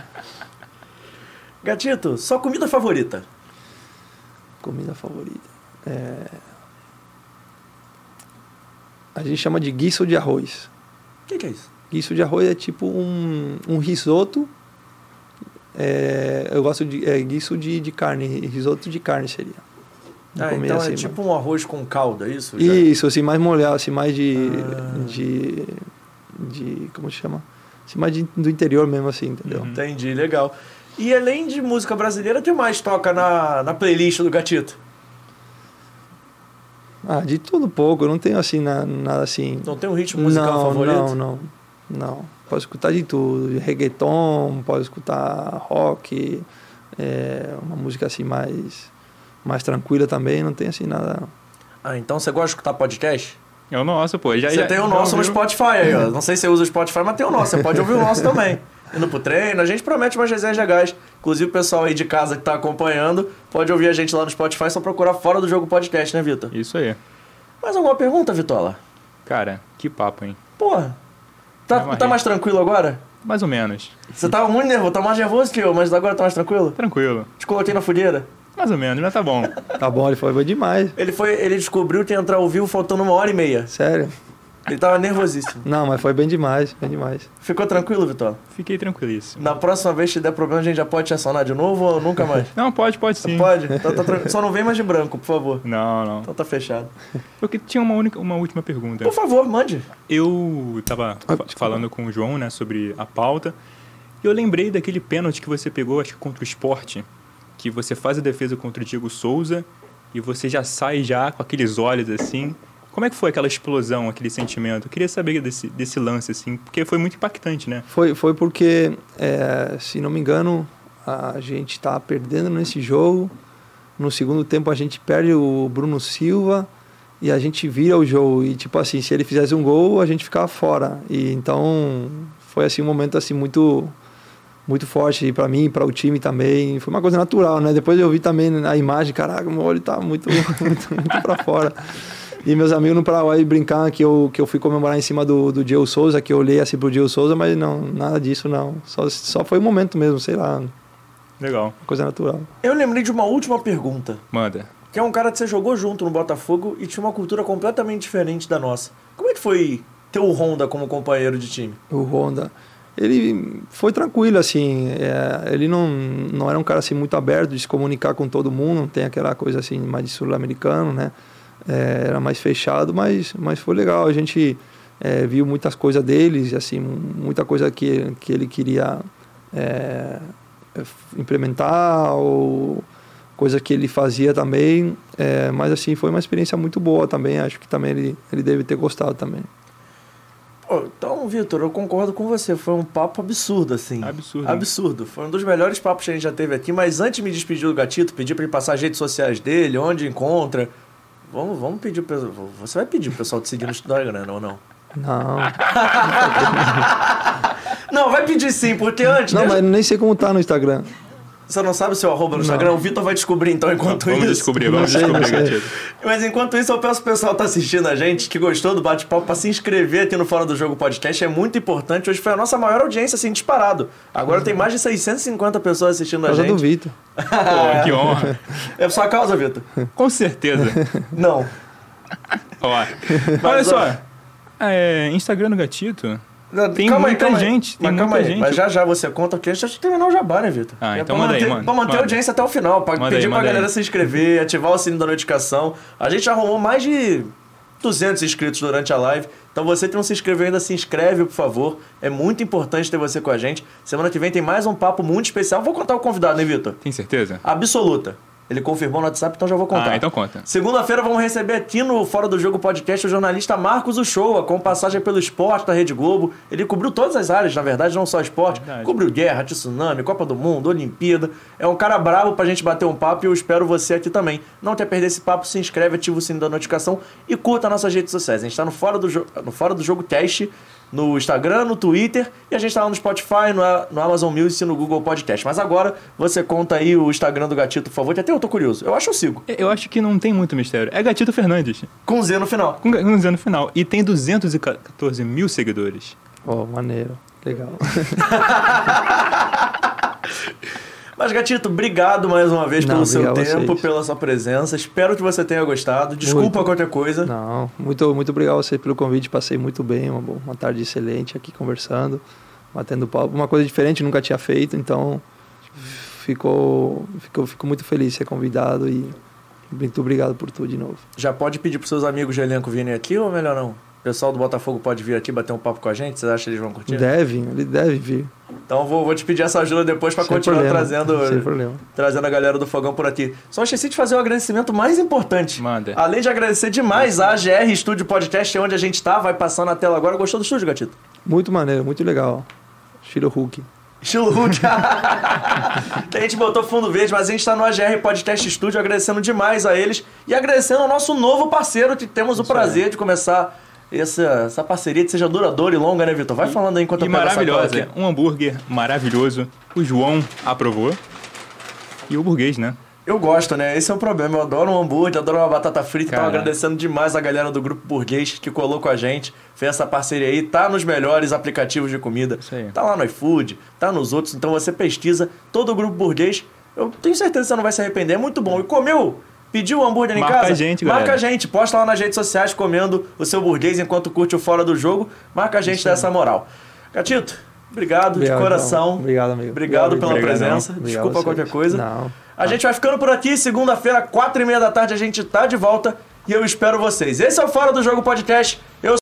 Gatito, sua comida favorita? Comida favorita? A gente chama de guiço de arroz. O que é isso? Guiço de arroz é tipo um risoto. Eu gosto de guiço de carne, risoto de carne seria. Então assim, tipo um arroz com calda, é isso? Isso, assim, mais molhado, assim, mais de como se chama? Assim, mais do interior mesmo, assim, entendeu? Entendi, legal. E além de música brasileira, tem mais toca na playlist do Gatito? De tudo pouco, eu não tenho assim nada assim. Não tem um ritmo musical favorito? Não. Posso escutar de tudo, de reggaeton, posso escutar rock, uma música assim mais tranquila também, não tem assim nada. Então você gosta de escutar podcast? É o nosso, pô. Você tem o nosso no Spotify aí, ó. Não sei se você usa o Spotify, mas tem o nosso, você pode ouvir o nosso também. Indo pro treino, a gente promete umas resenhas legais. Inclusive o pessoal aí de casa que tá acompanhando pode ouvir a gente lá no Spotify, só procurar Fora do Jogo Podcast, né, Vitor? Isso aí. Mais alguma pergunta, Vitola? Cara, que papo, hein? Porra, tá mais tranquilo agora? Mais ou menos. Você tava muito nervoso, tá mais nervoso que eu, mas agora tá mais tranquilo? Tranquilo. Te coloquei na fogueira? Mais ou menos, mas tá bom. Tá bom, ele foi bom demais. Ele descobriu que ia entrar ao vivo faltando 1h30. Sério? Ele tava nervosíssimo. Não, mas foi bem demais, bem demais. Ficou tranquilo, Vitor? Fiquei tranquilíssimo. Na próxima vez que der problema, a gente já pode te acionar de novo ou nunca mais? Não, pode sim. Pode? Então só não vem mais de branco, por favor. Não. Então tá fechado. Eu tinha uma última pergunta. Por favor, mande. Eu tava falando com o João, né, sobre a pauta, e eu lembrei daquele pênalti que você pegou, acho que contra o Sport, que você faz a defesa contra o Diego Souza e você já sai já com aqueles olhos assim. Como é que foi aquela explosão, aquele sentimento? Eu queria saber desse lance, assim, porque foi muito impactante, né? Foi porque, se não me engano, a gente tá perdendo nesse jogo, no segundo tempo a gente perde o Bruno Silva e a gente vira o jogo. E tipo assim, se ele fizesse um gol, a gente ficava fora. E então foi assim um momento assim muito forte para mim, para o time também. Foi uma coisa natural, né? Depois eu vi também a imagem, caraca, meu olho tá muito para fora. E meus amigos no Paraguai brincavam que eu fui comemorar em cima do Diego Souza, que eu olhei assim pro Diego Souza, mas não, nada disso não. Só foi um momento mesmo, sei lá. Legal. Uma coisa natural. Eu lembrei de uma última pergunta. Manda. Que é um cara que você jogou junto no Botafogo e tinha uma cultura completamente diferente da nossa. Como é que foi ter o Honda como companheiro de time? O Honda, ele foi tranquilo, assim. Ele não era um cara assim muito aberto de se comunicar com todo mundo, não tem aquela coisa assim mais de sul-americano, né? Era mais fechado, mas foi legal. A gente viu muitas coisas deles, assim, muita coisa que ele queria implementar, ou coisa que ele fazia também. Mas assim, foi uma experiência muito boa também. Acho que também ele deve ter gostado também. Pô, então, Vitor, eu concordo com você. Foi um papo absurdo, assim. Absurdo. Foi um dos melhores papos que a gente já teve aqui. Mas antes de me despedir do Gatito, pedir para ele passar as redes sociais dele, onde encontra. Vamos pedir pro pessoal. Você vai pedir pro pessoal te seguir no Instagram, ou não? Não. Não, vai pedir sim, porque antes... Não, mas nem sei como tá no Instagram. Você não sabe o seu arroba no Instagram? O Vitor vai descobrir, então, enquanto vamos isso. Vamos descobrir, Gatito. Mas enquanto isso, eu peço pro pessoal que tá assistindo a gente, que gostou do bate-papo, para se inscrever aqui no Fora do Jogo Podcast. É muito importante. Hoje foi a nossa maior audiência, assim, disparado. Agora tem mais de 650 pessoas assistindo a gente. Por causa do Vitor. Pô, que honra. É por sua causa, Vitor? Com certeza. Não. Ó, olha só. Instagram do Gatito... Tem muita gente. Mas já você conta, porque a gente já terminou o jabá, né, Vitor? Então manda aí, mano. Pra manter a audiência até o final, pra pedir pra galera se inscrever, ativar o sininho da notificação. A gente arrumou mais de 200 inscritos durante a live. Então você que não se inscreveu ainda, se inscreve, por favor. É muito importante ter você com a gente. Semana que vem tem mais um papo muito especial. Vou contar o convidado, né, Vitor? Tem certeza? Absoluta. Ele confirmou no WhatsApp, então já vou contar. Então conta. Segunda-feira vamos receber aqui no Fora do Jogo Podcast o jornalista Marcos Uchoa, com passagem pelo esporte da Rede Globo. Ele cobriu todas as áreas, na verdade, não só esporte. Cobriu guerra, tsunami, Copa do Mundo, Olimpíada. É um cara bravo pra gente bater um papo e eu espero você aqui também. Não quer perder esse papo, se inscreve, ativa o sininho da notificação e curta nossas redes sociais. A gente tá no Fora do Jogo Cast, no Instagram, no Twitter, e a gente tá lá no Spotify, no Amazon Music e no Google Podcast. Mas agora você conta aí o Instagram do Gatito, por favor, que até eu tô curioso. Eu acho que eu sigo. Eu acho que não tem muito mistério. É Gatito Fernandes. Com Z no final. Com Z no final. E tem 214 mil seguidores. Maneiro. Legal. Mas, Gatito, obrigado mais uma vez pelo seu tempo, pela sua presença. Espero que você tenha gostado. Desculpa qualquer coisa. Não, muito obrigado a você pelo convite. Passei muito bem, uma tarde excelente aqui conversando, batendo papo. Uma coisa diferente, nunca tinha feito, então fico muito feliz de ser convidado e muito obrigado por tudo de novo. Já pode pedir para os seus amigos de elenco virem aqui ou melhor não? O pessoal do Botafogo pode vir aqui bater um papo com a gente? Vocês acham que eles vão curtir? Ele deve vir. Então vou te pedir essa ajuda depois para continuar trazendo a galera do Fogão por aqui. Só esqueci de fazer o agradecimento mais importante. Manda. Além de agradecer demais a AGR Estúdio Podcast, é onde a gente tá, vai passando na tela agora. Gostou do estúdio, Gatito? Muito maneiro, muito legal. Estilo Hulk. A gente botou fundo verde, mas a gente tá no AGR Podcast Studio, agradecendo demais a eles e agradecendo ao nosso novo parceiro, que temos o prazer de começar essa parceria que seja duradoura e longa, né, Vitor? Vai falando aí enquanto eu pego maravilhosa. Essa um hambúrguer maravilhoso. O João aprovou. E o burguês, né? Eu gosto, né? Esse é o problema. Eu adoro um hambúrguer, adoro uma batata frita. Então, agradecendo demais a galera do Grupo Burguês que colou com a gente. Fez essa parceria aí. Tá nos melhores aplicativos de comida. Tá lá no iFood, tá nos outros. Então, você pesquisa todo o Grupo Burguês. Eu tenho certeza que você não vai se arrepender. É muito bom. E comeu? Pediu o hambúrguer em casa? Marca a gente, galera. Marca a gente. Posta lá nas redes sociais comendo o seu burguês enquanto curte o Fora do Jogo. Marca a gente dessa moral. Gatito, obrigado de coração. Então. Obrigado, amigo. Obrigado pela presença. Desculpa qualquer coisa. Não. A gente vai ficando por aqui. Segunda-feira, 4h30 da tarde, a gente tá de volta. E eu espero vocês. Esse é o Fora do Jogo Podcast. Eu